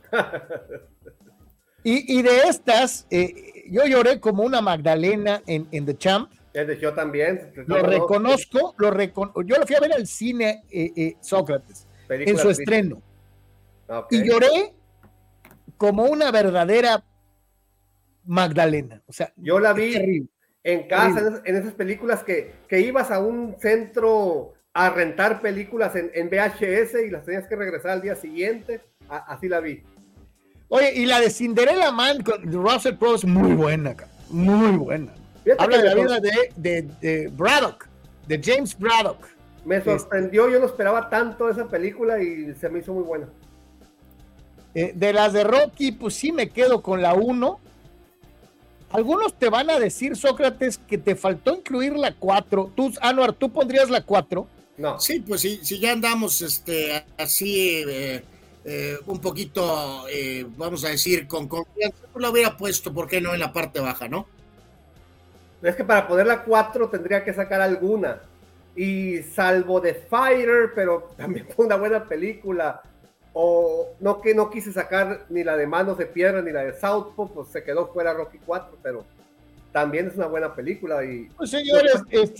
Y de estas, yo lloré como una Magdalena en The Champ. Yo también. Lo reconozco. Yo lo fui a ver al cine, Sócrates, en su estreno. Okay. Y lloré como una verdadera Magdalena. O sea, yo la vi en casa, en esas películas que ibas a un centro a rentar películas en VHS y las tenías que regresar al día siguiente. Así la vi. Oye, y la de Cinderella Man con Russell Crowe es muy buena, muy buena. Fíjate, habla de la vida de Braddock, de James Braddock. Me sorprendió, yo no esperaba tanto esa película y se me hizo muy buena. De las de Rocky, pues sí me quedo con la 1. Algunos te van a decir, Sócrates, que te faltó incluir la 4. Tú, Anwar, ¿tú pondrías la 4? No. Sí, pues sí, si ya andamos así... un poquito, vamos a decir, con confianza, pues lo hubiera puesto, ¿por qué no en la parte baja, no? Es que para poner la 4 tendría que sacar alguna, y salvo The Fighter, pero también fue una buena película, o no que no quise sacar ni la de Manos de Piedra ni la de Southpaw, pues se quedó fuera Rocky 4, pero también es una buena película. Y pues señores,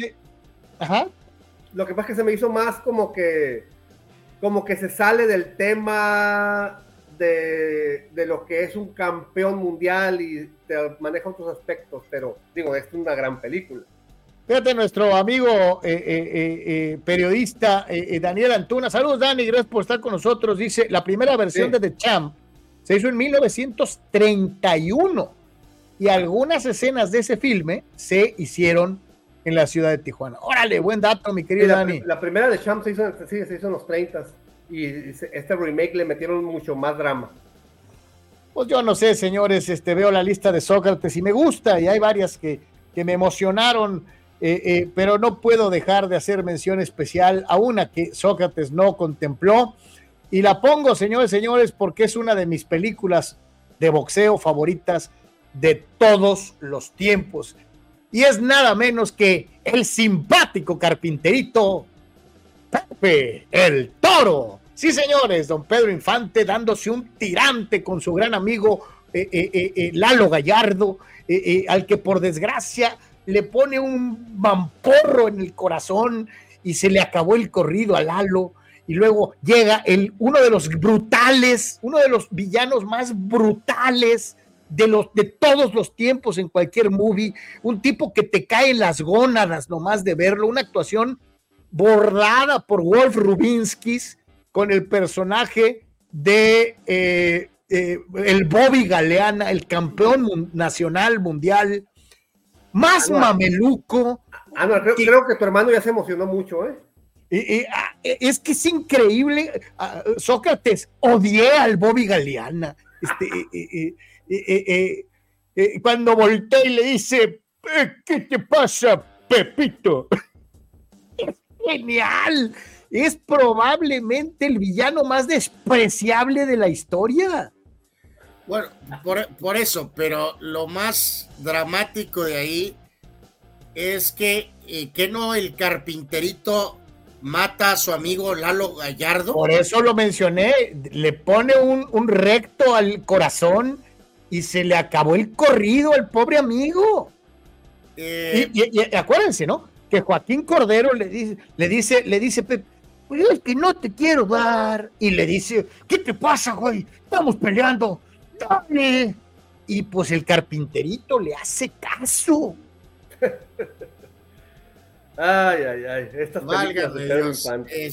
lo que pasa es que se me hizo más como que se sale del tema de lo que es un campeón mundial y te maneja otros aspectos, pero digo, es una gran película. Fíjate, nuestro amigo periodista Daniel Antuna. Saludos, Dani, gracias por estar con nosotros. Dice, la primera versión de The Champ se hizo en 1931 y algunas escenas de ese filme se hicieron en la ciudad de Tijuana. Órale, buen dato, mi querido Dani. La primera de Champ se hizo en los 30 y este remake le metieron mucho más drama. Pues yo no sé, señores, veo la lista de Sócrates y me gusta, y hay varias que me emocionaron, pero no puedo dejar de hacer mención especial a una que Sócrates no contempló, y la pongo, señores, porque es una de mis películas de boxeo favoritas de todos los tiempos, y es nada menos que el simpático carpinterito Pepe el Toro. Sí, señores, don Pedro Infante dándose un tirante con su gran amigo Lalo Gallardo, al que por desgracia le pone un mamporro en el corazón y se le acabó el corrido a Lalo, y luego llega uno de los villanos más brutales de todos los tiempos en cualquier movie, un tipo que te cae en las gónadas nomás de verlo, una actuación bordada por Wolf Rubinsky, con el personaje de el Bobby Galeana, el campeón nacional mundial, más mameluco. Creo que tu hermano ya se emocionó mucho, es que es increíble. Sócrates, odié al Bobby Galeana. Cuando voltea y le dice, ¿qué te pasa, Pepito? Es genial. Es probablemente el villano más despreciable de la historia. Bueno, por eso, pero lo más dramático de ahí es que no el carpinterito mata a su amigo Lalo Gallardo. Por eso lo mencioné, le pone un recto al corazón y se le acabó el corrido al pobre amigo. Y acuérdense, ¿no? Que Joaquín Cordero le dice Pepe, pues es que no te quiero dar, y le dice, ¿qué te pasa, güey? Estamos peleando, dale. Y pues el carpinterito le hace caso. Ay, estas películas de Dios.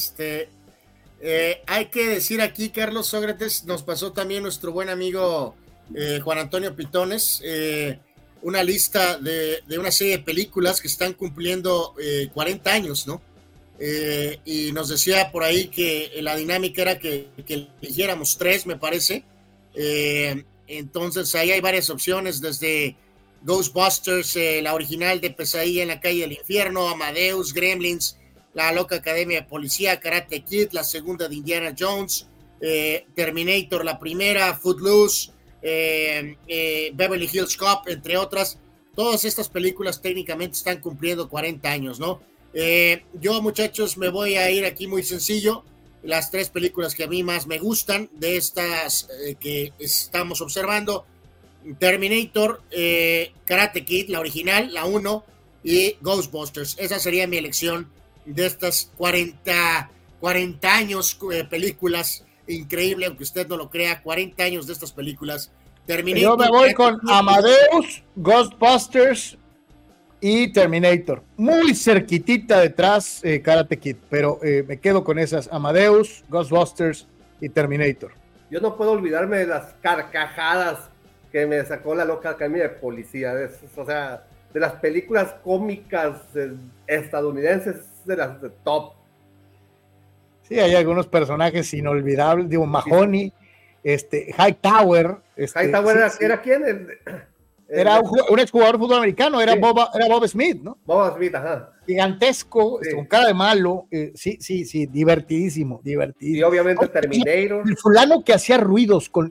Hay que decir aquí, Carlos Sócrates, nos pasó también nuestro buen amigo Juan Antonio Pitones, una lista de una serie de películas que están cumpliendo 40 años, ¿no? Y nos decía por ahí que la dinámica era que eligiéramos 3, me parece. Entonces ahí hay varias opciones, desde Ghostbusters, la original de Pesadilla en la calle del infierno, Amadeus, Gremlins, La loca academia de policía, Karate Kid, la segunda de Indiana Jones, Terminator, la primera, Footloose, Beverly Hills Cop, entre otras. Todas estas películas técnicamente están cumpliendo 40 años, ¿no? Yo, muchachos, me voy a ir aquí muy sencillo. Las 3 películas que a mí más me gustan de estas que estamos observando: Terminator, Karate Kid, la original, la 1, y Ghostbusters. Esa sería mi elección de estas 40 años películas. Increíble, aunque usted no lo crea, 40 años de estas películas. Terminator, yo me voy con Amadeus, Ghostbusters y Terminator. Muy cerquitita detrás Karate Kid, pero me quedo con esas: Amadeus, Ghostbusters y Terminator. Yo no puedo olvidarme de las carcajadas que me sacó La loca academia de policía. O sea, de las películas cómicas estadounidenses, de las de top. Sí, hay algunos personajes inolvidables, digo, Mahoney, Hightower. Hightower sí, ¿era quién? Era un exjugador de fútbol americano, era Bob Smith, ¿no? Bob Smith, ajá. Gigantesco, con cara de malo, sí, divertidísimo. Y obviamente Terminator. El fulano que hacía ruidos con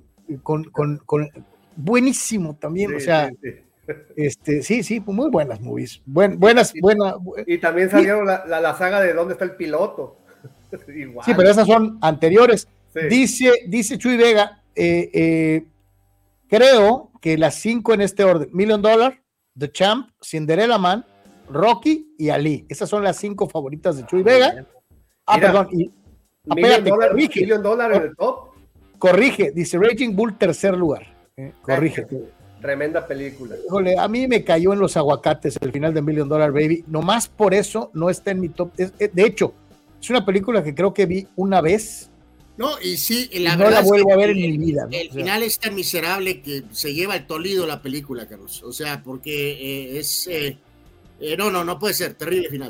buenísimo también, sí, o sea, sí, muy buenas movies, buenas. Y también salieron la saga de ¿Dónde está el piloto? Igual. Sí, pero esas son anteriores. Sí. Dice Chuy Vega, creo que las 5 en este orden: $1 Million, The Champ, Cinderella Man, Rocky y Ali. Esas son las 5 favoritas de Chuy Vega. Perdón. Y, $1 Million en el top. Corrige, dice Raging Bull, tercer lugar. Corrige. Tremenda película. Híjole, a mí me cayó en los aguacates el final de $1 Million Baby. Nomás por eso no está en mi top. De hecho, es una película que creo que vi una vez. No, y sí, la verdad. No la vuelvo a ver en mi vida, ¿no? El final es tan miserable que se lleva el Toledo la película, Carlos. O sea, porque no puede ser. Terrible final.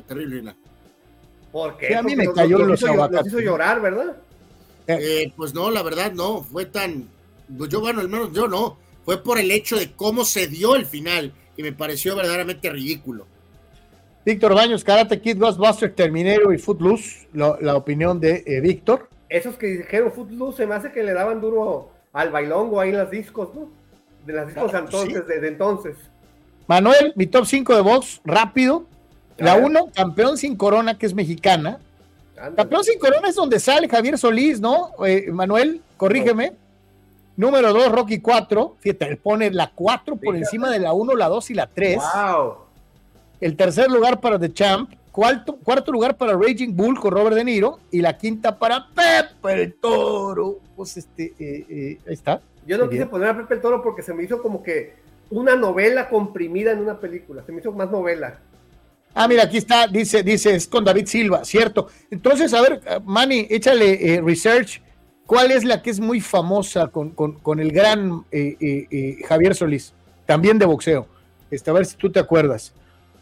¿Por qué? Sí, a mí me cayó en los aguacates. Nos hizo llorar, ¿verdad? Pues no, la verdad no. Fue tan. Yo, al menos yo no. Fue por el hecho de cómo se dio el final, que me pareció verdaderamente ridículo. Víctor Baños, Karate Kid, Ghostbusters, Terminator y Footloose, la opinión de Víctor. Esos que dijeron Footloose se me hace que le daban duro al bailongo ahí en las discos, ¿no? De las discos entonces, sí. Desde entonces. Manuel, mi top 5 de box, rápido. La 1, Campeón sin Corona, que es mexicana. Ándale. Campeón sin Corona es donde sale Javier Solís, ¿no? Manuel, corrígeme. No. Número 2, Rocky 4. Fíjate, él pone la 4 por encima de la 1, la 2 y la 3. ¡Wow! El tercer lugar para The Champ. Cuarto lugar para Raging Bull con Robert De Niro. Y la quinta para Pepe el Toro. Pues ahí está. Yo no quise poner a Pepe el Toro porque se me hizo como que una novela comprimida en una película. Se me hizo más novela. Ah, mira, aquí está, dice, es con David Silva, cierto. Entonces, a ver, Manny, échale research. ¿Cuál es la que es muy famosa con el gran Javier Solís? También de boxeo. A ver si tú te acuerdas.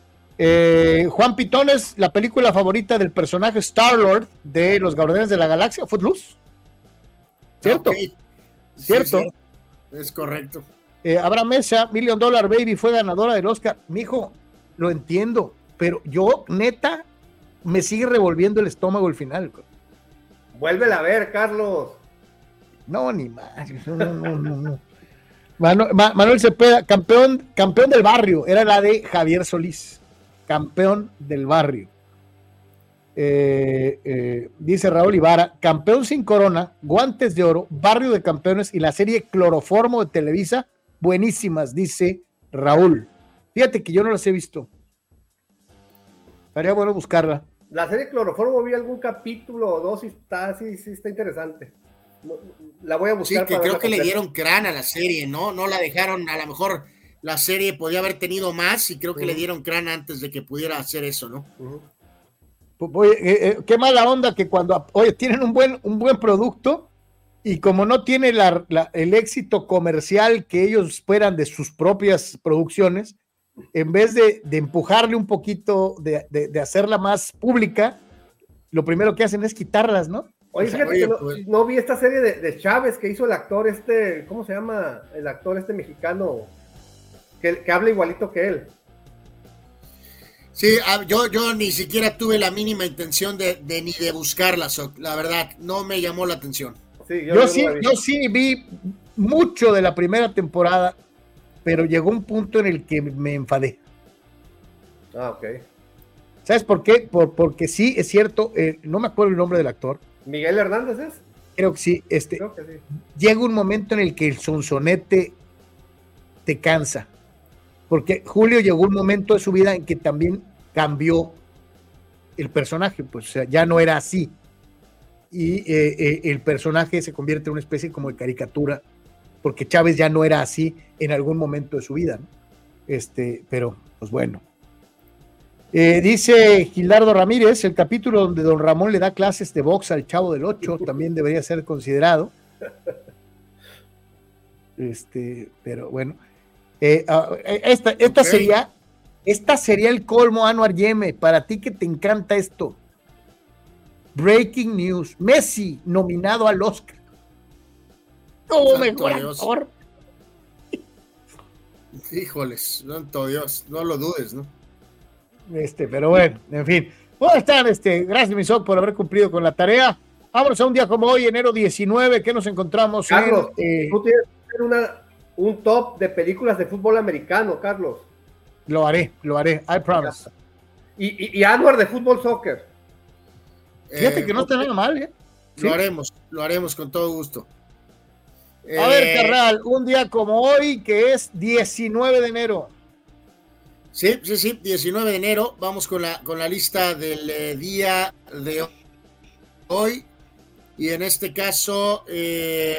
Juan Pitones, la película favorita del personaje Star-Lord de Los Guardianes de la Galaxia, Footloose. ¿Cierto? Okay. ¿Cierto? Sí, es correcto. Abraham Mesa, $1 Million Baby, fue ganadora del Oscar. Mijo, lo entiendo, pero yo, neta, me sigue revolviendo el estómago el final. Vuélvela a ver, Carlos. No, ni más. No. Manuel Cepeda, campeón del barrio, era la de Javier Solís. Campeón del barrio. Dice Raúl Ibarra, Campeón sin Corona, Guantes de Oro, Barrio de Campeones y la serie Cloroformo de Televisa, buenísimas, dice Raúl. Fíjate que yo no las he visto. Estaría bueno buscarla. La serie Cloroformo, vi algún capítulo o dos y está interesante. La voy a buscar. Sí, que creo que le dieron crán a la serie, ¿no? No la dejaron, a lo mejor la serie podía haber tenido más y creo que le dieron crán antes de que pudiera hacer eso, ¿no? Oye, qué mala onda que cuando, tienen un buen producto y como no tiene el éxito comercial que ellos esperan de sus propias producciones, en vez de empujarle un poquito, de hacerla más pública, lo primero que hacen es quitarlas, ¿no? Oye, fíjate que no vi esta serie de Chávez que hizo el actor ¿cómo se llama? El actor mexicano que habla igualito que él. Sí, yo ni siquiera tuve la mínima intención ni de buscarla, la verdad, no me llamó la atención. Sí, yo sí vi mucho de la primera temporada, pero llegó un punto en el que me enfadé. Ah, ok. ¿Sabes por qué? Porque sí, es cierto, no me acuerdo el nombre del actor. ¿Miguel Hernández es? Creo que sí. Creo que sí. Llega un momento en el que el sonsonete te cansa. Porque Julio llegó un momento de su vida en que también cambió el personaje, pues, o sea, ya no era así. Y el personaje se convierte en una especie como de caricatura, porque Chávez ya no era así en algún momento de su vida, ¿no? Pero, pues bueno. Dice Gilardo Ramírez, el capítulo donde don Ramón le da clases de box al Chavo del 8 también debería ser considerado. Pero bueno. Esta sería el colmo, Anuar Yeme, para ti que te encanta esto. Breaking news, Messi nominado al Oscar como mejor actor. Híjoles, santo Dios, no lo dudes, ¿no? Pero bueno, en fin. Buenas estar, gracias, Misoc, por haber cumplido con la tarea. Vámonos a un día como hoy, enero 19, que nos encontramos. Carlos, tú tienes que hacer un top de películas de fútbol americano, Carlos. Lo haré, I promise. Y Anuar de fútbol soccer. Fíjate que no está nada mal, ¿Sí? Lo haremos con todo gusto. A ver, carnal, un día como hoy, que es 19 de enero. Sí, 19 de enero. Vamos con la lista del día de hoy. Y en este caso,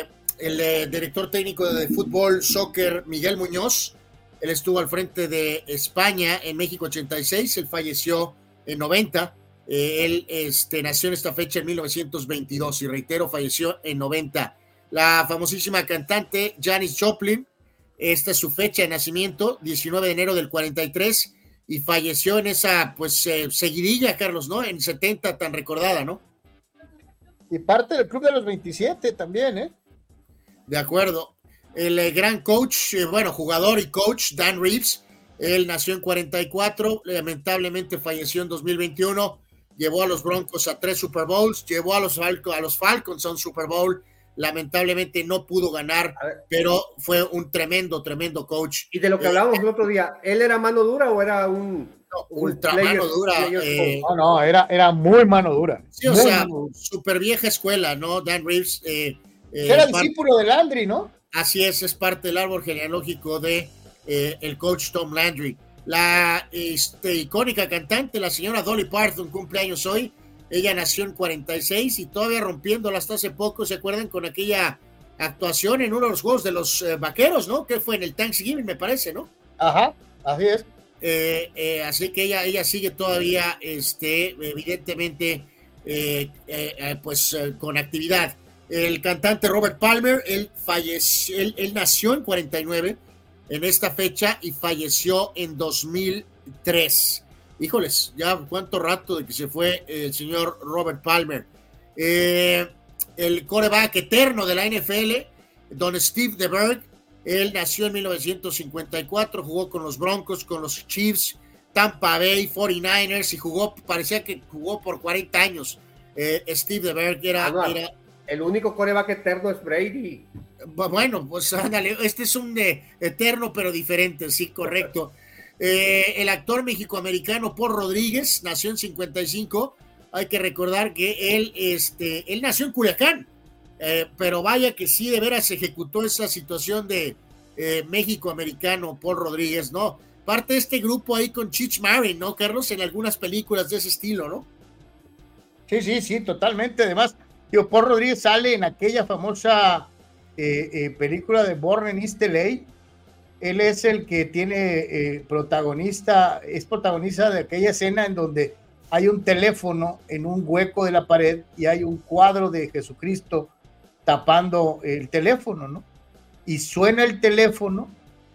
el director técnico de fútbol, soccer, Miguel Muñoz. Él estuvo al frente de España en México 86, él falleció en 90. Él nació en esta fecha en 1922 y reitero, falleció en 90. La famosísima cantante Janis Joplin, esta es su fecha de nacimiento, 19 de enero del 43, y falleció en esa seguidilla, Carlos, ¿no? En 70, tan recordada, ¿no? Y parte del Club de los 27 también, ¿eh? De acuerdo. El gran coach, jugador y coach, Dan Reeves, él nació en 44, lamentablemente falleció en 2021, llevó a los Broncos a 3 Super Bowls, llevó a los Falcons a un Super Bowl, lamentablemente no pudo ganar, pero fue un tremendo coach. Y de lo que hablábamos el otro día, ¿él era mano dura o era ultra mano dura? Era muy mano dura. Sí, o sea, súper vieja escuela, ¿no? Dan Reeves. Era discípulo de Landry, ¿no? Así es parte del árbol genealógico de el coach Tom Landry. La icónica cantante, la señora Dolly Parton, cumpleaños hoy. Ella nació en 46 y todavía rompiéndola hasta hace poco, ¿se acuerdan? Con aquella actuación en uno de los juegos de los Vaqueros, ¿no? Que fue en el Thanksgiving, me parece, ¿no? Ajá, así es. Así que ella sigue todavía, evidentemente, con actividad. El cantante Robert Palmer, él nació en 49 en esta fecha y falleció en 2003. Híjoles, ya cuánto rato de que se fue el señor Robert Palmer. El quarterback eterno de la NFL, don Steve DeBerg, él nació en 1954, jugó con los Broncos, con los Chiefs, Tampa Bay, 49ers y parecía que jugó por 40 años. Steve DeBerg era el único quarterback eterno es Brady. Bueno, pues ándale, este es un eterno pero diferente, sí, correcto. El actor mexicoamericano Paul Rodríguez nació en 55. Hay que recordar que él nació en Culiacán, pero vaya que sí, de veras se ejecutó esa situación de México-americano Paul Rodríguez, ¿no? Parte de este grupo ahí con Cheech Marin, ¿no, Carlos? En algunas películas de ese estilo, ¿no? Sí, totalmente. Además, Paul Rodríguez sale en aquella famosa película de Born in East LA. Él es el que tiene protagonista de aquella escena en donde hay un teléfono en un hueco de la pared y hay un cuadro de Jesucristo tapando el teléfono, ¿no? Y suena el teléfono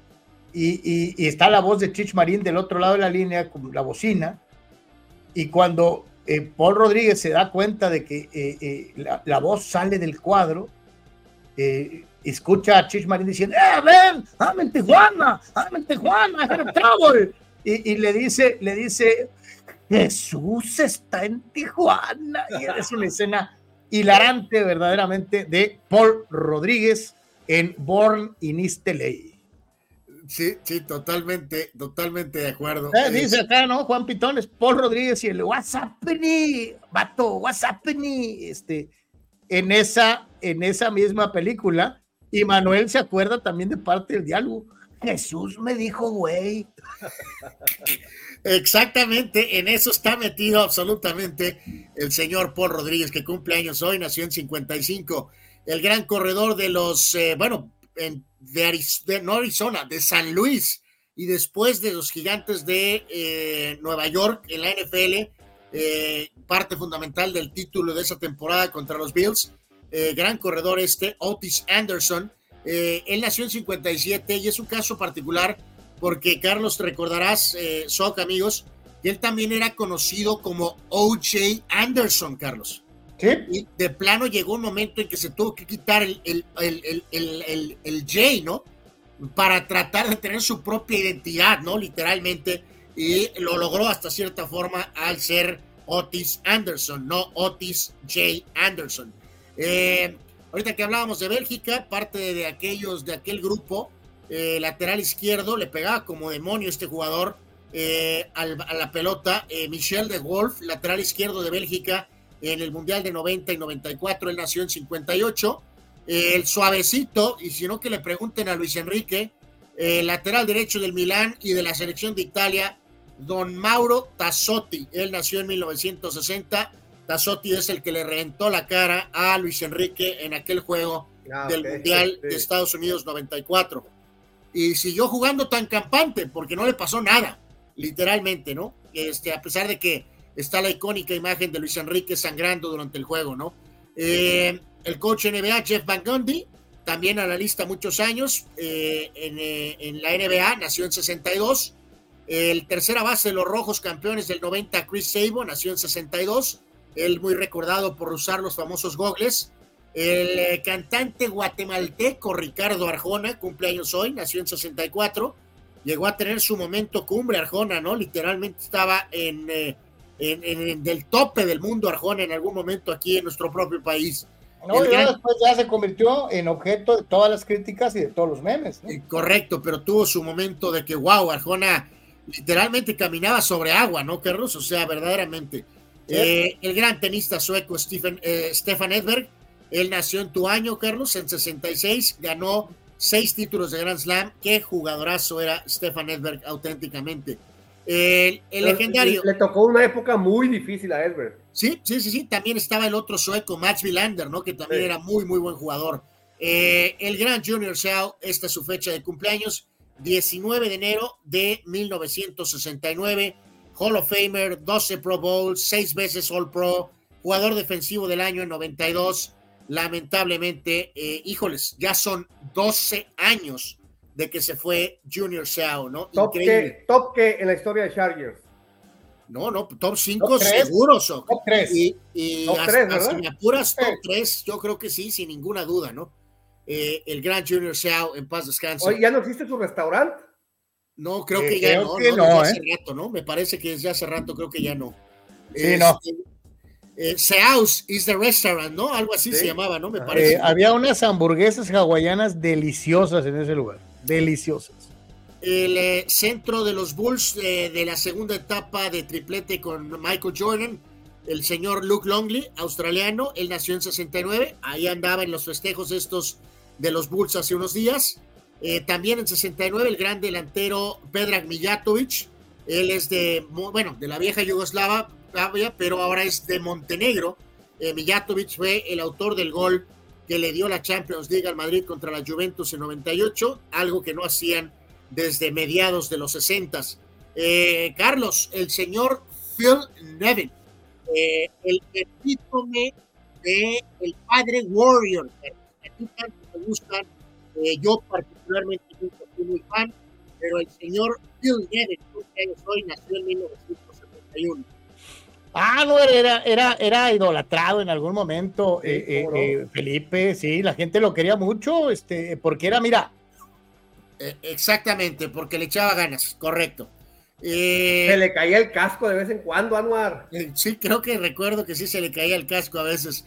y está la voz de Cheech Marin del otro lado de la línea con la bocina, y cuando Paul Rodríguez se da cuenta de que la voz sale del cuadro, escucha a Cheech Marin diciendo, ven, I'm in Tijuana, I had a trouble, y le dice, Jesús está en Tijuana, y es una escena hilarante verdaderamente de Paul Rodríguez en Born in East LA. Sí, totalmente de acuerdo. Dice acá, ¿no? Juan Pitón, es Paul Rodríguez y el WhatsApp, vato, WhatsApp, en esa misma película. Y Manuel se acuerda también de parte del diálogo. Jesús me dijo, güey. Exactamente, en eso está metido absolutamente el señor Paul Rodríguez, que cumple años hoy, nació en 55. El gran corredor de los, no Arizona, de San Luis, y después de los Gigantes de Nueva York en la NFL, parte fundamental del título de esa temporada contra los Bills. Gran corredor Otis Anderson. Él nació en 57 y es un caso particular porque, Carlos, te recordarás, Soc, amigos, que él también era conocido como O.J. Anderson, Carlos. ¿Sí? Y de plano llegó un momento en que se tuvo que quitar el J, ¿no? Para tratar de tener su propia identidad, ¿no? Literalmente, y lo logró hasta cierta forma al ser Otis Anderson, no Otis J. Anderson. Ahorita que hablábamos de Bélgica, parte de aquel grupo, lateral izquierdo, le pegaba como demonio este jugador a la pelota. Michel de Wolf, lateral izquierdo de Bélgica en el Mundial de 90 y 94, él nació en 58. El suavecito, y si no que le pregunten a Luis Enrique, lateral derecho del Milán y de la selección de Italia, don Mauro Tassotti, él nació en 1960. Tassotti es el que le reventó la cara a Luis Enrique en aquel juego del Mundial de Estados Unidos 94. Y siguió jugando tan campante porque no le pasó nada, literalmente, ¿no? A pesar de que está la icónica imagen de Luis Enrique sangrando durante el juego, ¿no? El coach NBA, Jeff Van Gundy, también analista muchos años en la NBA, nació en 62. El tercera base de los Rojos, campeones del 90, Chris Sabo, nació en 62. Él muy recordado por usar los famosos gogles. El cantante guatemalteco Ricardo Arjona, cumpleaños hoy, nació en 64. Llegó a tener su momento cumbre Arjona, ¿no? Literalmente estaba en del tope del mundo Arjona en algún momento aquí en nuestro propio país. No, después ya se convirtió en objeto de todas las críticas y de todos los memes, ¿no? Correcto, pero tuvo su momento de que, wow, Arjona literalmente caminaba sobre agua, ¿no, Carlos? O sea, verdaderamente. El gran tenista sueco Stefan Edberg, él nació en tu año, Carlos, en 66, ganó 6 títulos de Grand Slam. Qué jugadorazo era Stefan Edberg, auténticamente. El legendario. Le tocó una época muy difícil a Edberg. Sí. También estaba el otro sueco, Mats Wilander, ¿no? Que también era muy, muy buen jugador. El gran Junior Seau, esta es su fecha de cumpleaños, 19 de enero de 1969, Hall of Famer, 12 Pro Bowls, 6 veces All Pro, jugador defensivo del año en 92. Lamentablemente, híjoles, ya son 12 años de que se fue Junior Seau, ¿no? Top que en la historia de Chargers. No, top 5 seguros. Top 3. Y top hasta 3, ¿verdad? si me apuras, top 3, yo creo que sí, sin ninguna duda, ¿no? El gran Junior Seau, en paz descanse. Oye, ¿ya no existe su restaurante? No, creo que ya no, desde hace rato, ¿no? Me parece que desde hace rato creo que ya no. Sí, no. Seau's is the restaurant, ¿no? Algo así se llamaba, ¿no? Me parece. Había unas hamburguesas hawaianas deliciosas en ese lugar. Deliciosas. El centro de los Bulls de la segunda etapa de triplete con Michael Jordan, el señor Luke Longley, australiano, él nació en 69, ahí andaba en los festejos estos de los Bulls hace unos días. También en 69 el gran delantero Predrag Mijatovic, él es de la vieja Yugoslavia, pero ahora es de Montenegro. Mijatovic fue el autor del gol que le dio la Champions League al Madrid contra la Juventus en 98, algo que no hacían desde mediados de los 60s. Carlos, el señor Phil Nevin, el epítome del padre Warrior. A ti tanto me gustan, yo particularmente nunca fui muy fan, pero el señor Phil Nevin, que hoy nació en 1971. No, era idolatrado en algún momento, Felipe, sí, la gente lo quería mucho, porque era, mira. Exactamente, porque le echaba ganas, correcto. Se le caía el casco de vez en cuando, Anuar. Sí, creo que recuerdo que sí se le caía el casco a veces.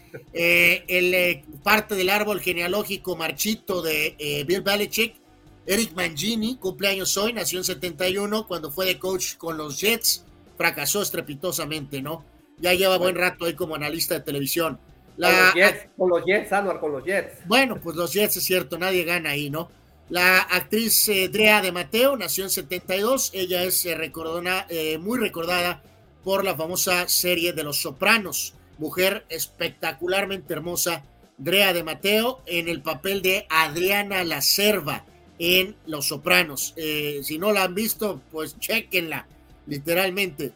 Parte del árbol genealógico marchito de Bill Belichick, Eric Mangini, cumpleaños hoy, nació en 71, cuando fue de coach con los Jets, fracasó estrepitosamente, ¿no? Ya lleva buen rato ahí como analista de televisión. Con los Jets, Anuar, con los Jets. Bueno, pues los Jets es cierto, nadie gana ahí, ¿no? La actriz Drea de Matteo nació en 72, ella es muy recordada por la famosa serie de Los Sopranos, mujer espectacularmente hermosa, Drea de Matteo, en el papel de Adriana la Cerva en Los Sopranos. Si no la han visto, pues chéquenla, literalmente.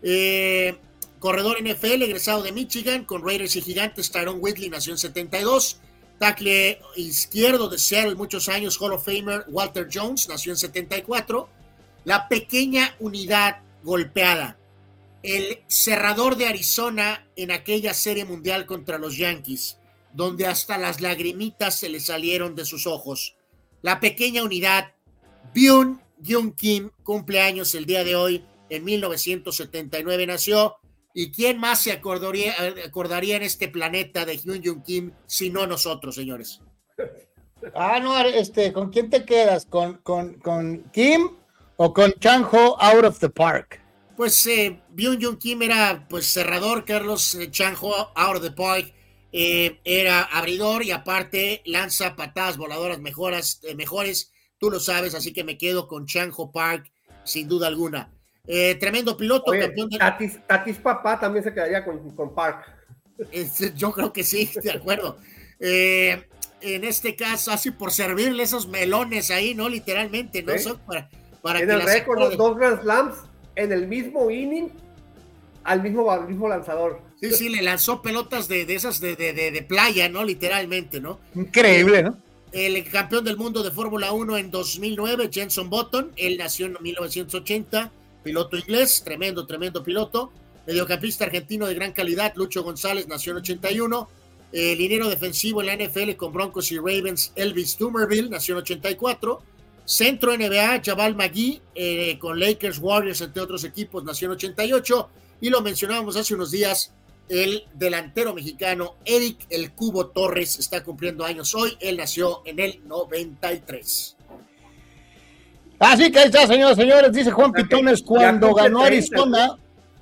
Corredor NFL, egresado de Michigan, con Raiders y Gigantes, Tyrone Whitley, nació en 72. Tackle izquierdo de Seattle, muchos años, Hall of Famer, Walter Jones, nació en 74. La pequeña unidad golpeada, el cerrador de Arizona en aquella serie mundial contra los Yankees, donde hasta las lagrimitas se le salieron de sus ojos. La pequeña unidad, Byung Hyun Kim, cumpleaños el día de hoy, en 1979 nació. ¿Y quién más se acordaría en este planeta de Hyun Hyun Kim sino nosotros, señores? No, ¿con quién te quedas? ¿Con Kim o con Chang-ho out of the park? Pues Byung Hyun Kim era pues cerrador, Carlos. Chang-ho out of the park era abridor y aparte lanza patadas voladoras mejores, tú lo sabes, así que me quedo con Chang-ho Park sin duda alguna. Tremendo piloto. Oye, campeón de... Tatis papá también se quedaría con Park. Yo creo que sí, de acuerdo. en este caso, así por servirle esos melones ahí, ¿no? Literalmente, ¿no? Sí. Son para en que el la récord, sacara de- 2 Grand Slams en el mismo inning al mismo lanzador. Sí, le lanzó pelotas de esas de playa, ¿no? Literalmente, ¿no? Increíble, ¿no? El campeón del mundo de Fórmula 1 en 2009, Jenson Button, él nació en 1980, piloto inglés, tremendo piloto. Mediocampista argentino de gran calidad, Lucho González, nació en 81. Liniero defensivo en la NFL con Broncos y Ravens, Elvis Dumerville, nació en 84. Centro NBA, Jabal Magui, con Lakers, Warriors, entre otros equipos, nació en 88. Y lo mencionábamos hace unos días, el delantero mexicano Eric El Cubo Torres está cumpliendo años hoy. Él nació en el 93. Así que ahí está, señoras y señores, dice Juan Pitones, cuando cumple ganó 30, Arizona.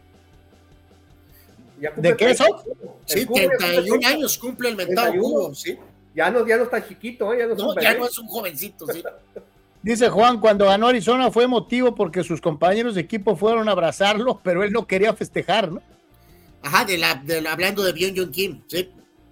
¿De qué eso? Sí, 31 años cumple el mentado Cubo, sí. Ya no está chiquito, ya no es un jovencito, sí. Dice Juan, cuando ganó Arizona fue emotivo porque sus compañeros de equipo fueron a abrazarlo, pero él no quería festejar, ¿no? Ajá, hablando de Byung-Hyun Kim, sí.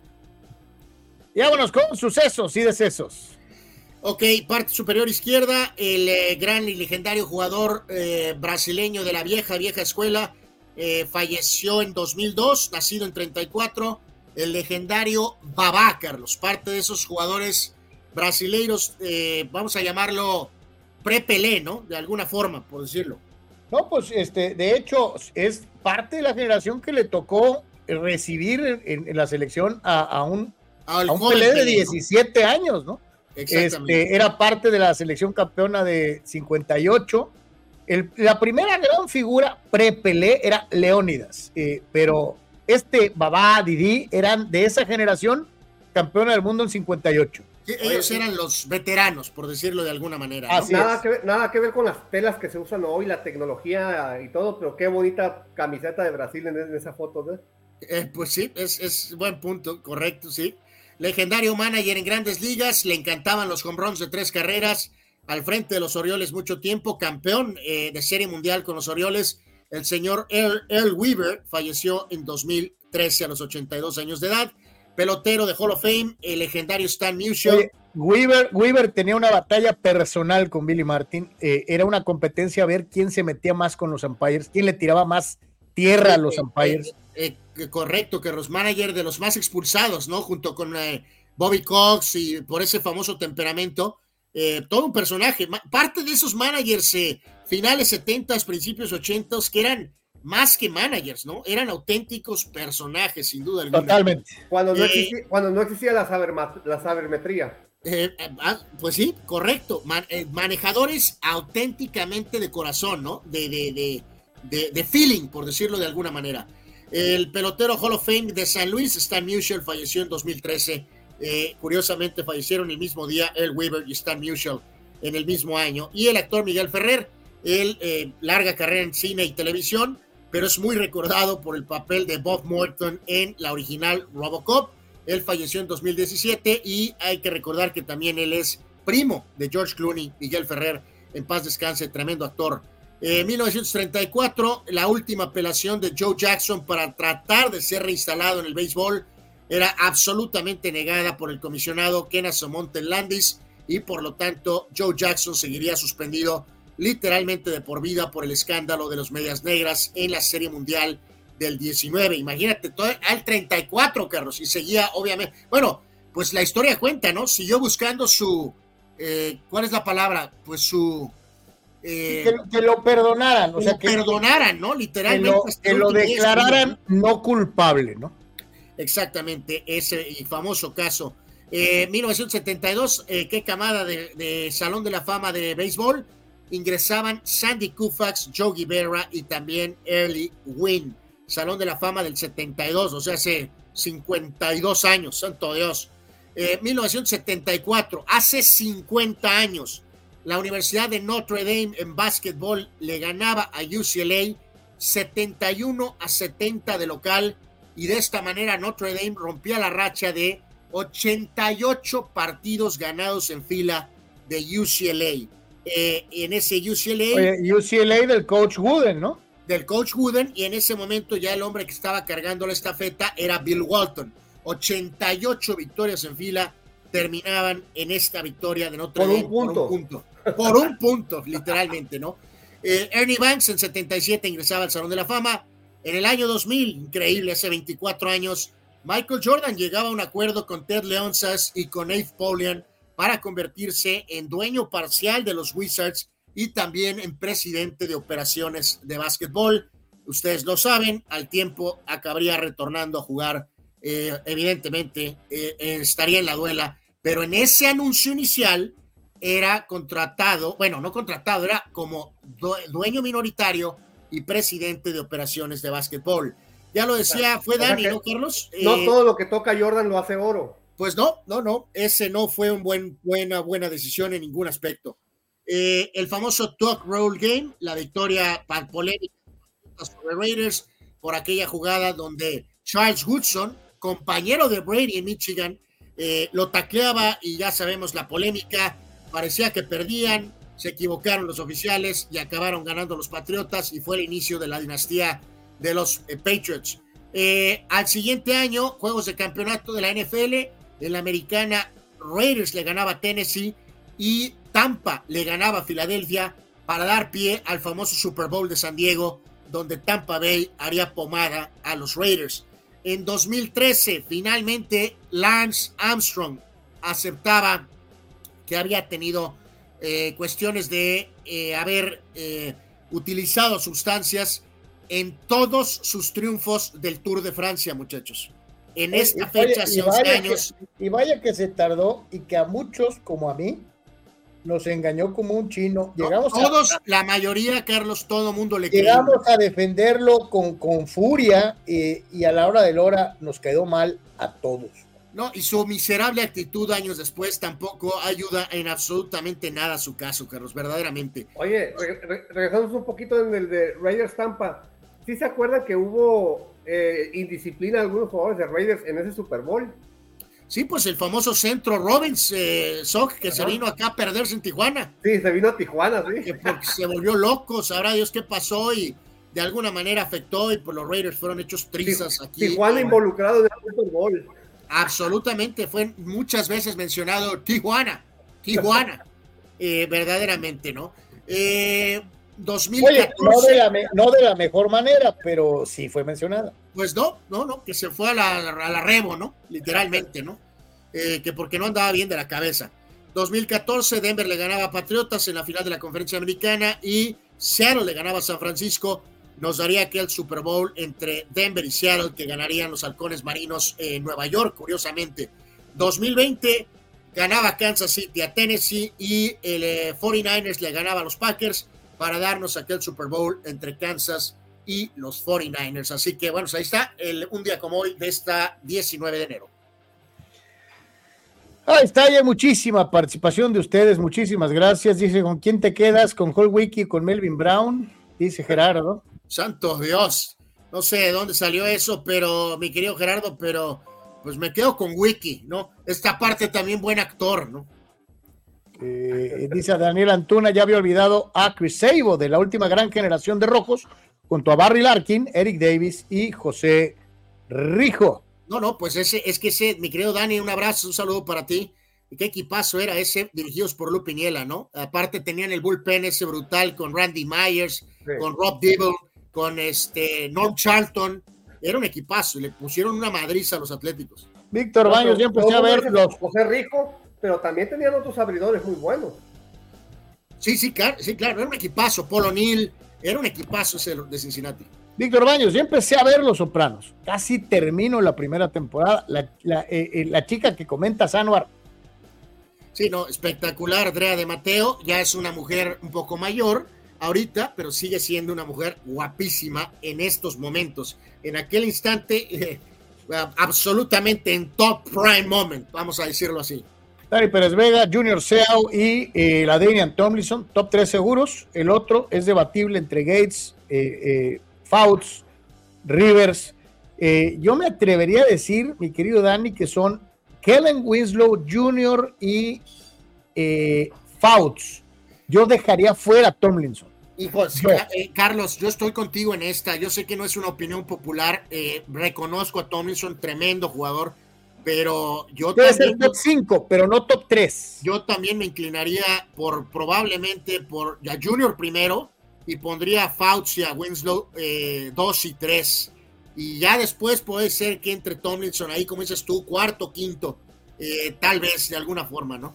Y vámonos con sucesos y decesos. Ok, parte superior izquierda, el gran y legendario jugador brasileño de la vieja escuela, falleció en 2002, nacido en 34, el legendario Babá, Carlos, parte de esos jugadores brasileiros, vamos a llamarlo pre-Pelé, ¿no? De alguna forma, por decirlo. No, pues de hecho es parte de la generación que le tocó recibir en la selección a un Pelé de 17 años, ¿no? Exactamente. Era parte de la selección campeona de 58. La primera gran figura pre-Pelé era Leónidas, pero Babá, Didi eran de esa generación campeona del mundo en 58. Sí, ellos eran los veteranos, por decirlo de alguna manera, ¿no? Nada que ver con las telas que se usan hoy, la tecnología y todo, pero qué bonita camiseta de Brasil en esa foto, ¿no? Pues sí, es buen punto, correcto, sí. Legendario manager en Grandes Ligas, le encantaban los home runs de 3 carreras, al frente de los Orioles mucho tiempo, campeón de Serie Mundial con los Orioles, el señor Earl Weaver, falleció en 2013 a los 82 años de edad. Pelotero de Hall of Fame, el legendario Stan Musial. Weaver tenía una batalla personal con Billy Martin, era una competencia a ver quién se metía más con los umpires, quién le tiraba más tierra a los umpires. Correcto, que los managers de los más expulsados, ¿no? Junto con Bobby Cox y por ese famoso temperamento, todo un personaje. Parte de esos managers finales 70s, principios 80s, que eran más que managers, ¿no? Eran auténticos personajes, sin duda alguna. Totalmente. Cuando no existía la sabermetría. Pues sí, correcto. Manejadores auténticamente de corazón, ¿no? De feeling, por decirlo de alguna manera. El pelotero Hall of Fame de San Luis, Stan Musial, falleció en 2013. Curiosamente fallecieron el mismo día Earl Weaver y Stan Musial en el mismo año. Y el actor Miguel Ferrer, larga carrera en cine y televisión, pero es muy recordado por el papel de Bob Morton en la original RoboCop. Él falleció en 2017 y hay que recordar que también él es primo de George Clooney. Miguel Ferrer, en paz descanse, tremendo actor. 1934, la última apelación de Joe Jackson para tratar de ser reinstalado en el béisbol era absolutamente negada por el comisionado Kenaso Montelandis y por lo tanto Joe Jackson seguiría suspendido literalmente de por vida por el escándalo de los Medias Negras en la Serie Mundial del 19. Imagínate, todo al 34, Carlos, y seguía obviamente, bueno, pues la historia cuenta, ¿no? Siguió buscando su, ¿cuál es la palabra? Pues su... que lo perdonaran, o sea, que perdonaran, ¿no? Literalmente. Que lo declararan no culpable, ¿no? Exactamente, ese famoso caso. 1972, qué camada de Salón de la Fama de Béisbol, ingresaban Sandy Koufax, Yogi Berra y también Early Wynn. Salón de la Fama del 72, o sea, hace 52 años, santo Dios. 1974, hace 50 años, la Universidad de Notre Dame en básquetbol le ganaba a UCLA 71-70 de local y de esta manera Notre Dame rompía la racha de 88 partidos ganados en fila de UCLA. En ese UCLA... UCLA del coach Wooden, ¿no? Del coach Wooden, y en ese momento ya el hombre que estaba cargando la estafeta era Bill Walton. 88 victorias en fila terminaban en esta victoria de Notre Dame por un punto, literalmente, ¿no? Ernie Banks en 77 ingresaba al Salón de la Fama. En el año 2000, increíble, hace 24 años, Michael Jordan llegaba a un acuerdo con Ted Leonsis y con Abe Polian para convertirse en dueño parcial de los Wizards y también en presidente de operaciones de básquetbol. Ustedes lo saben, al tiempo acabaría retornando a jugar, evidentemente, estaría en la duela, pero en ese anuncio inicial era contratado, bueno, no contratado, era como dueño minoritario y presidente de operaciones de básquetbol. Ya lo decía, fue Dani, ¿no, Carlos? No todo lo que toca Jordan lo hace oro. Pues no, ese no fue una buena decisión en ningún aspecto. El famoso Tuck Roll Game, la victoria polémica sobre Raiders por aquella jugada donde Charles Woodson, compañero de Brady en Michigan, lo tacleaba y ya sabemos la polémica, parecía que perdían, se equivocaron los oficiales y acabaron ganando los Patriotas y fue el inicio de la dinastía de los Patriots. Al siguiente año, juegos de campeonato de la NFL, en la americana Raiders le ganaba a Tennessee y Tampa le ganaba a Filadelfia para dar pie al famoso Super Bowl de San Diego, donde Tampa Bay haría pomada a los Raiders. En 2013, finalmente, Lance Armstrong aceptaba que había tenido cuestiones de haber utilizado sustancias en todos sus triunfos del Tour de Francia, muchachos. En esta fecha, hace 11 años. Y vaya que se tardó y que a muchos, como a mí, nos engañó como un chino. La mayoría, Carlos, todo mundo le llegamos a defenderlo con furia y a la hora de la hora nos quedó mal a todos. No, y su miserable actitud años después tampoco ayuda en absolutamente nada a su caso, Carlos, verdaderamente. Oye, regresamos un poquito en el de Raiders Tampa. ¿Sí se acuerdan que hubo indisciplina de algunos jugadores de Raiders en ese Super Bowl? Sí, pues el famoso Centro Robbins, Sock, que se vino acá a perderse en Tijuana. Sí, se vino a Tijuana, sí. Porque se volvió loco, sabrá Dios qué pasó y de alguna manera afectó y pues los Raiders fueron hechos trizas aquí. Tijuana involucrado en el Super Bowl. Absolutamente, fue muchas veces mencionado Tijuana, verdaderamente, ¿no? 2014. Oye, no de la mejor manera, pero sí fue mencionada. Pues no, que se fue a la remo, ¿no? Literalmente, ¿no? Que porque no andaba bien de la cabeza. 2014, Denver le ganaba a Patriotas en la final de la Conferencia Americana y Seattle le ganaba a San Francisco. Nos daría aquel Super Bowl entre Denver y Seattle que ganarían los halcones marinos en Nueva York, curiosamente. 2020 ganaba Kansas City a Tennessee y el 49ers le ganaba a los Packers para darnos aquel Super Bowl entre Kansas y los 49ers. Así que, bueno, ahí está un día como hoy de esta 19 de enero. Ahí está, ya muchísima participación de ustedes, muchísimas gracias. Dice, ¿con quién te quedas? ¿Con Hall Wiki, con Melvin Brown? Dice Gerardo. Santo Dios, no sé de dónde salió eso, pero mi querido Gerardo, pero pues me quedo con Wiki, ¿no? Esta parte también buen actor, ¿no? Dice Daniel Antuna, ya había olvidado a Chris Sabo de la última gran generación de rojos, junto a Barry Larkin, Eric Davis y José Rijo. No, pues mi querido Dani, un abrazo, un saludo para ti. ¿Qué equipazo era ese? Dirigidos por Lou Piniella, ¿no? Aparte tenían el bullpen ese brutal con Randy Myers, sí, con Rob Dibble, con Norm Charlton. Era un equipazo y le pusieron una madriza a los Atléticos. Víctor Baños, ya empecé a ver los... José Rico, pero también tenían otros abridores muy buenos. Sí, claro, era un equipazo. Paul O'Neill, era un equipazo ese de Cincinnati. Víctor Baños, ya empecé a ver Los Sopranos. Casi termino la primera temporada. La chica que comenta, Anwar. Sí, no, espectacular. Andrea de Mateo, ya es una mujer un poco mayor ahorita, pero sigue siendo una mujer guapísima en estos momentos. En aquel instante, absolutamente en top prime moment, vamos a decirlo así. Dari Pérez Vega, Junior Seau y la Damian Tomlinson, top 3 seguros. El otro es debatible entre Gates, Fouts, Rivers. Yo me atrevería a decir, mi querido Dani, que son Kellen Winslow Jr. y Fouts. Yo dejaría fuera a Tomlinson. Hijos, Carlos, yo estoy contigo en esta. Yo sé que no es una opinión popular. Reconozco a Tomlinson, tremendo jugador, pero yo Puede también... ser top 5, pero no top 3. Yo también me inclinaría probablemente por a Junior primero y pondría a Fauci, a Winslow 2 y 3. Y ya después puede ser que entre Tomlinson ahí, como dices tú, cuarto, quinto, tal vez de alguna forma, ¿no?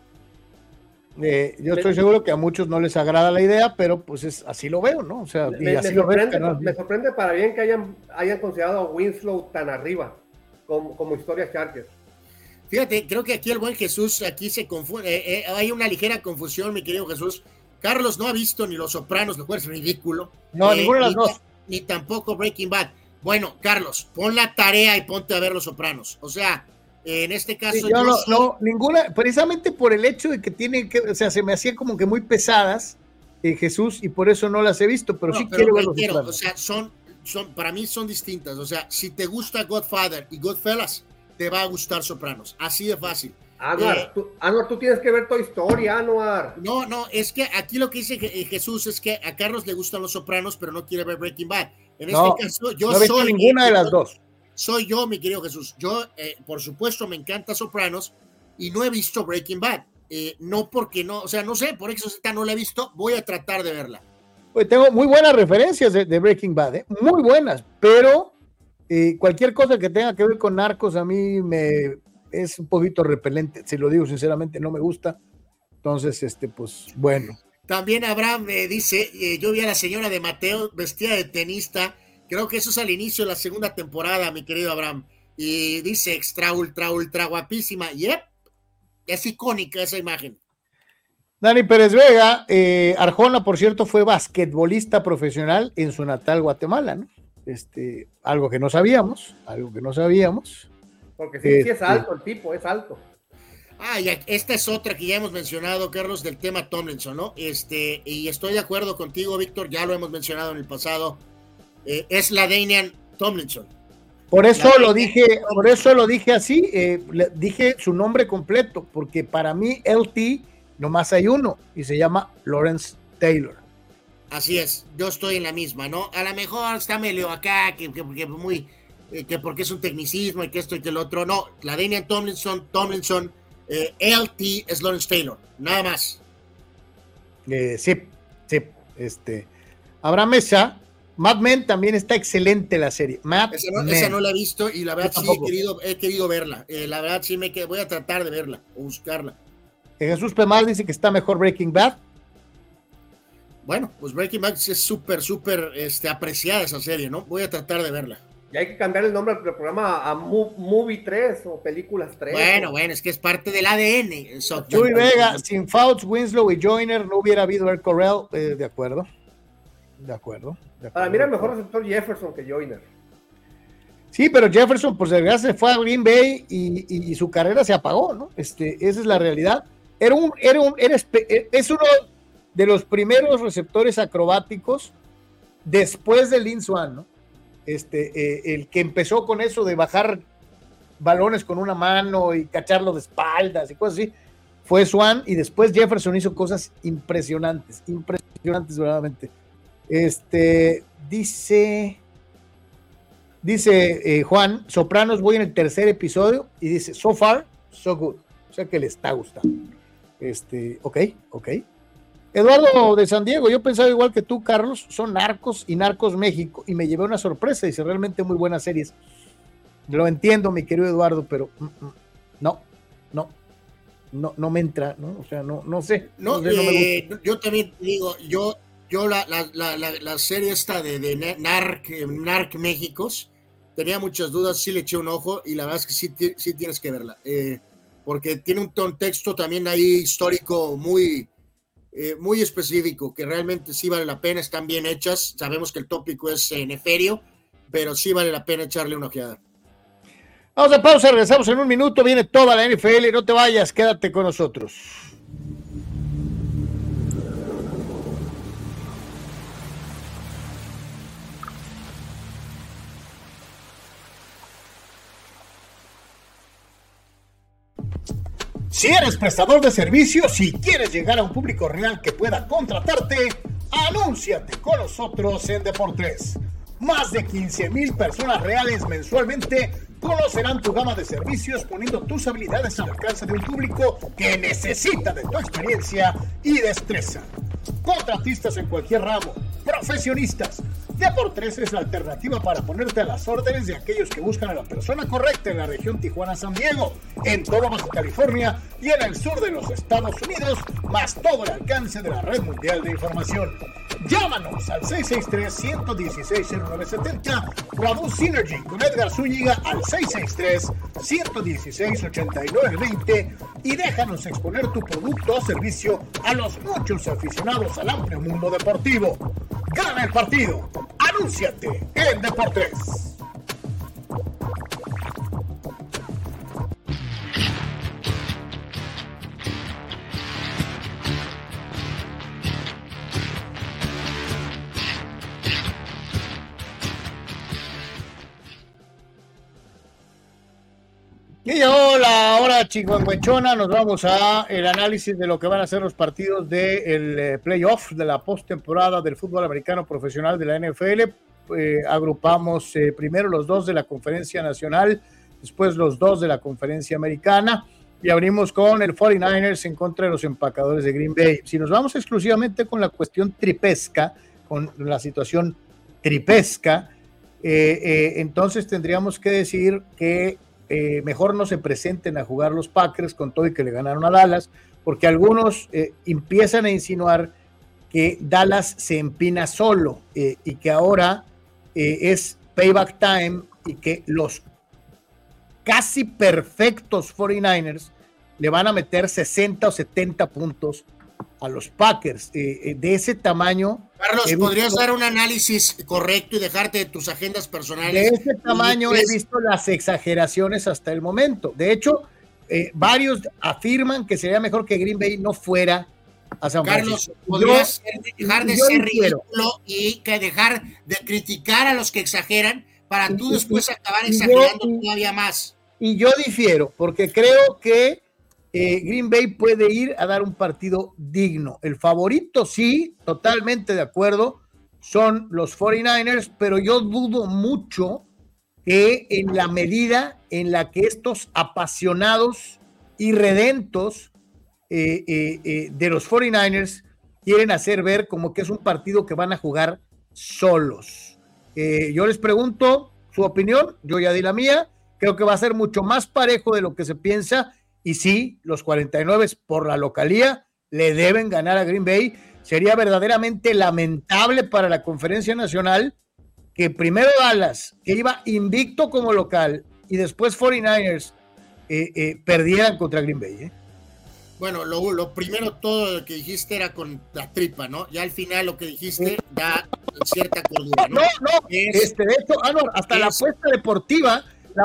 Yo estoy seguro que a muchos no les agrada la idea, pero pues así lo veo, ¿no? O sea, me sorprende para bien que hayan considerado a Winslow tan arriba como historia Chargers. Fíjate, creo que aquí el buen Jesús, aquí se confunde, hay una ligera confusión, mi querido Jesús. Carlos no ha visto ni Los Sopranos, lo cual es ridículo. No, ninguna de las dos. Ni tampoco Breaking Bad. Bueno, Carlos, pon la tarea y ponte a ver Los Sopranos. O sea, en este caso... Sí, no, ninguna, precisamente por el hecho de que tienen que, o sea, se me hacían como que muy pesadas, Jesús, y por eso no las he visto, pero sí quiero ver Los Sopranos. O sea, para mí son distintas. O sea, si te gusta Godfather y Goodfellas, te va a gustar Sopranos. Así de fácil. Anuar, tú tienes que ver Toy Story, Anuar. No, es que aquí lo que dice Jesús es que a Carlos le gustan Los Sopranos, pero no quiere ver Breaking Bad. En este caso, yo no soy ninguna de las dos. Soy yo, mi querido Jesús. Yo, por supuesto, me encanta Sopranos y no he visto Breaking Bad. No porque no, o sea, no sé, por eso no la he visto. Voy a tratar de verla. Pues tengo muy buenas referencias de Breaking Bad, muy buenas, pero cualquier cosa que tenga que ver con narcos a mí me es un poquito repelente, se lo digo sinceramente, no me gusta. Entonces, pues bueno. También Abraham dice, yo vi a la señora de Mateo vestida de tenista, creo que eso es al inicio de la segunda temporada, mi querido Abraham, y dice extra, ultra guapísima, yep, es icónica esa imagen. Dani Pérez Vega, Arjona, por cierto, fue basquetbolista profesional en su natal Guatemala, ¿no? Algo que no sabíamos. Porque sí es alto el tipo, es alto. Y esta es otra que ya hemos mencionado, Carlos, del tema Tomlinson, ¿no? Y estoy de acuerdo contigo, Víctor, ya lo hemos mencionado en el pasado, es la Danian Tomlinson. Por eso lo dije así, dije su nombre completo, porque para mí LT nomás hay uno, y se llama Lawrence Taylor. Así es, yo estoy en la misma, ¿no? A lo mejor está medio acá, que porque es un tecnicismo y que esto y que el otro. No, la Danian Tomlinson, LT es Lawrence Taylor, nada más. Sí. Abraham Mesa, Mad Men también está excelente la serie. Esa no la he visto y la verdad sí he querido verla. La verdad sí voy a tratar de verla o buscarla. Jesús Pemal dice que está mejor Breaking Bad. Bueno, pues Breaking Bad es súper apreciada esa serie, ¿no? Voy a tratar de verla. Y hay que cambiar el nombre del programa a Movie 3 o Películas 3. Bueno, es que es parte del ADN. Chuy Vega, sin Fouts, Winslow y Joyner no hubiera habido Earl Correll. De acuerdo. Para mí era mejor receptor Jefferson que Joyner. Sí, pero Jefferson, por desgracia, fue a Green Bay y su carrera se apagó, ¿no? Esa es la realidad. Es uno de los primeros receptores acrobáticos después de Lynn Swann, ¿no? El que empezó con eso de bajar balones con una mano y cacharlo de espaldas y cosas así, fue Swann, y después Jefferson hizo cosas impresionantes verdaderamente. Dice Juan, Sopranos, voy en el 3er episodio, y dice, so far, so good, o sea que le está gustando. Ok. Eduardo de San Diego, yo pensaba igual que tú, Carlos, son Narcos y Narcos México, y me llevé una sorpresa, dice, realmente muy buenas series. Lo entiendo, mi querido Eduardo, pero no me entra, ¿no? O sea, no sé. No me gusta. Yo también digo, yo la serie esta de Narc Méxicos, tenía muchas dudas, sí le eché un ojo, y la verdad es que sí tienes que verla, porque tiene un contexto también ahí histórico muy específico, que realmente sí vale la pena, están bien hechas, sabemos que el tópico es nefario, pero sí vale la pena echarle una ojeada. Vamos a pausa, regresamos en un minuto, viene toda la NFL, no te vayas, quédate con nosotros. Si eres prestador de servicios y quieres llegar a un público real que pueda contratarte, anúnciate con nosotros en Deportes. Más de 15,000 personas reales mensualmente Conocerán tu gama de servicios poniendo tus habilidades al alcance de un público que necesita de tu experiencia y destreza. Contratistas en cualquier ramo, profesionistas. Deportes es la alternativa para ponerte a las órdenes de aquellos que buscan a la persona correcta en la región Tijuana-San Diego, en todo Baja California y en el sur de los Estados Unidos, más todo el alcance de la red mundial de información. Llámanos al 663-116-0970 o a Bus Synergy con Edgar Zúñiga al 663-116-8920 y déjanos exponer tu producto o servicio a los muchos aficionados al amplio mundo deportivo. Gana el partido. Anúnciate en Deportes. Y llegó la hora chihuahuenchona, nos vamos a el análisis de lo que van a ser los partidos del playoff de la postemporada del fútbol americano profesional de la NFL. Agrupamos primero los dos de la Conferencia Nacional, después los dos de la Conferencia Americana y abrimos con el 49ers en contra de los empacadores de Green Bay. Si nos vamos exclusivamente con la cuestión tripesca, con la situación tripesca, entonces tendríamos que decir que mejor no se presenten a jugar los Packers con todo y que le ganaron a Dallas, porque algunos empiezan a insinuar que Dallas se empina solo y que ahora es payback time y que los casi perfectos 49ers le van a meter 60 o 70 puntos a los Packers. De ese tamaño. Carlos, ¿podrías dar un análisis correcto y dejarte de tus agendas personales? De ese tamaño he visto las exageraciones hasta el momento. De hecho, varios afirman que sería mejor que Green Bay no fuera a San Francisco. Carlos, ¿podrías dejar de ser ridículo y que dejar de criticar a los que exageran para tú después acabar exagerando todavía más? Y yo difiero, porque creo que Green Bay puede ir a dar un partido digno. El favorito, sí, totalmente de acuerdo, son los 49ers, pero yo dudo mucho que en la medida en la que estos apasionados y redentos de los 49ers quieren hacer ver como que es un partido que van a jugar solos. Yo les pregunto su opinión, yo ya di la mía, creo que va a ser mucho más parejo de lo que se piensa. Y sí, los 49 por la localía le deben ganar a Green Bay. Sería verdaderamente lamentable para la Conferencia Nacional que primero Dallas, que iba invicto como local, y después 49ers perdieran contra Green Bay. Bueno, lo primero todo lo que dijiste era con la tripa, ¿no? Ya al final lo que dijiste da cierta cordura, ¿no? De hecho, Anor, hasta la apuesta deportiva,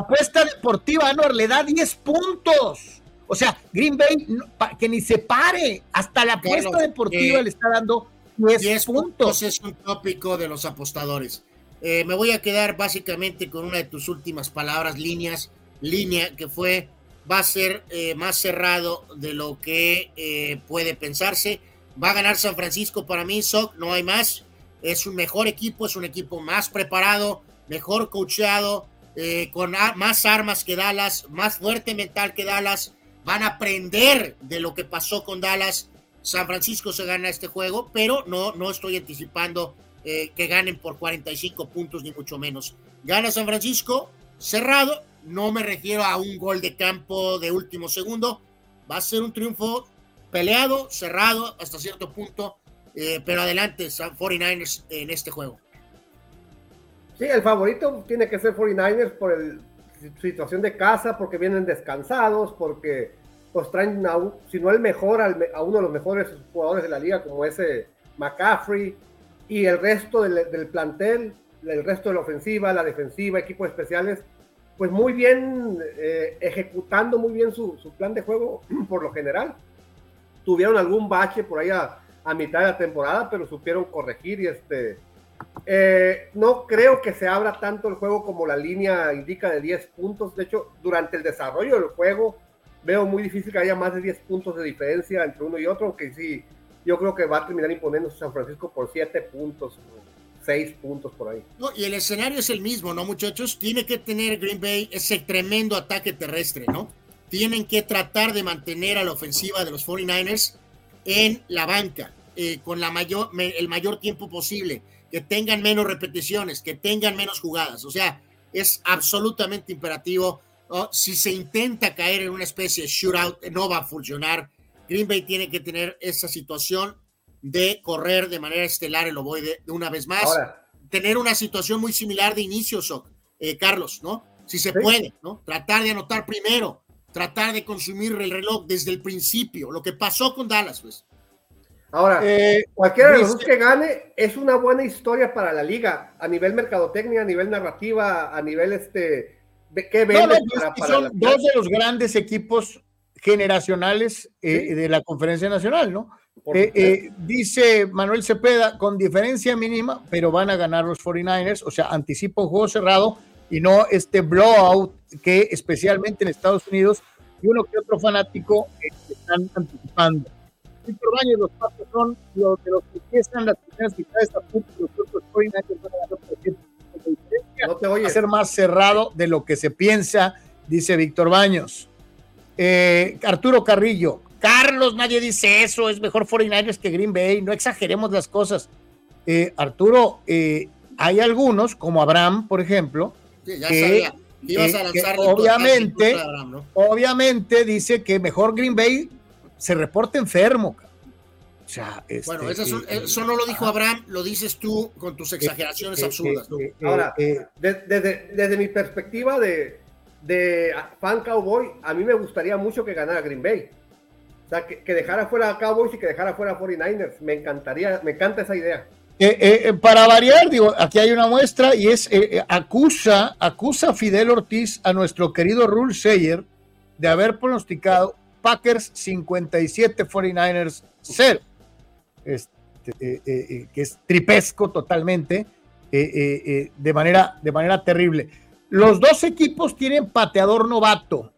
Anor, le da 10 puntos. O sea, Green Bay, que ni se pare, hasta la apuesta deportiva le está dando 10 puntos. Es un tópico de los apostadores. Me voy a quedar básicamente con una de tus últimas palabras, línea, que fue, va a ser más cerrado de lo que puede pensarse. Va a ganar San Francisco para mí, no hay más. Es un mejor equipo, es un equipo más preparado, mejor coachado, con más armas que Dallas, más fuerte mental que Dallas. Van a aprender de lo que pasó con Dallas. San Francisco se gana este juego, pero no estoy anticipando que ganen por 45 puntos, ni mucho menos. Gana San Francisco, cerrado, no me refiero a un gol de campo de último segundo, va a ser un triunfo peleado, cerrado hasta cierto punto, pero adelante 49ers en este juego. Sí, el favorito tiene que ser 49ers por situación de casa, porque vienen descansados, porque pues traen si no el mejor, a uno de los mejores jugadores de la liga como ese McCaffrey, y el resto del plantel, el resto de la ofensiva, la defensiva, equipos especiales, pues muy bien, ejecutando muy bien su plan de juego por lo general. Tuvieron algún bache por ahí a mitad de la temporada, pero supieron corregir y no creo que se abra tanto el juego como la línea indica de 10 puntos. De hecho, durante el desarrollo del juego veo muy difícil que haya más de 10 puntos de diferencia entre uno y otro, aunque sí, yo creo que va a terminar imponiéndose San Francisco por 7 puntos, 6 puntos por ahí. No, y el escenario es el mismo, ¿no, muchachos? Tiene que tener Green Bay ese tremendo ataque terrestre, ¿no? Tienen que tratar de mantener a la ofensiva de los 49ers en la banca, con el mayor tiempo posible, que tengan menos repeticiones, que tengan menos jugadas. O sea, es absolutamente imperativo, ¿no? Si se intenta caer en una especie de shootout, no va a funcionar. Green Bay tiene que tener esa situación de correr de manera estelar el ovoide de una vez más. Ahora, tener una situación muy similar de inicio, Carlos, ¿no? Si se puede, ¿no? Tratar de anotar primero, tratar de consumir el reloj desde el principio, lo que pasó con Dallas, pues. Ahora, cualquiera de los dos que gane es una buena historia para la liga, a nivel mercadotecnia, a nivel narrativa, a nivel ¿qué vende? Son dos de los grandes equipos generacionales de la Conferencia Nacional, ¿no? Dice Manuel Cepeda, con diferencia mínima, pero van a ganar los 49ers, o sea, anticipa un juego cerrado y no este blowout que especialmente en Estados Unidos y uno que otro fanático están anticipando. Víctor Baños, los pasos son los de los que empiezan las primeras mitades a punto, los otros 49ers van a ganar por ciento. No te oyes. Va a ser más cerrado de lo que se piensa, dice Víctor Baños. Arturo Carrillo, Carlos, nadie dice eso, es mejor 49ers que Green Bay, no exageremos las cosas. Arturo, hay algunos, como Abraham, por ejemplo, sí, que obviamente, Abraham, ¿no? Obviamente dice que mejor Green Bay se reporta enfermo. O sea, bueno, eso no lo dijo Abraham, lo dices tú con tus exageraciones absurdas, ¿no? Ahora, desde mi perspectiva de fan Cowboy, a mí me gustaría mucho que ganara Green Bay. O sea, que dejara fuera a Cowboys y que dejara fuera a 49ers. Me encanta esa idea. Para variar, digo, aquí hay una muestra y es acusa a Fidel Ortiz, a nuestro querido Rule Sayer, de haber pronosticado Packers 57, 49ers 0. Que es tripesco totalmente, de manera terrible. Los dos equipos tienen pateador novato.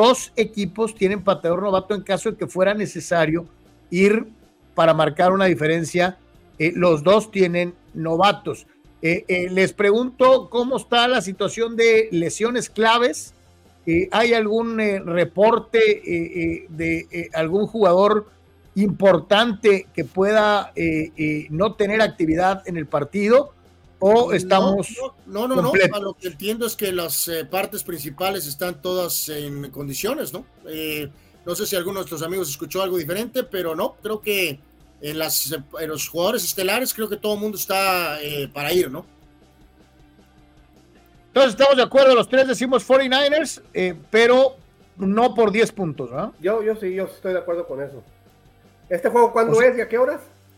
En caso de que fuera necesario ir para marcar una diferencia. Los dos tienen novatos. Les pregunto cómo está la situación de lesiones claves. ¿Hay algún reporte de algún jugador importante que pueda no tener actividad en el partido? ¿O estamos No, a lo que entiendo es que las partes principales están todas en condiciones, ¿no? No sé si alguno de nuestros amigos escuchó algo diferente, pero no, creo que en los jugadores estelares creo que todo el mundo está para ir, ¿no? Entonces estamos de acuerdo, los tres decimos 49ers, pero no por 10 puntos, ¿no? Yo sí estoy de acuerdo con eso. ¿Este juego cuándo es y a qué horas?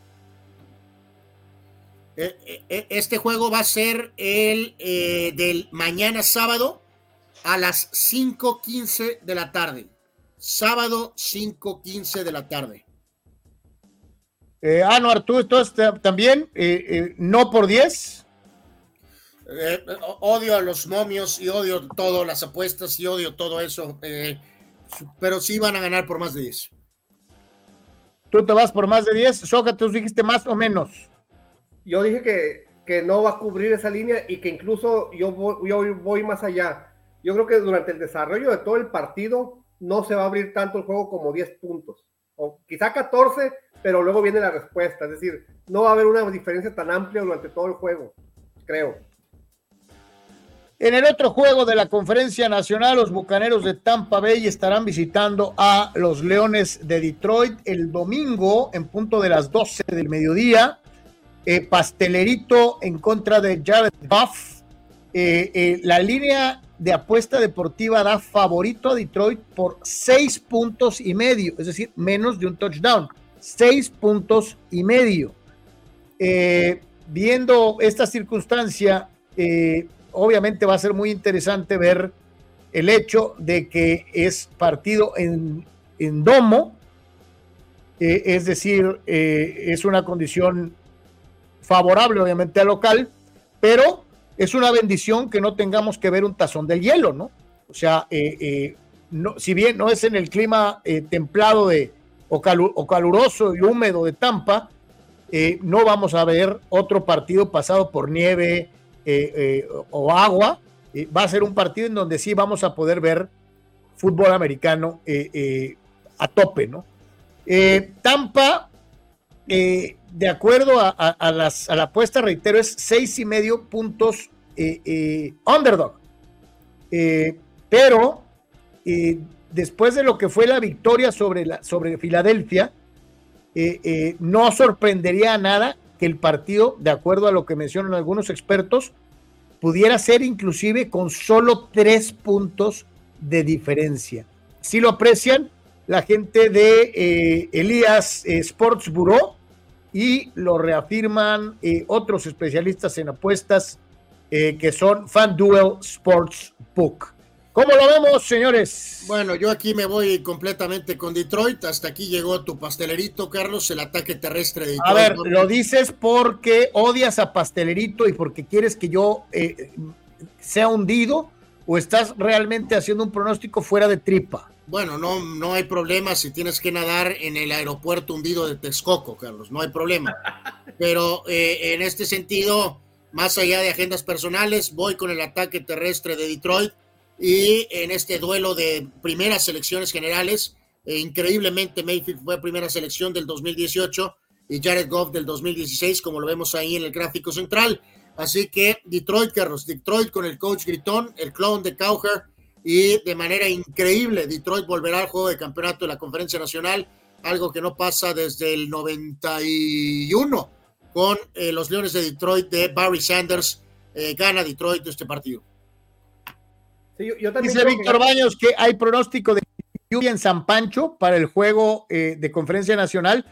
Este juego va a ser el del mañana sábado a las 5:15 de la tarde. Sábado 5:15 de la tarde. No, Arturo, entonces también no por 10. Odio a los momios y odio todo, las apuestas y odio todo eso, pero sí van a ganar por más de 10. ¿Tú te vas por más de 10? Soca, tú dijiste más o menos. Yo dije que no va a cubrir esa línea y que incluso yo voy más allá. Yo creo que durante el desarrollo de todo el partido no se va a abrir tanto el juego como 10 puntos. O quizá 14, pero luego viene la respuesta. Es decir, no va a haber una diferencia tan amplia durante todo el juego, creo. En el otro juego de la Conferencia Nacional, los Bucaneros de Tampa Bay estarán visitando a los Leones de Detroit el domingo en punto de las 12 del mediodía. Pastelerito en contra de Jared Goff. La línea de apuesta deportiva da favorito a Detroit por 6.5 puntos, es decir, menos de un touchdown. 6.5 puntos. Viendo esta circunstancia, obviamente va a ser muy interesante ver el hecho de que es partido en domo, es decir, es una condición favorable obviamente al local, pero es una bendición que no tengamos que ver un tazón del hielo, ¿no? O sea, no, si bien no es en el clima templado o caluroso y húmedo de Tampa, no vamos a ver otro partido pasado por nieve o agua. Va a ser un partido en donde sí vamos a poder ver fútbol americano a tope, ¿no? Tampa, de acuerdo a la apuesta, reitero, es 6.5 puntos underdog. Pero después de lo que fue la victoria sobre Filadelfia, no sorprendería a nada que el partido, de acuerdo a lo que mencionan algunos expertos, pudiera ser inclusive con solo 3 puntos de diferencia. Si lo aprecian la gente de Elías Sports Bureau y lo reafirman otros especialistas en apuestas que son FanDuel Sportsbook. ¿Cómo lo vemos, señores? Bueno, yo aquí me voy completamente con Detroit. Hasta aquí llegó tu pastelerito, Carlos, el ataque terrestre de Detroit. A ver, ¿lo dices porque odias a Pastelerito y porque quieres que yo sea hundido o estás realmente haciendo un pronóstico fuera de tripa? Bueno, no hay problema si tienes que nadar en el aeropuerto hundido de Texcoco, Carlos, no hay problema. Pero en este sentido, más allá de agendas personales, voy con el ataque terrestre de Detroit. Y en este duelo de primeras selecciones generales, increíblemente Mayfield fue primera selección del 2018 y Jared Goff del 2016, como lo vemos ahí en el gráfico central. Así que Detroit, Carlos, Detroit con el coach gritón, el clon de Cowher, y de manera increíble Detroit volverá al juego de campeonato de la Conferencia Nacional, algo que no pasa desde el 91 con los Leones de Detroit de Barry Sanders. Gana Detroit este partido. Sí, yo también dice Víctor Baños que hay pronóstico de lluvia en San Pancho para el juego de Conferencia Nacional,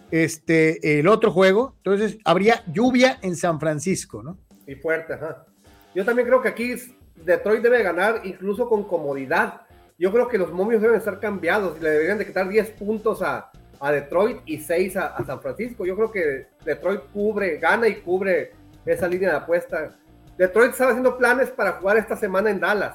el otro juego, entonces habría lluvia en San Francisco, ¿no? Y fuerte, ajá. Yo también creo que aquí Detroit debe ganar incluso con comodidad. Yo creo que los momios deben estar cambiados, le deberían de quitar 10 puntos a Detroit y 6 a San Francisco. Yo creo que Detroit gana y cubre esa línea de apuesta. Detroit estaba haciendo planes para jugar esta semana en Dallas.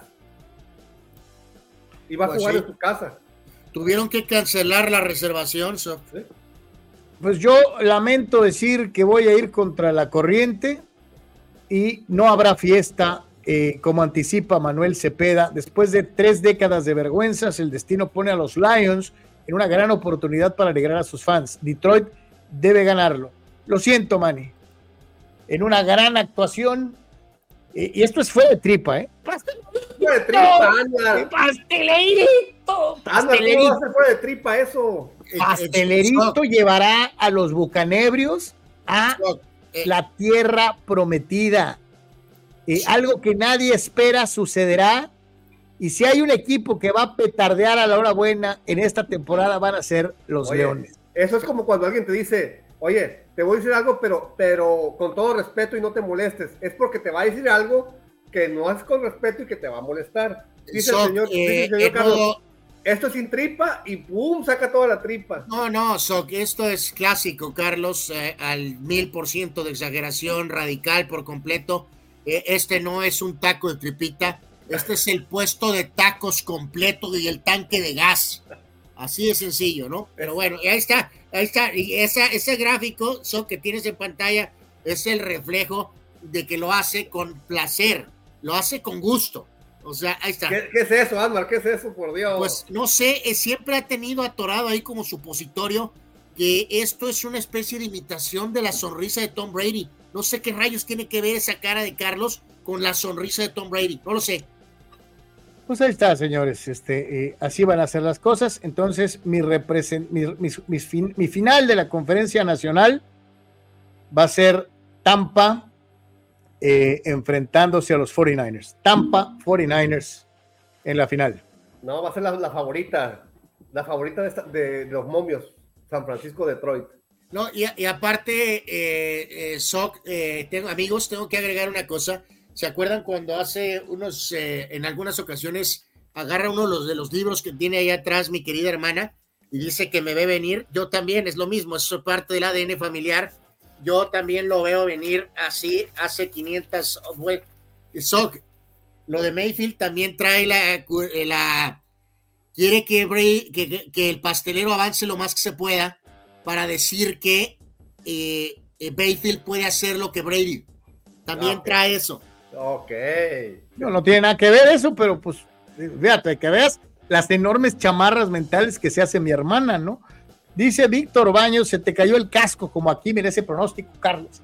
Y va a jugar en su casa. Tuvieron que cancelar la reservación. ¿Sí? Pues yo lamento decir que voy a ir contra la corriente y no habrá fiesta, como anticipa Manuel Cepeda. Después de 3 décadas de vergüenzas, el destino pone a los Lions en una gran oportunidad para alegrar a sus fans. Detroit debe ganarlo. Lo siento, Manny. En una gran actuación. Y esto fue de tripa, ¿eh? Fue de tripa, Ana. ¡Pastelerito! ¡Pastelerito! ¿Cómo fue de tripa eso? Pastelerito llevará a los bucanebrios a la tierra prometida. Algo que nadie espera sucederá. Y si hay un equipo que va a petardear a la hora buena en esta temporada, van a ser los Leones. Eso es como cuando alguien te dice, oye, te voy a decir algo, pero con todo respeto y no te molestes. Es porque te va a decir algo que no es con respeto y que te va a molestar. Dice el señor Carlos, esto es sin tripa y ¡pum! Saca toda la tripa. No, Soc, esto es clásico, Carlos, al 1000% de exageración radical por completo. Este no es un taco de tripita, este es el puesto de tacos completo y el tanque de gas. Así de sencillo, ¿no? Pero bueno, ahí está. Y ese gráfico, Soc, que tienes en pantalla, es el reflejo de que lo hace con placer, lo hace con gusto. O sea, ahí está. ¿Qué es eso, Anwar? ¿Qué es eso, por Dios? Pues no sé, siempre ha tenido atorado ahí como supositorio que esto es una especie de imitación de la sonrisa de Tom Brady. No sé qué rayos tiene que ver esa cara de Carlos con la sonrisa de Tom Brady. No lo sé. Pues ahí está, señores. Así van a ser las cosas. Entonces, mi final de la Conferencia Nacional va a ser Tampa enfrentándose a los 49ers. Tampa 49ers en la final. No, va a ser la favorita. La favorita de los momios. San Francisco, Detroit. No, y aparte, Soc, amigos, tengo que agregar una cosa. ¿Se acuerdan cuando hace en algunas ocasiones, agarra uno de los libros que tiene ahí atrás mi querida hermana y dice que me ve venir? Yo también, es lo mismo, es parte del ADN familiar. Yo también lo veo venir así hace 500. Bueno, Soc, lo de Mayfield también trae quiere que el pastelero avance lo más que se pueda para decir que Mayfield puede hacer lo que Brady. También trae eso. Ok. No tiene nada que ver eso, pero pues, fíjate, que veas las enormes chamarras mentales que se hace mi hermana, ¿no? Dice Víctor Baños, se te cayó el casco, como aquí, mira ese pronóstico, Carlos.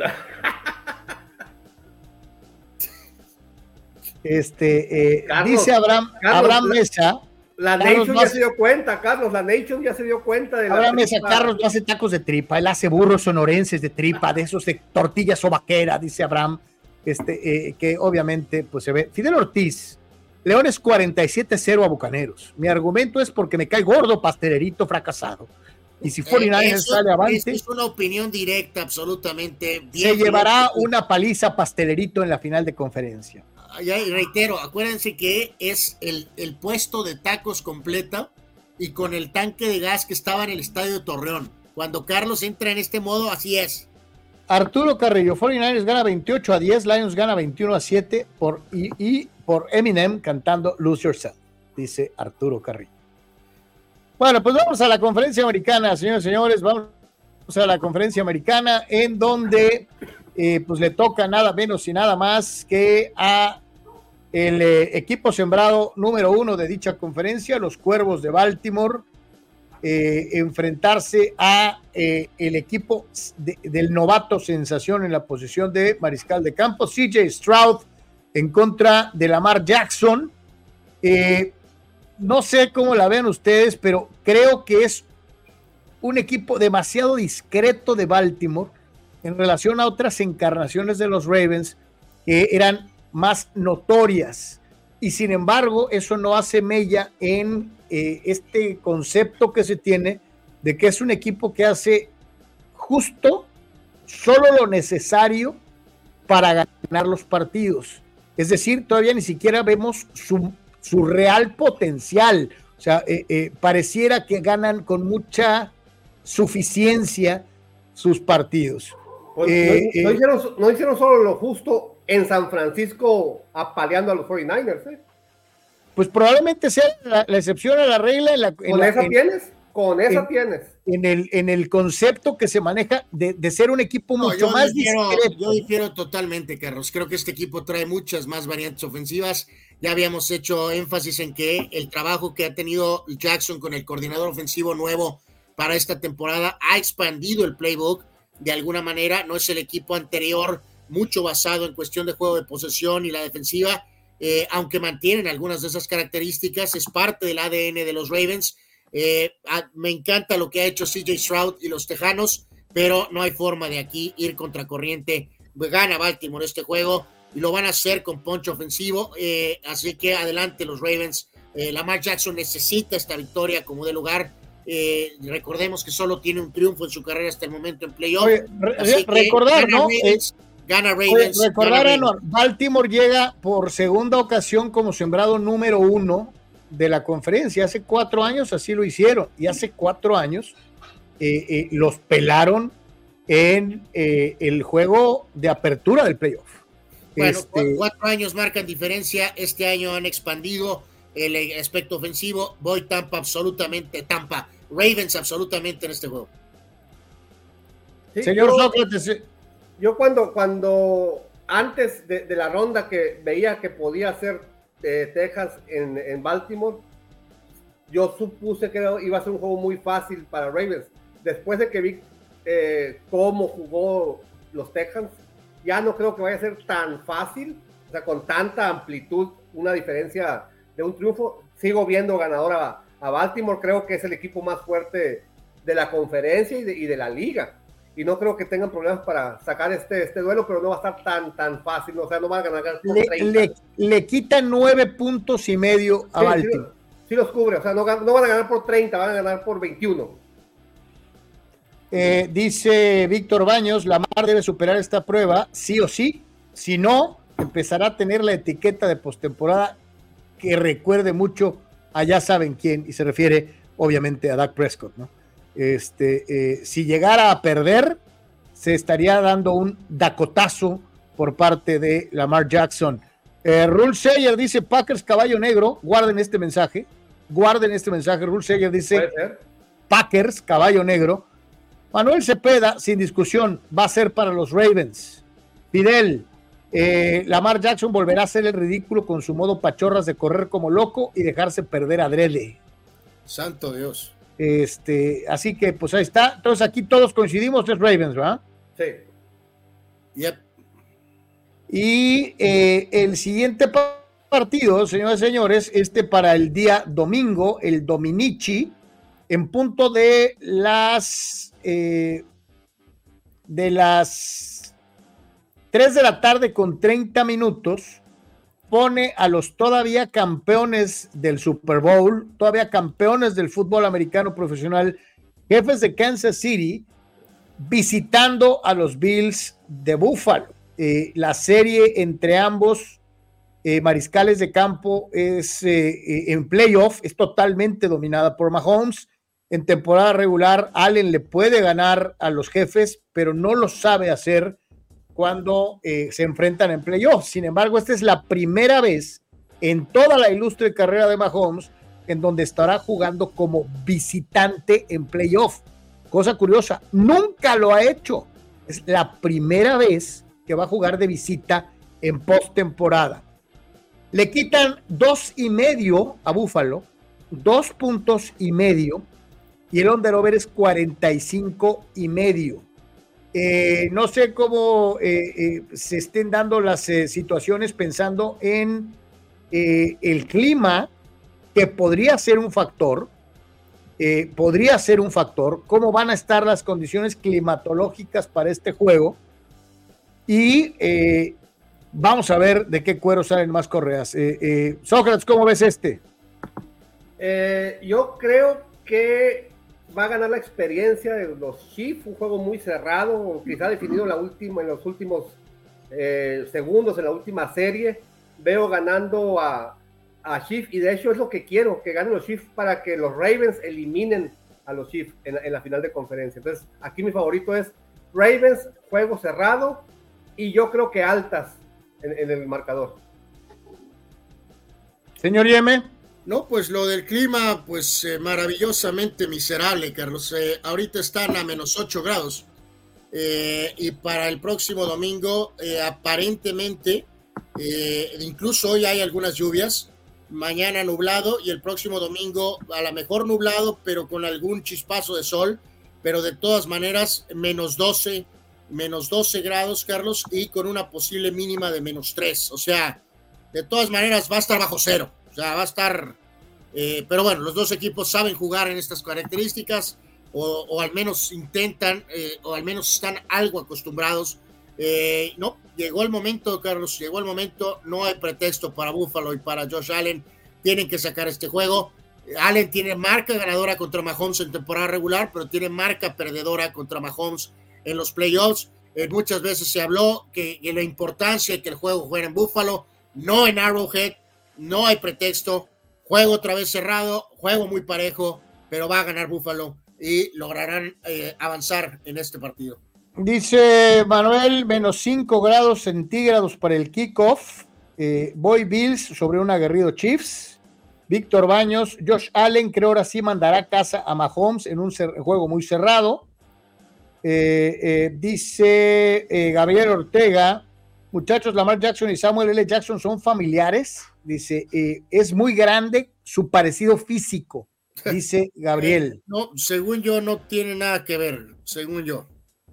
Carlos, dice Abraham Mesa. La Nation ya se dio cuenta, Carlos, la Nation ya se dio cuenta de la Abraham Mesa, Carlos no hace tacos de tripa, él hace burros sonorenses de tripa, de esos de tortilla sobaquera, dice Abraham, que obviamente pues se ve. Fidel Ortiz, Leones 47-0 a Bucaneros. Mi argumento es porque me cae gordo Pastelerito fracasado. Y si 49ers sale avante, es una opinión directa, absolutamente. Se llevará una paliza Pastelerito en la final de conferencia. Ya, y reitero, acuérdense que es el puesto de tacos completa y con el tanque de gas que estaba en el estadio de Torreón. Cuando Carlos entra en este modo, así es. Arturo Carrillo, 49ers gana 28-10, Lions gana 21-7 por Eminem cantando Lose Yourself, dice Arturo Carrillo. Bueno, pues vamos a la conferencia americana, señores y señores, vamos a la conferencia americana en donde pues le toca nada menos y nada más que a el equipo sembrado número 1 de dicha conferencia, los Cuervos de Baltimore, enfrentarse a el equipo del novato sensación en la posición de mariscal de campo, CJ Stroud, en contra de Lamar Jackson. No sé cómo la vean ustedes, pero creo que es un equipo demasiado discreto de Baltimore en relación a otras encarnaciones de los Ravens que eran más notorias, y sin embargo eso no hace mella en este concepto que se tiene de que es un equipo que hace justo solo lo necesario para ganar los partidos. Es decir, todavía ni siquiera vemos su real potencial. O sea, pareciera que ganan con mucha suficiencia sus partidos. Pues, no hicieron solo lo justo en San Francisco apaleando a los 49ers. Pues probablemente sea la excepción a la regla. ¿Con esa tienes? En el concepto que se maneja de ser un equipo mucho más discreto. Yo difiero totalmente, Carlos. Creo que este equipo trae muchas más variantes ofensivas. Ya habíamos hecho énfasis en que el trabajo que ha tenido Jackson con el coordinador ofensivo nuevo para esta temporada ha expandido el playbook de alguna manera. No es el equipo anterior, mucho basado en cuestión de juego de posesión y la defensiva, aunque mantienen algunas de esas características. Es parte del ADN de los Ravens. Me encanta lo que ha hecho CJ Stroud y los Tejanos, pero no hay forma de aquí ir contracorriente. Gana Baltimore este juego y lo van a hacer con poncho ofensivo, así que adelante los Ravens. Lamar Jackson necesita esta victoria como de lugar. Recordemos que solo tiene un triunfo en su carrera hasta el momento en playoff. Recordar, ¿no? Gana Ravens. Baltimore llega por segunda ocasión como sembrado número 1 de la conferencia. Hace 4 años así lo hicieron, y hace 4 años los pelaron en el juego de apertura del playoff. Bueno, 4 años marcan diferencia. Este año han expandido el aspecto ofensivo. Voy Tampa, Ravens absolutamente en este juego. Sí, señor Sócrates. Yo cuando antes de la ronda que veía que podía ser Texas en Baltimore, yo supuse que iba a ser un juego muy fácil para Ravens. Después de que vi cómo jugó los Texans, ya no creo que vaya a ser tan fácil, o sea, con tanta amplitud, una diferencia de un triunfo. Sigo viendo ganador a Baltimore. Creo que es el equipo más fuerte de la conferencia y de la liga. Y no creo que tengan problemas para sacar este duelo, pero no va a estar tan fácil. O sea, no van a ganar por 30. Le quitan 9.5 puntos a Baltimore. Sí los cubre. O sea, no van a ganar por 30, van a ganar por 21. Dice Víctor Baños, Lamar debe superar esta prueba, sí o sí. Si no, empezará a tener la etiqueta de postemporada que recuerde mucho a ya saben quién, y se refiere obviamente a Dak Prescott, ¿no? Si llegara a perder, se estaría dando un dacotazo por parte de Lamar Jackson. Rule Sayer dice Packers caballo negro. Guarden este mensaje. Rule Sayer dice Packers caballo negro. Manuel Cepeda, sin discusión, va a ser para los Ravens. Fidel, Lamar Jackson volverá a hacer el ridículo con su modo pachorras de correr como loco y dejarse perder adrede. Santo Dios. Así que, pues ahí está. Entonces aquí todos coincidimos, es Ravens, ¿verdad? Sí. Yep. Y el siguiente partido, señores y señores, para el día domingo, el Dominici, en punto de las 3 de la tarde con 30 minutos, pone a los todavía campeones del Super Bowl, todavía campeones del fútbol americano profesional, Jefes de Kansas City, visitando a los Bills de Buffalo. La serie entre ambos mariscales de campo es en playoff, es totalmente dominada por Mahomes. En temporada regular, Allen le puede ganar a los Jefes, pero no lo sabe hacer cuando se enfrentan en playoff. Sin embargo, esta es la primera vez en toda la ilustre carrera de Mahomes en donde estará jugando como visitante en playoff. Cosa curiosa, nunca lo ha hecho. Es la primera vez que va a jugar de visita en postemporada. Le quitan 2.5 a Buffalo, 2.5 puntos, y el under-over es 45.5. No sé cómo se estén dando las situaciones pensando en el clima, que podría ser un factor. Cómo van a estar las condiciones climatológicas para este juego. Y vamos a ver de qué cuero salen más correas. Sócrates, ¿cómo ves Yo creo que va a ganar la experiencia de los Chiefs, un juego muy cerrado, quizá definido en los últimos segundos, en la última serie. Veo ganando a Chiefs, y de hecho es lo que quiero, que ganen los Chiefs para que los Ravens eliminen a los Chiefs en la final de conferencia. Entonces, aquí mi favorito es Ravens, juego cerrado, y yo creo que altas en el marcador. Señor Yeme. No, pues lo del clima, pues maravillosamente miserable, Carlos. Ahorita están a -8 grados. Y para el próximo domingo, aparentemente, incluso hoy hay algunas lluvias. Mañana nublado y el próximo domingo a lo mejor nublado, pero con algún chispazo de sol. Pero de todas maneras, -12 grados, Carlos, y con una posible mínima de -3. O sea, de todas maneras va a estar bajo cero. O sea, va a estar, pero bueno, los dos equipos saben jugar en estas características, o al menos intentan, o al menos están algo acostumbrados. No, llegó el momento, Carlos, llegó el momento, no hay pretexto para Buffalo y para Josh Allen, tienen que sacar este juego. Allen tiene marca ganadora contra Mahomes en temporada regular, pero tiene marca perdedora contra Mahomes en los playoffs. Muchas veces se habló que la importancia de que el juego fuera en Buffalo, no en Arrowhead. No hay pretexto, juego otra vez cerrado, juego muy parejo, pero va a ganar Buffalo y lograrán avanzar en este partido. Dice Manuel, -5 grados centígrados para el kickoff. Voy Bills sobre un aguerrido Chiefs. Víctor Baños, Josh Allen creo ahora sí mandará a casa a Mahomes en un juego muy cerrado. Dice Gabriel Ortega, muchachos, Lamar Jackson y Samuel L. Jackson son familiares. Dice, es muy grande su parecido físico, dice Gabriel. No, según yo no tiene nada que ver, según yo.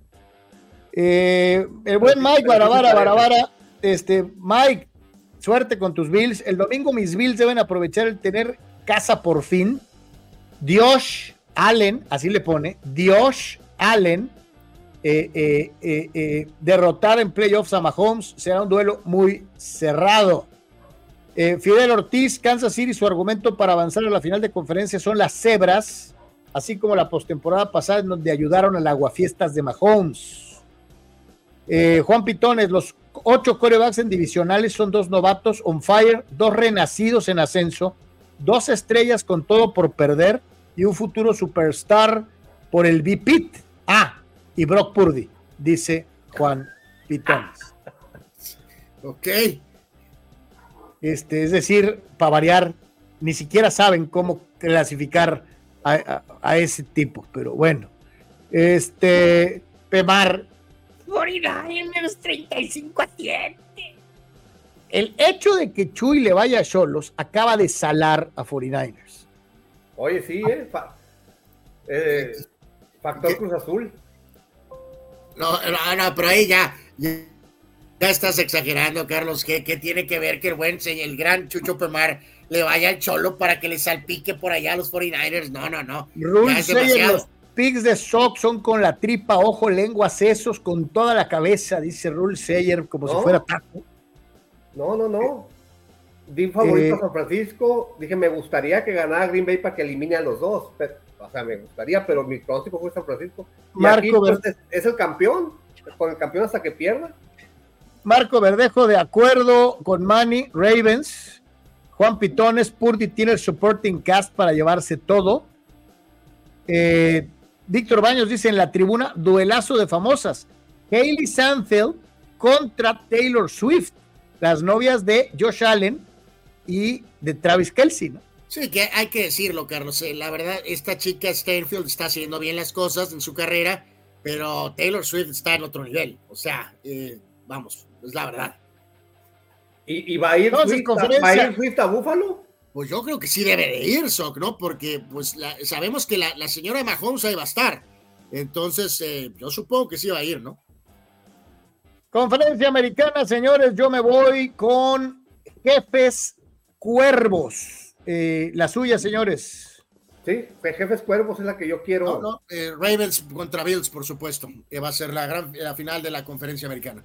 El buen Mike Barabara, Mike, suerte con tus Bills. El domingo mis Bills deben aprovechar el tener casa por fin. Josh Allen, así le pone, Josh Allen, derrotar en playoffs a Mahomes será un duelo muy cerrado. Fidel Ortiz, Kansas City, su argumento para avanzar a la final de conferencia son las cebras, así como la postemporada pasada en donde ayudaron al aguafiestas de Mahomes. Juan Pitones, los 8 quarterbacks en divisionales son 2 novatos on fire, 2 renacidos en ascenso, 2 estrellas con todo por perder y un futuro superstar por el BPIT. Y Brock Purdy, dice Juan Pitones. Ok. Es decir, para variar, ni siquiera saben cómo clasificar a ese tipo, pero bueno. Pemar. 49ers 35-7. El hecho de que Chuy le vaya a Xolos acaba de salar a 49ers. Oye, sí, factor Cruz Azul. No, pero ahí ya estás exagerando, Carlos. ¿Qué tiene que ver que el gran Chucho Pemar le vaya al Cholo para que le salpique por allá a los 49ers? No. Rule Sayer, los picks de Sox son con la tripa, ojo, lengua, sesos, con toda la cabeza, dice Rule Sayer, como si fuera taco. No. Di favorito a San Francisco. Dije, me gustaría que ganara Green Bay para que elimine a los dos. Me gustaría, pero mi pronóstico fue San Francisco. Y aquí, pues, es el campeón, con el campeón hasta que pierda. Marco Verdejo, de acuerdo con Manny, Ravens. Juan Pitones, Purdy tiene el supporting cast para llevarse todo. Víctor Baños dice en la tribuna, duelazo de famosas. Hailey Seinfeld contra Taylor Swift, las novias de Josh Allen y de Travis Kelce, ¿no? Sí, que hay que decirlo, Carlos. La verdad, esta chica Stanfield está haciendo bien las cosas en su carrera, pero Taylor Swift está en otro nivel. O sea, vamos, es la verdad. ¿Y va a ir Swift a Buffalo? Pues yo creo que sí debe de ir, Soc, ¿no? Porque pues sabemos que la señora de Mahomes ahí va a estar. Entonces, yo supongo que sí va a ir, ¿no? Conferencia americana, señores, yo me voy con Jefes Cuervos. La suya, señores. Sí, Jefes Cuervos es la que yo quiero. No, Ravens contra Bills, por supuesto. Va a ser la final de la conferencia americana.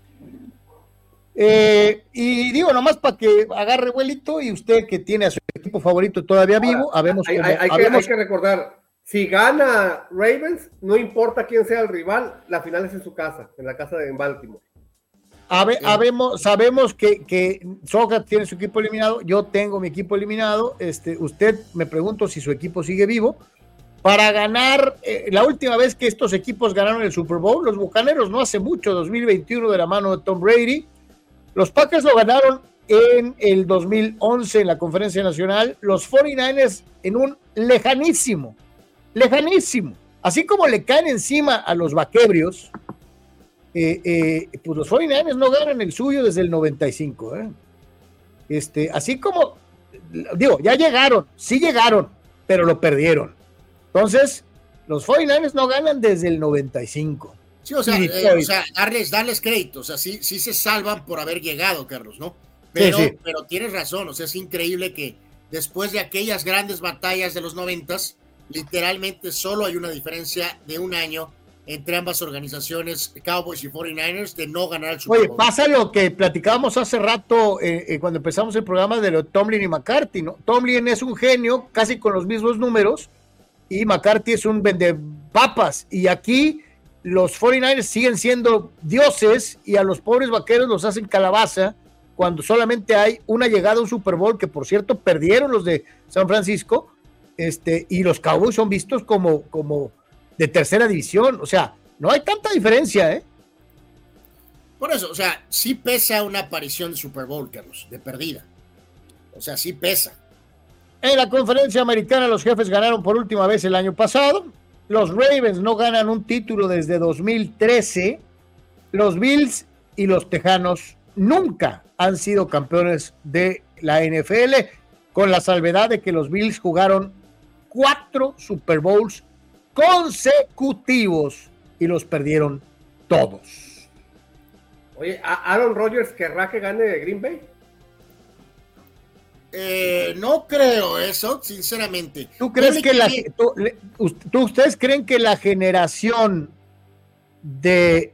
Y digo, nomás para que agarre vuelito, y usted que tiene a su equipo favorito todavía vivo, hay que recordar, si gana Ravens, no importa quién sea el rival, la final es en su casa, en la casa de Baltimore. Sabemos que Soga tiene su equipo eliminado, yo tengo mi equipo eliminado, usted me pregunto si su equipo sigue vivo. Para ganar, la última vez que estos equipos ganaron el Super Bowl, los Bucaneros no hace mucho, 2021, de la mano de Tom Brady. Los Packers lo ganaron en el 2011 en la Conferencia Nacional, los 49ers en un lejanísimo, así como le caen encima a los Vaquebrios, pues los 49ers no ganan el suyo desde el 95, así como, digo, ya llegaron, sí llegaron, pero lo perdieron. Entonces, los 49ers no ganan desde el 95. Sí, o sea, darles crédito, o sea, sí se salvan por haber llegado, Carlos, ¿no? Pero tienes razón, o sea, es increíble que después de aquellas grandes batallas de los 90s, literalmente solo hay una diferencia de un año entre ambas organizaciones, Cowboys y 49ers, de no ganar el Super Bowl. Oye, pasa lo que platicábamos hace rato cuando empezamos el programa de Tomlin y McCarthy, ¿no? Tomlin es un genio, casi con los mismos números, y McCarthy es un vendepapas, y aquí los 49ers siguen siendo dioses y a los pobres vaqueros los hacen calabaza cuando solamente hay una llegada a un Super Bowl, que por cierto perdieron los de San Francisco, y los Cowboys son vistos como de tercera división. O sea, no hay tanta diferencia, Por eso, o sea, sí pesa una aparición de Super Bowl, Carlos, de perdida. O sea, sí pesa. En la Conferencia Americana los Jefes ganaron por última vez el año pasado. Los Ravens no ganan un título desde 2013. Los Bills y los Tejanos nunca han sido campeones de la NFL, con la salvedad de que los Bills jugaron 4 Super Bowls consecutivos y los perdieron todos. Oye, ¿Aaron Rodgers querrá que gane Green Bay? No creo eso, sinceramente. ¿Tú crees que ustedes creen que la generación de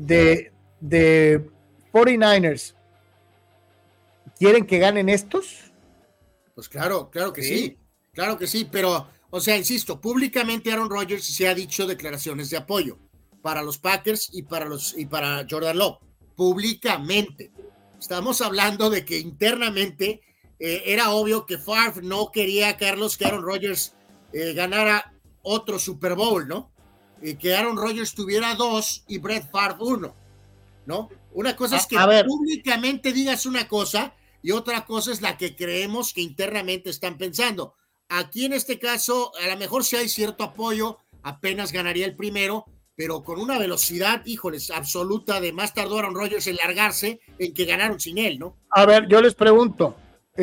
49ers quieren que ganen estos? Pues claro que sí, pero, o sea, insisto, públicamente Aaron Rodgers se ha dicho declaraciones de apoyo para los Packers y para Jordan Love, públicamente. Estamos hablando de que internamente era obvio que Favre no quería, Carlos, que Aaron Rodgers ganara otro Super Bowl, ¿no? Que Aaron Rodgers tuviera 2 y Brett Favre 1, ¿no? Una cosa es que públicamente digas una cosa y otra cosa es la que creemos que internamente están pensando. Aquí en este caso, a lo mejor sí hay cierto apoyo apenas ganaría el primero, pero con una velocidad, híjoles, absoluta, de más tardó Aaron Rodgers en largarse en que ganaron sin él, ¿no? A ver, yo les pregunto,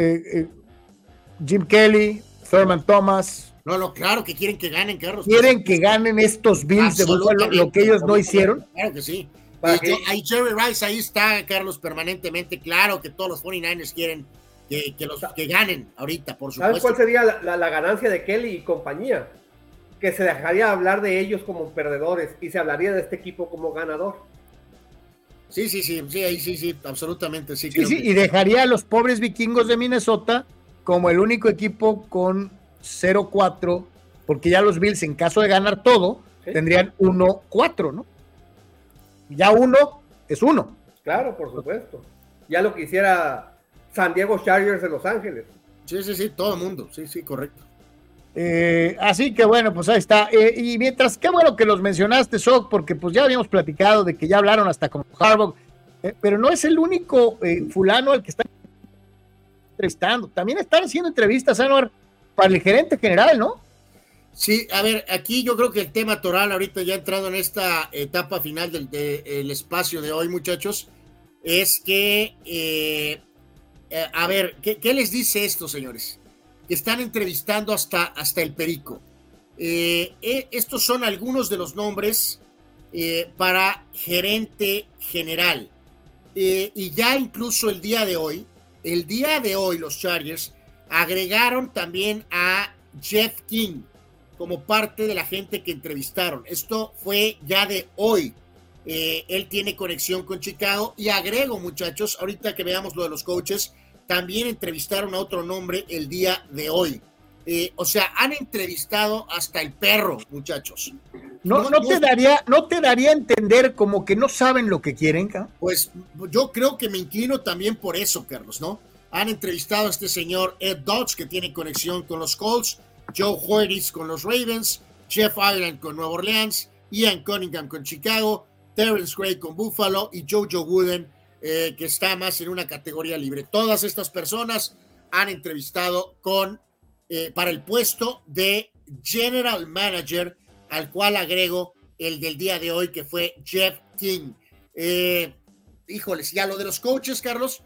Jim Kelly, Thurman Thomas. No, claro que quieren que ganen, Carlos. ¿Quieren que ganen estos Bills de Buffalo lo que ellos no hicieron? Claro que sí. Ahí Jerry Rice, ahí está, Carlos, permanentemente. Claro que todos los 49ers quieren que ganen ahorita, por supuesto. ¿Sabes cuál sería la ganancia de Kelly y compañía? Que se dejaría hablar de ellos como perdedores y se hablaría de este equipo como ganador. Sí, ahí sí, absolutamente sí. Sí, y dejaría a los pobres vikingos de Minnesota como el único equipo con 0-4, porque ya los Bills, en caso de ganar todo, tendrían 1-4, ¿no? Ya uno es uno. Claro, por supuesto. Ya lo que hiciera San Diego Chargers de Los Ángeles. Sí, todo el mundo. Sí, correcto. Así que bueno, pues ahí está. Y mientras, qué bueno que los mencionaste, Sok, porque pues ya habíamos platicado de que ya hablaron hasta con Harbaugh, pero no es el único fulano al que están entrevistando. También están haciendo entrevistas, Anuar, para el gerente general, ¿no? Sí, a ver, aquí yo creo que el tema toral, ahorita ya entrado en esta etapa final del espacio de hoy, muchachos, es que, a ver, ¿qué les dice esto, señores? Que están entrevistando hasta el perico. Estos son algunos de los nombres para gerente general. Y ya incluso el día de hoy, los Chargers agregaron también a Jeff King como parte de la gente que entrevistaron. Esto fue ya de hoy. Él tiene conexión con Chicago. Y agrego, muchachos, ahorita que veamos lo de los coaches, también entrevistaron a otro nombre el día de hoy. O sea, han entrevistado hasta el perro, muchachos. ¿No te daría a entender como que no saben lo que quieren, ¿no? Pues yo creo que me inclino también por eso, Carlos, ¿no? Han entrevistado a este señor Ed Dodge, que tiene conexión con los Colts, Joe Hoytis con los Ravens, Jeff Ireland con Nueva Orleans, Ian Cunningham con Chicago, Terrence Gray con Buffalo y Jojo Wooden, que está más en una categoría libre. Todas estas personas han entrevistado para el puesto de General Manager, al cual agrego el del día de hoy, que fue Jeff King. Híjoles, ya lo de los coaches, Carlos,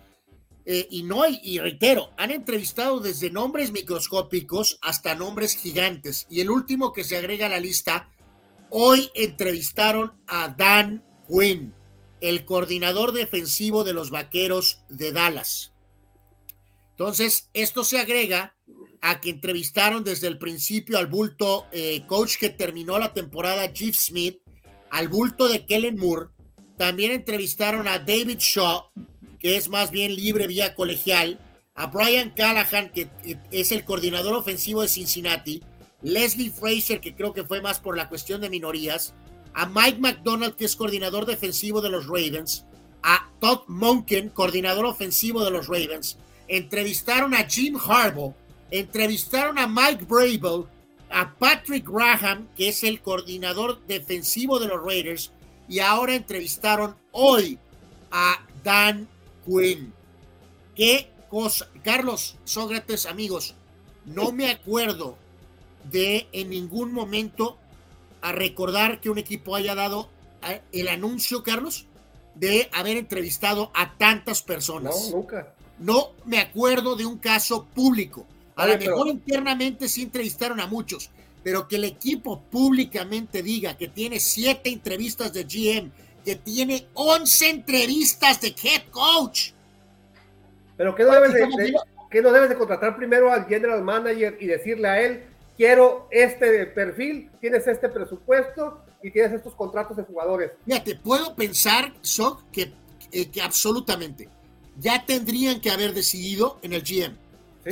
y reitero, han entrevistado desde nombres microscópicos hasta nombres gigantes, y el último que se agrega a la lista, hoy entrevistaron a Dan Quinn, el coordinador defensivo de los Vaqueros de Dallas. Entonces, esto se agrega a que entrevistaron desde el principio al bulto coach que terminó la temporada, Jeff Smith, al bulto de Kellen Moore. También entrevistaron a David Shaw, que es más bien libre vía colegial, a Brian Callahan, que es el coordinador ofensivo de Cincinnati, Leslie Frazier, que creo que fue más por la cuestión de minorías, a Mike McDonald, que es coordinador defensivo de los Ravens, a Todd Monken, coordinador ofensivo de los Ravens. Entrevistaron a Jim Harbaugh, entrevistaron a Mike Vrabel, a Patrick Graham, que es el coordinador defensivo de los Raiders, y ahora entrevistaron hoy a Dan Quinn. ¿Qué cosa? Carlos, Sócrates, amigos, no me acuerdo de en ningún momento a recordar que un equipo haya dado el anuncio, Carlos, de haber entrevistado a tantas personas. No, nunca. No me acuerdo de un caso público. A lo mejor internamente sí entrevistaron a muchos, pero que el equipo públicamente diga que tiene 7 entrevistas de GM, que tiene 11 entrevistas de head coach. Pero ¿qué no debes de contratar primero al general manager y decirle a él, quiero este perfil, tienes este presupuesto y tienes estos contratos de jugadores? Fíjate, puedo pensar, Sok, que absolutamente ya tendrían que haber decidido en el GM, ¿sí?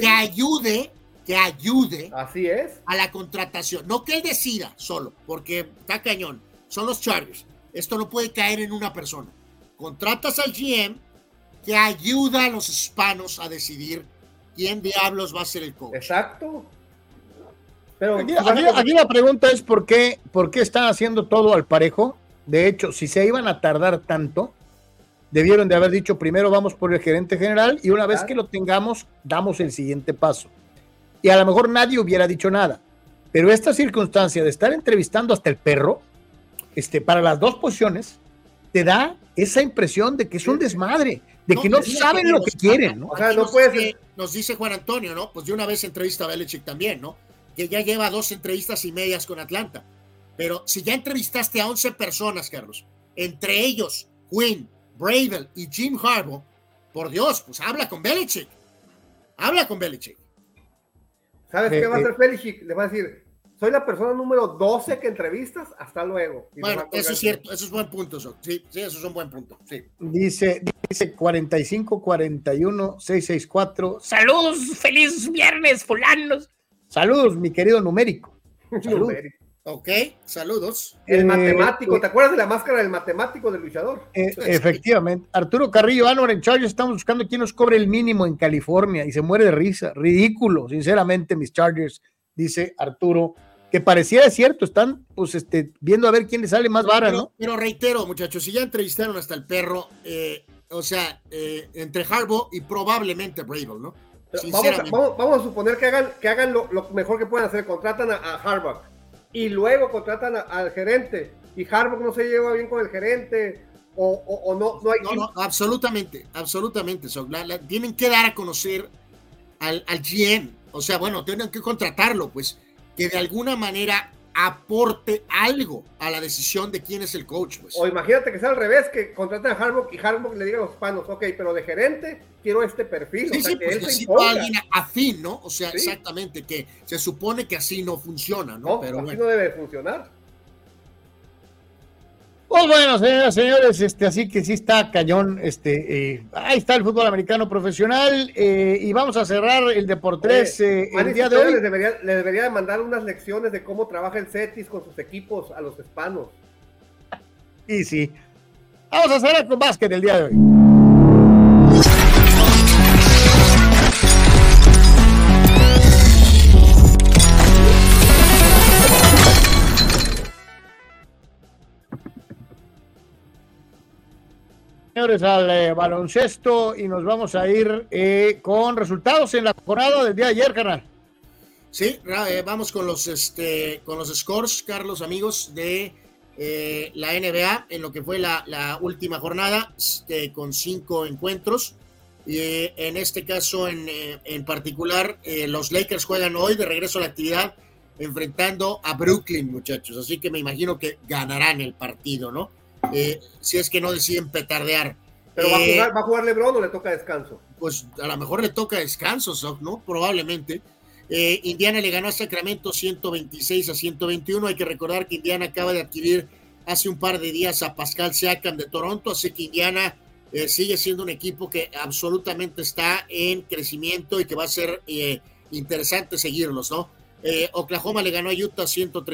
que ayude así es a la contratación, no que él decida solo, porque está cañón, son los Chargers, esto no puede caer en una persona. Contratas al GM que ayuda a los hispanos a decidir quién diablos va a ser el coach. Exacto. Pero aquí la pregunta es ¿por qué están haciendo todo al parejo? De hecho, si se iban a tardar tanto, debieron de haber dicho primero vamos por el gerente general y una vez que lo tengamos, damos el siguiente paso. Y a lo mejor nadie hubiera dicho nada. pero esta circunstancia de estar entrevistando hasta el perro, para las dos posiciones, te da esa impresión de que es un desmadre, de que no saben lo que quieren, ¿no? O sea, no puede ser. Nos dice Juan Antonio, ¿no? Pues de una vez entrevista a Belichick también, ¿no? Que ya lleva 2 entrevistas y medias con Atlanta. Pero si ya entrevistaste a 11 personas, Carlos, entre ellos Quinn, Bravel y Jim Harbaugh, por Dios, pues habla con Belichick. Habla con Belichick. ¿Sabes qué va a hacer Belichick? Le va a decir, soy la persona número 12 que entrevistas, hasta luego. Y bueno, eso es cierto, eso es buen punto. Sí, eso es un buen punto. Sí. Dice 45-41-664. Saludos, feliz viernes, fulanos. Saludos, mi querido numérico. Saludos. Ok, saludos. El matemático, ¿te acuerdas de la máscara del matemático del luchador? Efectivamente. Arturo Carrillo, Álvaro en Chargers, estamos buscando quién nos cobre el mínimo en California y se muere de risa. Ridículo, sinceramente, mis Chargers, dice Arturo, que pareciera cierto, están pues viendo a ver quién le sale más vara, ¿no? Pero reitero, muchachos, si ya entrevistaron hasta el perro, entre Harbaugh y probablemente Bravel, ¿no? Vamos a suponer que hagan lo mejor que puedan hacer, contratan a Harbaugh y luego contratan al gerente y Harbaugh no se lleva bien con el gerente o no hay... No, absolutamente. Tienen que dar a conocer al GM, o sea, bueno, tienen que contratarlo, pues, que de alguna manera aporte algo a la decisión de quién es el coach, pues. O imagínate que sea al revés, que contraten a Harbaugh y Harbaugh le diga a los hispanos, ok, pero de gerente quiero este perfil. Sí, o sea, sí, que pues él necesito a alguien afín, ¿no? O sea, sí. Exactamente, que se supone que así no funciona, ¿no? Pero así no debe funcionar. Pues bueno, señoras y señores, así que sí está cañón, ahí está el fútbol americano profesional, y vamos a cerrar el Deportes el día de hoy. Le debería mandar unas lecciones de cómo trabaja el CETIS con sus equipos a los hispanos. Y sí, vamos a cerrar con básquet el día de hoy. Señores, al baloncesto, y nos vamos a ir con resultados en la jornada del día de ayer, carnal. Sí, vamos con los scores, Carlos, amigos, de la NBA en lo que fue la última jornada, con 5 encuentros. Y en este caso, en particular, los Lakers juegan hoy de regreso a la actividad enfrentando a Brooklyn, muchachos. Así que me imagino que ganarán el partido, ¿no? Si es que no deciden petardear. ¿Pero va a jugar LeBron o le toca descanso? Pues a lo mejor le toca descanso, ¿no? Probablemente. Indiana le ganó a Sacramento 126-121. Hay que recordar que Indiana acaba de adquirir hace un par de días a Pascal Siakam de Toronto, así que Indiana sigue siendo un equipo que absolutamente está en crecimiento y que va a ser interesante seguirlos, ¿no? Oklahoma le ganó a Utah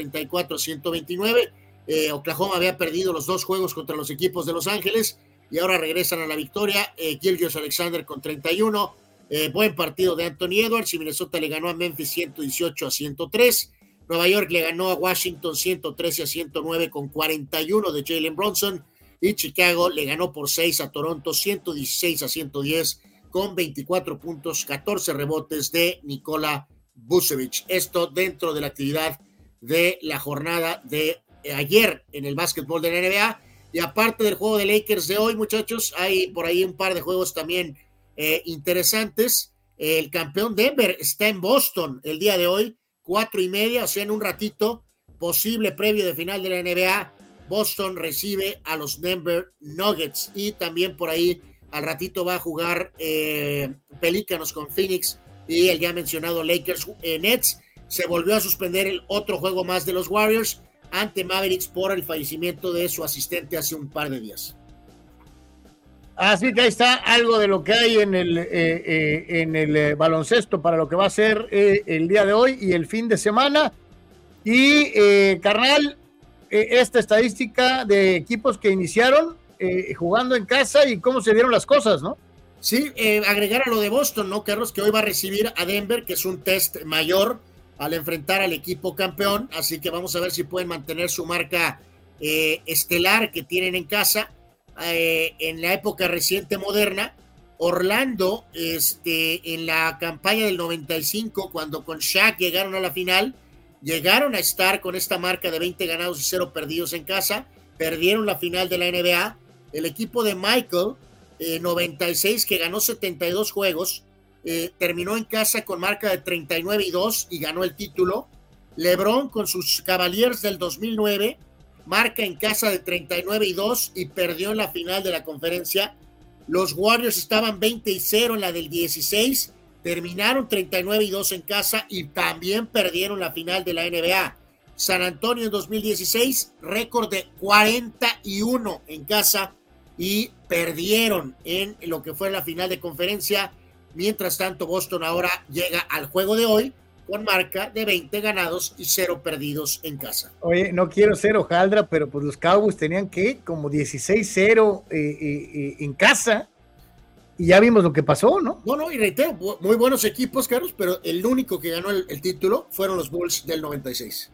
134-129. Oklahoma había perdido los 2 juegos contra los equipos de Los Ángeles y ahora regresan a la victoria. Gilgeous-Alexander con 31. Buen partido de Anthony Edwards, y Minnesota le ganó a Memphis 118-103. Nueva York le ganó a Washington 113-109 con 41 de Jalen Brunson, y Chicago le ganó por 6 a Toronto 116-110 con 24 puntos, 14 rebotes de Nikola Vucevic. Esto dentro de la actividad de la jornada de ayer en el básquetbol de la NBA. Y aparte del juego de Lakers de hoy, muchachos, hay por ahí un par de juegos también interesantes. El campeón Denver está en Boston el día de hoy, 4:30, o sea, en un ratito, posible previo de final de la NBA. Boston recibe a los Denver Nuggets, y también por ahí al ratito va a jugar Pelícanos con Phoenix, y el ya mencionado Lakers Nets. Se volvió a suspender el otro juego más de los Warriors ante Mavericks por el fallecimiento de su asistente hace un par de días. Así que ahí está algo de lo que hay en el baloncesto para lo que va a ser el día de hoy y el fin de semana. Y carnal, esta estadística de equipos que iniciaron jugando en casa y cómo se dieron las cosas, ¿no? Sí, agregar a lo de Boston, ¿no, Carlos? Que hoy va a recibir a Denver, que es un test mayor al enfrentar al equipo campeón, así que vamos a ver si pueden mantener su marca estelar que tienen en casa. En la época reciente moderna, Orlando, en la campaña del 95, cuando con Shaq llegaron a la final, llegaron a estar con esta marca de 20 ganados y 0 perdidos en casa, perdieron la final de la NBA. El equipo de Michael, 96, que ganó 72 juegos, terminó en casa con marca de 39-2 y ganó el título. LeBron con sus Cavaliers del 2009, marca en casa de 39-2 y perdió en la final de la conferencia. Los Warriors estaban 20-0 en la del 16, terminaron 39-2 en casa y también perdieron la final de la NBA. San Antonio en 2016, récord de 41 en casa y perdieron en lo que fue la final de conferencia. Mientras tanto, Boston ahora llega al juego de hoy con marca de 20 ganados y 0 perdidos en casa. Oye, no quiero ser hojaldra, pero pues los Cowboys tenían que como 16-0 en casa y ya vimos lo que pasó, ¿no? No, y reitero, muy buenos equipos, Carlos, pero el único que ganó el título fueron los Bulls del 96.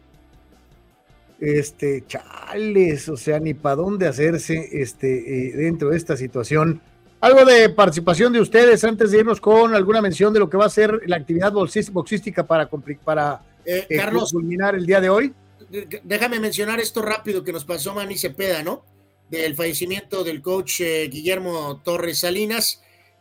Chales, o sea, ni para dónde hacerse dentro de esta situación. Algo de participación de ustedes antes de irnos con alguna mención de lo que va a ser la actividad boxística para Carlos, culminar el día de hoy. Déjame mencionar esto rápido que nos pasó Manny Cepeda, ¿no? Del fallecimiento del coach Guillermo Torres Salinas.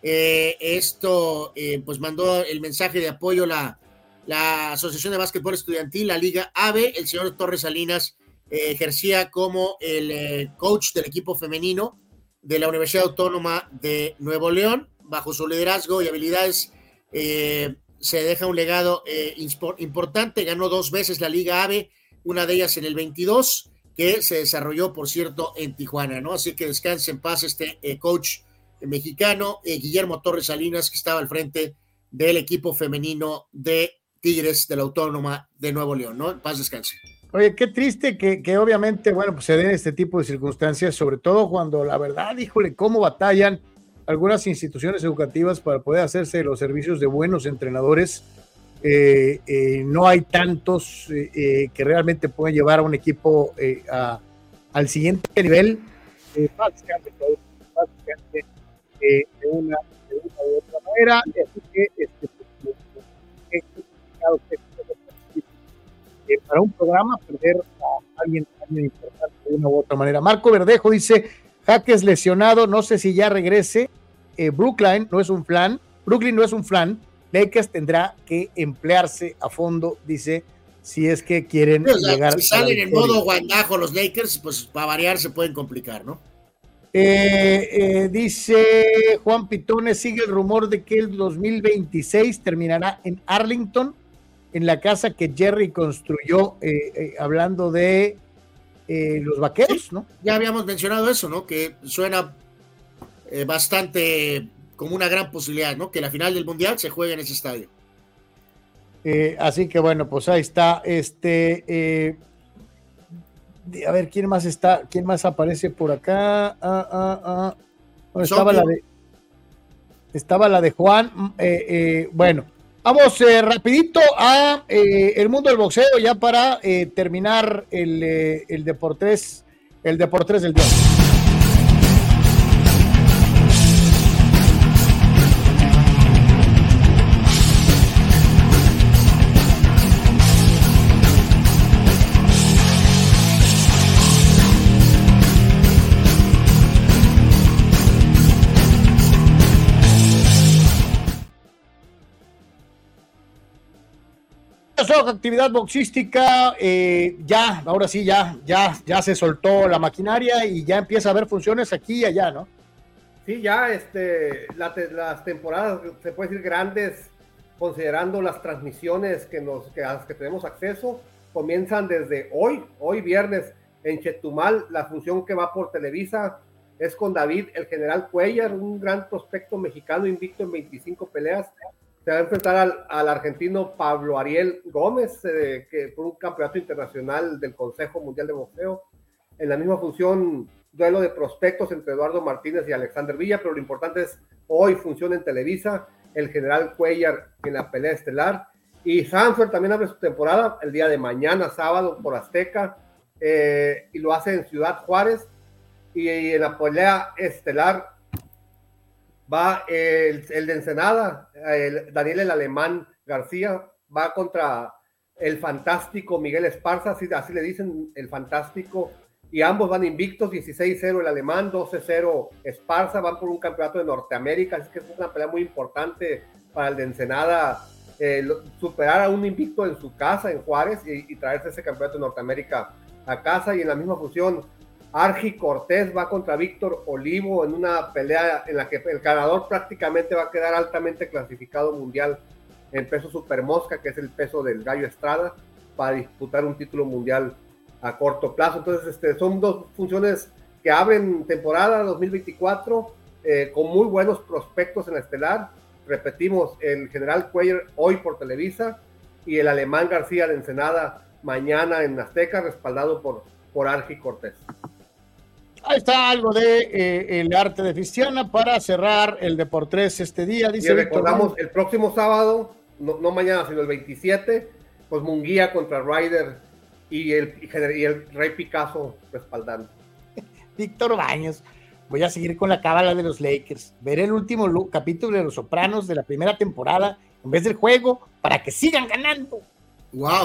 Pues mandó el mensaje de apoyo la Asociación de Básquetbol Estudiantil, la Liga AVE. El señor Torres Salinas ejercía como el coach del equipo femenino de la Universidad Autónoma de Nuevo León. Bajo su liderazgo y habilidades se deja un legado importante. Ganó 2 veces la Liga AVE, una de ellas en el 22, que se desarrolló, por cierto, en Tijuana, ¿no? Así que descanse en paz coach mexicano, Guillermo Torres Salinas, que estaba al frente del equipo femenino de Tigres de la Autónoma de Nuevo León, ¿no? En paz descanse. Oye, qué triste que obviamente, bueno, pues se den este tipo de circunstancias, sobre todo cuando la verdad, híjole, cómo batallan algunas instituciones educativas para poder hacerse los servicios de buenos entrenadores. No hay tantos que realmente pueden llevar a un equipo al siguiente nivel. De una u otra manera. Así que para un programa perder a alguien importante de una u otra manera. Marco Verdejo dice: Jaques lesionado, no sé si ya regrese. Brooklyn no es un flan, Lakers tendrá que emplearse a fondo, dice, si es que quieren llegar. Si salen en modo guandajo los Lakers, pues para variar se pueden complicar, ¿no? Dice Juan Pitones, sigue el rumor de que el 2026 terminará en Arlington, en la casa que Jerry construyó, hablando de los Vaqueros, ¿no? Ya habíamos mencionado eso, ¿no? Que suena bastante como una gran posibilidad, ¿no? Que la final del Mundial se juegue en ese estadio. Así que bueno, pues ahí está. A ver, ¿quién más está? ¿Quién más aparece por acá? Bueno, estaba la de Juan. Bueno, vamos rapidito a el mundo del boxeo ya para terminar el Deportes del día. Actividad boxística, ahora sí, ya se soltó la maquinaria y ya empieza a haber funciones aquí y allá, ¿no? Sí, ya las temporadas, se puede decir grandes, considerando las transmisiones a las que tenemos acceso, comienzan desde hoy viernes, en Chetumal. La función que va por Televisa es con David, el general Cuellar, un gran prospecto mexicano invicto en 25 peleas. Se va a enfrentar al argentino Pablo Ariel Gómez, que por un campeonato internacional del Consejo Mundial de Boxeo. En la misma función, duelo de prospectos entre Eduardo Martínez y Alexander Villa, pero lo importante es hoy función en Televisa, el general Cuellar en la pelea estelar. Y Sanford también abre su temporada el día de mañana, sábado, por Azteca, y lo hace en Ciudad Juárez. Y en la pelea estelar va el de Ensenada, Daniel el Alemán García, va contra el fantástico Miguel Esparza, así le dicen, el fantástico, y ambos van invictos, 16-0 el alemán, 12-0 Esparza, van por un campeonato de Norteamérica, así que es una pelea muy importante para el de Ensenada, superar a un invicto en su casa, en Juárez, y traerse ese campeonato de Norteamérica a casa. Y en la misma fusión, Argi Cortés va contra Víctor Olivo en una pelea en la que el ganador prácticamente va a quedar altamente clasificado mundial en peso supermosca, que es el peso del Gallo Estrada, para disputar un título mundial a corto plazo. Entonces, son dos funciones que abren temporada 2024 con muy buenos prospectos en la estelar. Repetimos, el General Cuellar hoy por Televisa y el Alemán García de Ensenada mañana en Azteca, respaldado por Argi Cortés. Ahí está algo de el arte de Fistiana para cerrar el Deportes este día. Dice y recordamos el próximo sábado, no mañana, sino el 27, pues Munguía contra Ryder y el Rey Picasso respaldando. Víctor Baños. Voy a seguir con la cábala de los Lakers. Ver el último capítulo de Los Sopranos de la primera temporada en vez del juego para que sigan ganando. Wow.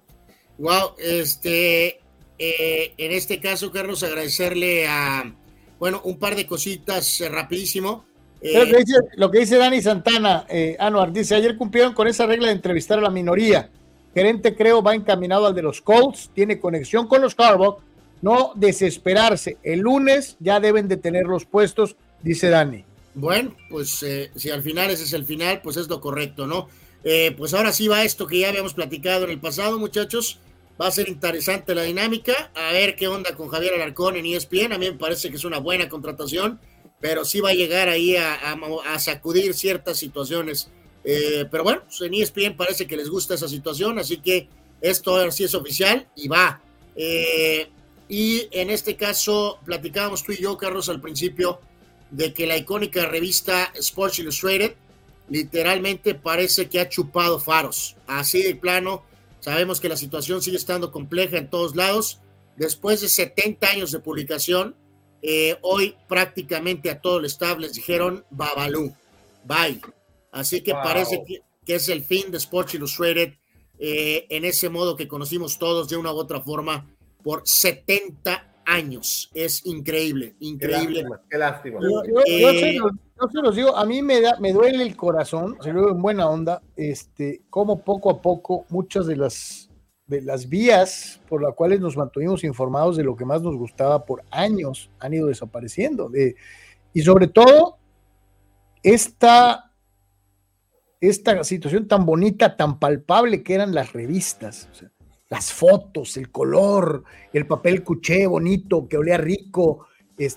En este caso, Carlos, agradecerle a, un par de cositas rapidísimo. Lo que dice Dani Santana, Anuar, dice, ayer cumplieron con esa regla de entrevistar a la minoría. Gerente, creo, va encaminado al de los Colts, tiene conexión con los Harbaugh. No desesperarse, el lunes ya deben de tener los puestos, dice Dani. Bueno, pues si al final ese es el final, pues es lo correcto, ¿no? Pues ahora sí va esto que ya habíamos platicado en el pasado, muchachos. Va a ser interesante la dinámica, a ver qué onda con Javier Alarcón en ESPN. A mí me parece que es una buena contratación, pero sí va a llegar ahí a sacudir ciertas situaciones. Pero bueno, pues en ESPN parece que les gusta esa situación, así que esto ahora sí es oficial y va. Y en este caso, platicábamos tú y yo, Carlos, al principio, de que la icónica revista Sports Illustrated literalmente parece que ha chupado faros. Así de plano, sabemos que la situación sigue estando compleja en todos lados. Después de 70 años de publicación, hoy prácticamente a todo el staff les dijeron babalú, bye. Así que parece que es el fin de Sports Illustrated en ese modo que conocimos todos de una u otra forma por 70 años. Es increíble. Qué lástima. Yo se los digo, a mí me duele el corazón, se lo digo en buena onda, como poco a poco muchas de las vías por las cuales nos mantuvimos informados de lo que más nos gustaba por años han ido desapareciendo. Y sobre todo, esta situación tan bonita, tan palpable que eran las revistas, o sea, las fotos, el color, el papel cuché bonito que olía rico,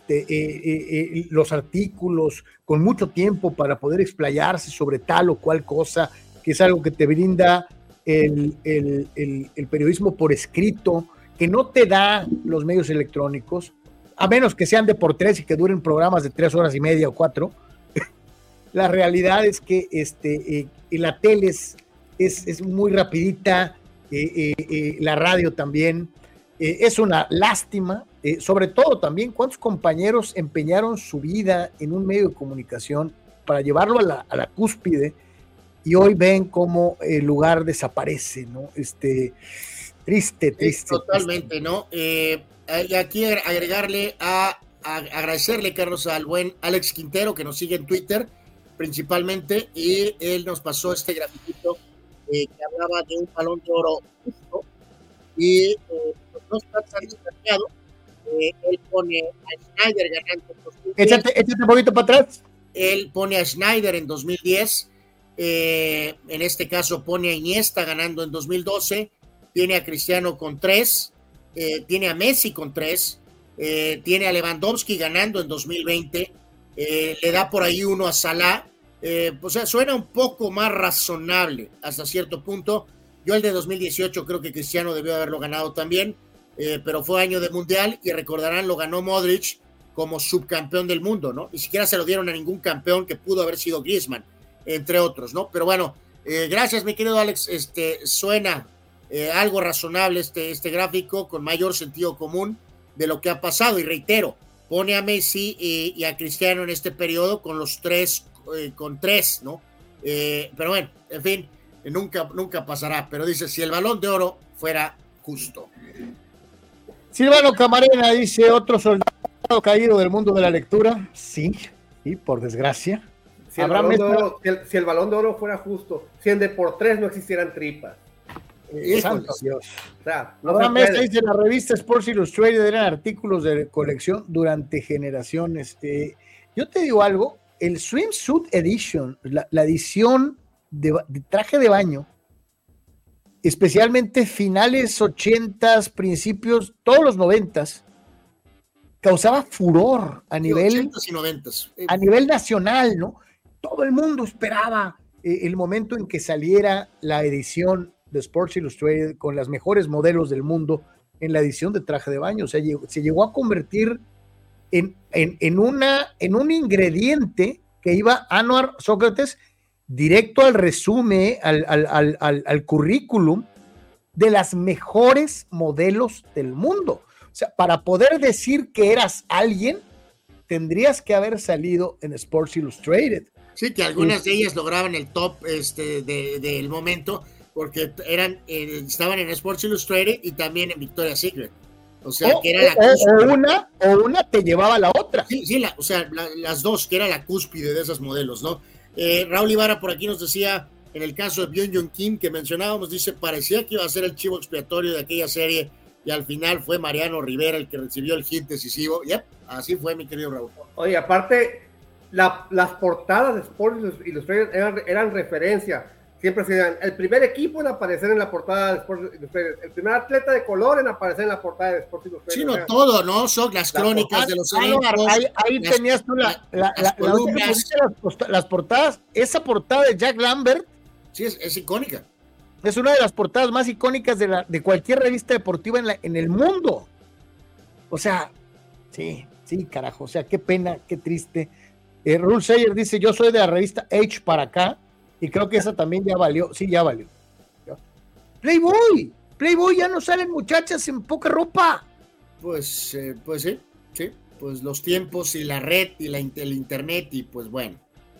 los artículos con mucho tiempo para poder explayarse sobre tal o cual cosa, que es algo que te brinda el periodismo por escrito, que no te da los medios electrónicos, a menos que sean de por tres y que duren programas de 3 horas y media o 4. La realidad es que la tele es muy rapidita, la radio también, es una lástima, sobre todo también cuántos compañeros empeñaron su vida en un medio de comunicación para llevarlo a la cúspide y hoy ven cómo el lugar desaparece, ¿no? Triste. Totalmente, ¿no? Y aquí agregarle agradecerle, Carlos, al buen Alex Quintero, que nos sigue en Twitter principalmente, y él nos pasó este grafiquito que hablaba de un balón de oro justo, y no está tan destacado. Él pone a Schneider ganando en 2010. Échate un poquito para atrás. Él pone a Schneider en 2010, en este caso pone a Iniesta ganando en 2012, tiene a Cristiano con 3, tiene a Messi con 3, tiene a Lewandowski ganando en 2020, le da por ahí uno a Salah, o sea, suena un poco más razonable hasta cierto punto. Yo el de 2018 creo que Cristiano debió haberlo ganado también, pero fue año de mundial y recordarán, lo ganó Modric como subcampeón del mundo, ¿no? Ni siquiera se lo dieron a ningún campeón, que pudo haber sido Griezmann, entre otros, ¿no? Pero bueno, gracias, mi querido Alex. Suena algo razonable este gráfico, con mayor sentido común de lo que ha pasado, y reitero, pone a Messi y a Cristiano en este periodo con los tres, con 3, ¿no? Pero bueno, en fin, nunca pasará, pero dice, si el Balón de Oro fuera justo. Silvano Camarena dice, otro soldado caído del mundo de la lectura. Sí, por desgracia. Si el Balón de Oro fuera justo, si en Deportes no existieran tripas. Santo Dios. O sea, Abraham Mesa dice, la revista Sports Illustrated eran artículos de colección durante generaciones. Yo te digo algo, el Swimsuit Edition, la edición de traje de baño, especialmente finales 80s, principios, todos los 90s, causaba furor a nivel 80s y 90s. A nivel nacional, ¿no? Todo el mundo esperaba el momento en que saliera la edición de Sports Illustrated con las mejores modelos del mundo en la edición de traje de baño. O sea, se llegó a convertir en un ingrediente que iba Anwar Sócrates directo al resumen, al currículum de las mejores modelos del mundo. O sea, para poder decir que eras alguien, tendrías que haber salido en Sports Illustrated. Sí, que algunas de ellas lograban el top del momento, porque estaban en Sports Illustrated y también en Victoria's Secret. O sea, que era la cúspide. O una te llevaba a la otra. Sí, las dos, que era la cúspide de esas modelos, ¿no? Raúl Ibarra por aquí nos decía, en el caso de Byung-Joon Kim que mencionábamos, dice, parecía que iba a ser el chivo expiatorio de aquella serie y al final fue Mariano Rivera el que recibió el hit decisivo. Yep, así fue, mi querido Raúl. Oye, aparte, las portadas de Sports Illustrated eran referencia. Siempre se decían, el primer equipo en aparecer en la portada de Sports Illustrated, el primer atleta de color en aparecer en la portada de Sports Illustrated. Sí, no, todo, ¿no? Son las crónicas de los eventos. Ahí tenías tú las portadas. Esa portada de Jack Lambert. Sí, es icónica. Es una de las portadas más icónicas de cualquier revista deportiva en el mundo. O sea, sí, carajo. O sea, qué pena, qué triste. Rule Sayer dice, yo soy de la revista Edge para acá. Y creo que esa también ya valió. Sí, ya valió. Playboy, ya no salen muchachas en poca ropa. Pues sí. Pues los tiempos y la red y el internet y pues bueno.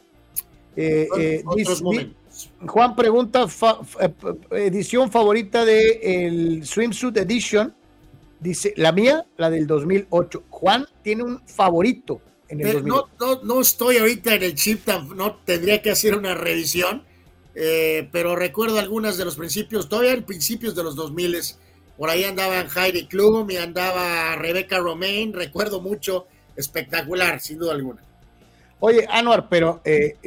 Otros momentos. Juan pregunta, edición favorita de el Swimsuit Edition. Dice, la mía, la del 2008. Juan tiene un favorito. No estoy ahorita en el chip, no tendría que hacer una revisión, pero recuerdo algunas de los principios, todavía en principios de los 2000, por ahí andaban Heidi Klum y andaba Rebecca Romaine, recuerdo mucho, espectacular, sin duda alguna. Oye, Anwar, pero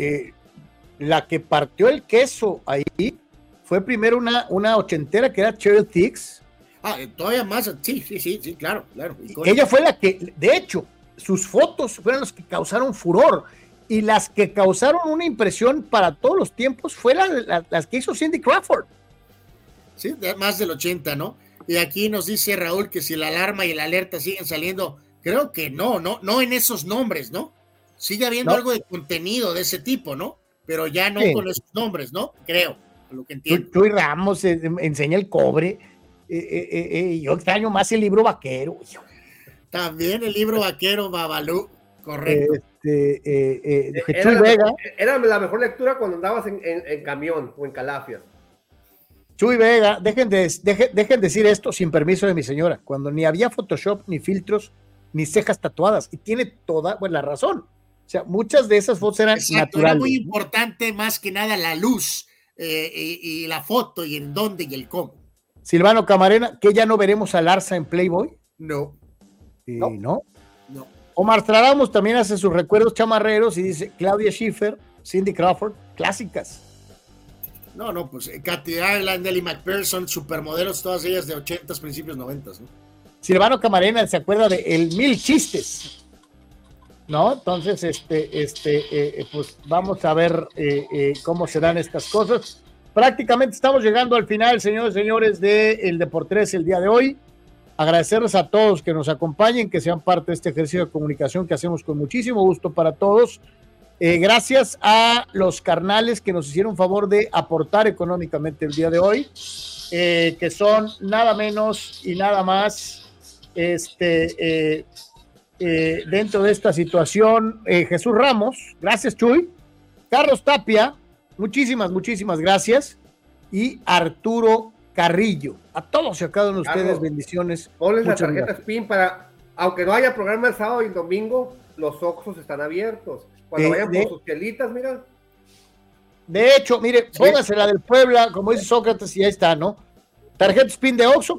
la que partió el queso ahí fue primero una ochentera que era Cheryl Tix. Todavía más, sí, claro. Ella fue la que, de hecho, sus fotos fueron las que causaron furor y las que causaron una impresión para todos los tiempos fue las que hizo Cindy Crawford. Sí, más del 80, ¿no? Y aquí nos dice Raúl que si la alarma y la alerta siguen saliendo, creo que no en esos nombres, ¿no? Sigue habiendo algo de contenido de ese tipo, ¿no? Pero ya no con esos nombres, ¿no? Creo, a lo que entiendo. Chuy Ramos enseña el cobre, yo extraño más el libro vaquero, hijo. También el libro vaquero Babalú, correcto. Chuy Vega. Era la mejor lectura cuando andabas en camión o en Calafia. Chuy Vega, dejen decir esto sin permiso de mi señora, cuando ni había Photoshop, ni filtros, ni cejas tatuadas, y tiene toda la razón. O sea, muchas de esas fotos eran naturales. Era muy importante más que nada la luz y la foto y en dónde y el cómo. Silvano Camarena, ¿que ya no veremos a Larsa en Playboy? No. ¿No? Omar Stradamus también hace sus recuerdos chamarreros y dice Claudia Schiffer, Cindy Crawford, clásicas. No, pues Katy Ireland, Ellie McPherson, supermodelos, todas ellas de 80s, principios 90s, ¿no? Silvano Camarena se acuerda de el Mil Chistes, ¿no? Entonces, pues vamos a ver cómo se dan estas cosas. Prácticamente estamos llegando al final, señores y señores, de El Deportes el día de hoy. Agradecerles a todos que nos acompañen, que sean parte de este ejercicio de comunicación que hacemos con muchísimo gusto para todos. Gracias a los carnales que nos hicieron favor de aportar económicamente el día de hoy, que son nada menos y nada más dentro de esta situación. Jesús Ramos, gracias Chuy. Carlos Tapia, muchísimas gracias. y Arturo Carrillo. A todos y a cada uno de ustedes, bendiciones. Ponles la tarjeta SPIN para, aunque no haya programa el sábado y el domingo, los Oxxos están abiertos. Cuando vayan por sus chelitas, mira. De hecho, mire, póngase la del Puebla, como dice Sócrates, y ahí está, ¿no? Tarjeta SPIN de Oxxo,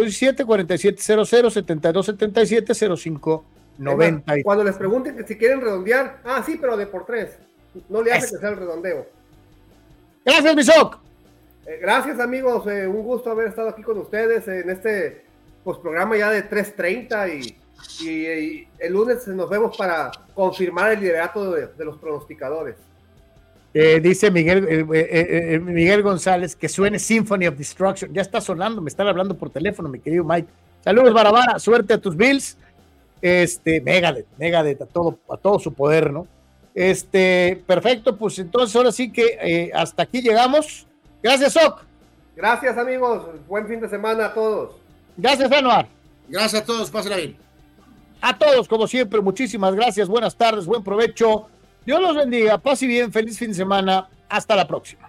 427-4700-7277-0590. Cuando les pregunten que si quieren redondear, sí, pero de por 3. No le hace que sea el redondeo. Gracias, Misoc. Gracias, amigos. Un gusto haber estado aquí con ustedes en este programa ya de 3:30 y el lunes nos vemos para confirmar el liderato de los pronosticadores. Dice Miguel González que suene Symphony of Destruction. Ya está sonando, me están hablando por teléfono, mi querido Mike. Saludos, Barabara, suerte a tus Bills. Megadeth a todo su poder, ¿no? Perfecto, pues entonces ahora sí que hasta aquí llegamos. Gracias, Soc. Gracias, amigos. Buen fin de semana a todos. Gracias, Anuar. Gracias a todos, pásenla bien. A todos, como siempre, muchísimas gracias. Buenas tardes, buen provecho. Dios los bendiga, paz y bien, feliz fin de semana. Hasta la próxima.